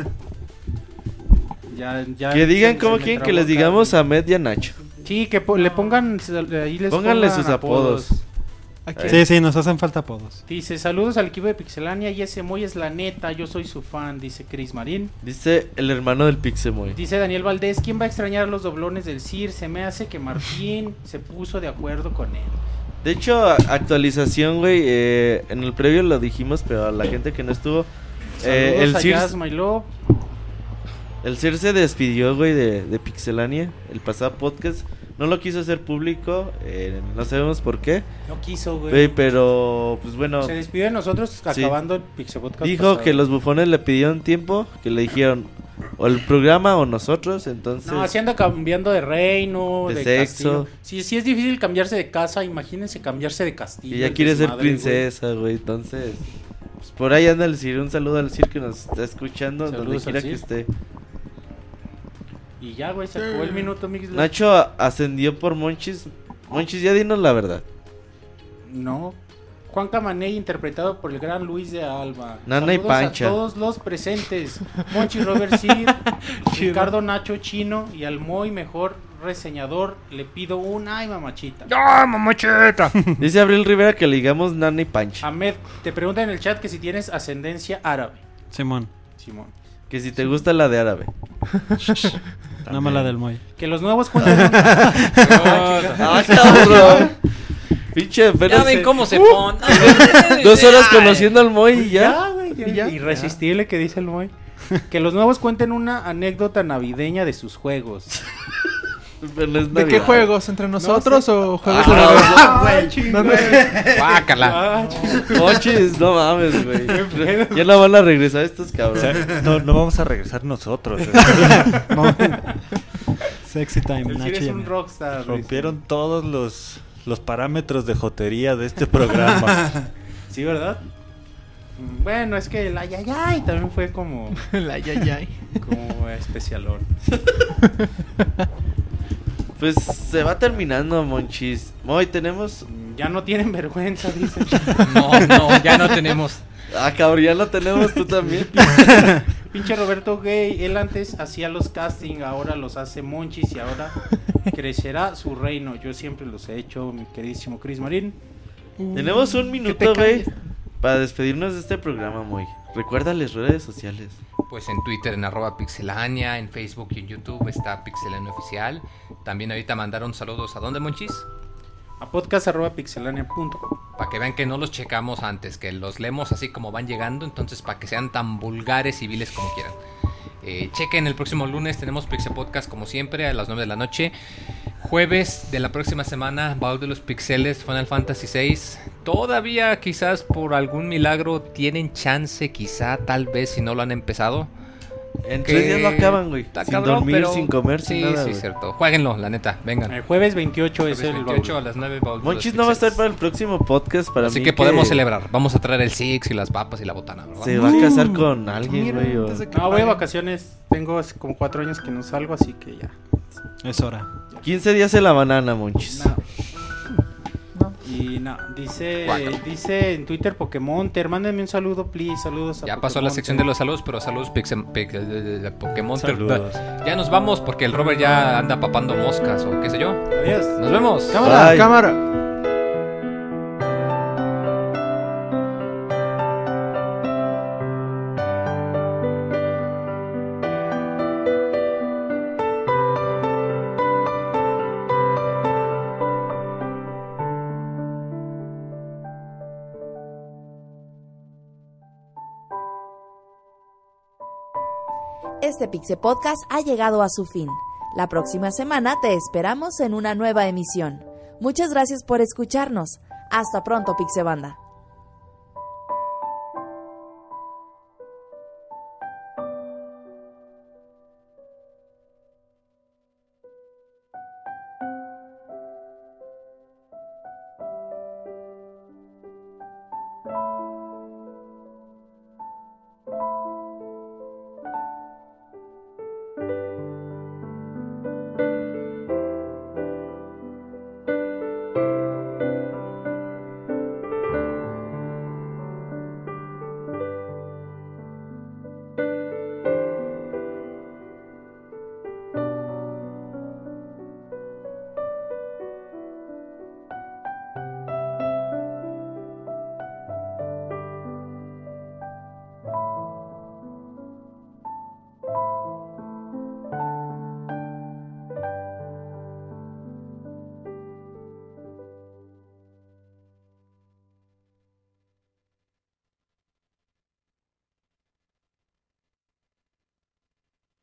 Ya Que digan se cómo me quieren trabó que les acá. digamos a Med y a Nacho. Sí, que le pongan. Ahí les Pónganle pongan sus apodos. Aquí. Sí, nos hacen falta apodos. Dice, saludos al equipo de Pixelania y ese Moy es la neta, yo soy su fan, dice Chris Marín. Dice el hermano del Pixemoy. Dice Daniel Valdés, ¿quién va a extrañar los doblones del CIR? Se me hace que Martín se puso de acuerdo con él. De hecho, actualización, güey. En el previo lo dijimos, pero a la gente que no estuvo. Saludos El a CIR Jazz My Love. se despidió, güey, de Pixelania. El pasado podcast. No lo quiso hacer público. No sabemos por qué. No quiso, güey. Güey, pero pues bueno. Se despidió de nosotros Sí. acabando el Pixel Podcast. Dijo pasado. que los bufones le pidieron tiempo. Que le dijeron o el programa o nosotros. Entonces. No, así anda cambiando de reino, De de sexo. castillo. Sí es difícil cambiarse de casa, imagínense cambiarse de castillo. Y ya el quiere ser desmadre, princesa, güey. Entonces. Pues por ahí anda el Cir. Un saludo al Cir que nos está escuchando. Saludos Donde al quiera Cir. que esté. Y ya, güey, se acabó el minuto, Mix. Nacho ascendió por Monchis. Monchis, ya dinos la verdad. No. Juan Camaney, interpretado por el gran Luis de Alba. Nana y Saludos Pancha. a todos los presentes. Monchi, Robert Cid, Ricardo, Nacho, Chino y al Moy, mejor reseñador. Le pido un ay, mamachita. ¡Ah, mamacheta! Dice Abril Rivera que le digamos Nana y Pancha. Ahmed, te pregunta en el chat que si tienes ascendencia árabe. Simón. Simón. Que si te gusta la de árabe. Nada más la del Moy. Que los nuevos cuentan. ¡Ah, cabrón! Pinche, Ya apenas ven te- cómo se pone. 2 horas conociendo al Moy y ya. Ya, güey, ya. Irresistible que dice el Moy. Que los nuevos cuenten una anécdota navideña de sus juegos. Pero no es ¿De qué Navidad. juegos? ¿Entre nosotros o juegos de Ah, No, no. Guácala. Monchis, no mames, güey. Ya no van a regresar estos O cabrones. sea, no vamos a regresar nosotros. Sexy time, El Cid Nacho es y un Ahmed. rockstar. güey. Rompieron todos los parámetros de jotería de este programa. Sí, ¿verdad? Bueno, es que el ayayay también fue como especialón. Pues se va terminando, Monchis. Moy, tenemos. Ya no tienen vergüenza, dicen. No, ya no tenemos. Ah, cabrón, ya lo tenemos tú también. Pinche Roberto Gay, él antes hacía los casting, ahora los hace Monchis y ahora crecerá su reino. Yo siempre los he hecho, mi queridísimo Chris Marín. Tenemos un te minuto, güey, calles. para despedirnos de este programa, Moy. Recuérdales redes sociales. Pues en Twitter en @pixelania, en Facebook y en YouTube está Pixelania Oficial. También ahorita mandaron saludos a ¿dónde, Monchis? A podcast@pixelania.com. Para que vean que no los checamos antes, que los leemos así como van llegando, entonces para que sean tan vulgares y viles como quieran. Chequen el próximo lunes, tenemos Pixel Podcast como siempre a las 9 de la noche. Jueves de la próxima semana, Baúl de los Pixeles, Final Fantasy VI. Todavía quizás por algún milagro tienen chance, quizá, tal vez si no lo han empezado. En Que 3 días lo acaban, güey. está Sin cabrón, dormir, pero- sin comer, sin sí, nada, sí, güey. cierto. Jueguenlo, la neta, vengan. El jueves 28 es Jueves el 28 a baúl. las 9 Baúl de Monchis los no va a estar Pixeles. para el próximo podcast para Así mí que podemos celebrar. Vamos a traer el Six y las papas y la botana, ¿verdad? Se va a casar con alguien, Mira, güey. o- antes de que No, voy de paguen. vacaciones. Tengo como 4 años que no salgo, así que ya. Es hora. 15 días en la banana, Monchis. No. Y no, dice en Twitter Pokémonter, mándenme un saludo, please, saludos a Ya pasó la sección de los saludos, pero saludos Pokémon. Saludos. Ya nos vamos porque el Robert ya anda papando moscas o qué sé yo. Adiós. Nos vemos. Cámara, Bye. cámara. Este Pixel Podcast ha llegado a su fin. La próxima semana te esperamos en una nueva emisión. Muchas gracias por escucharnos. Hasta pronto, Pixebanda.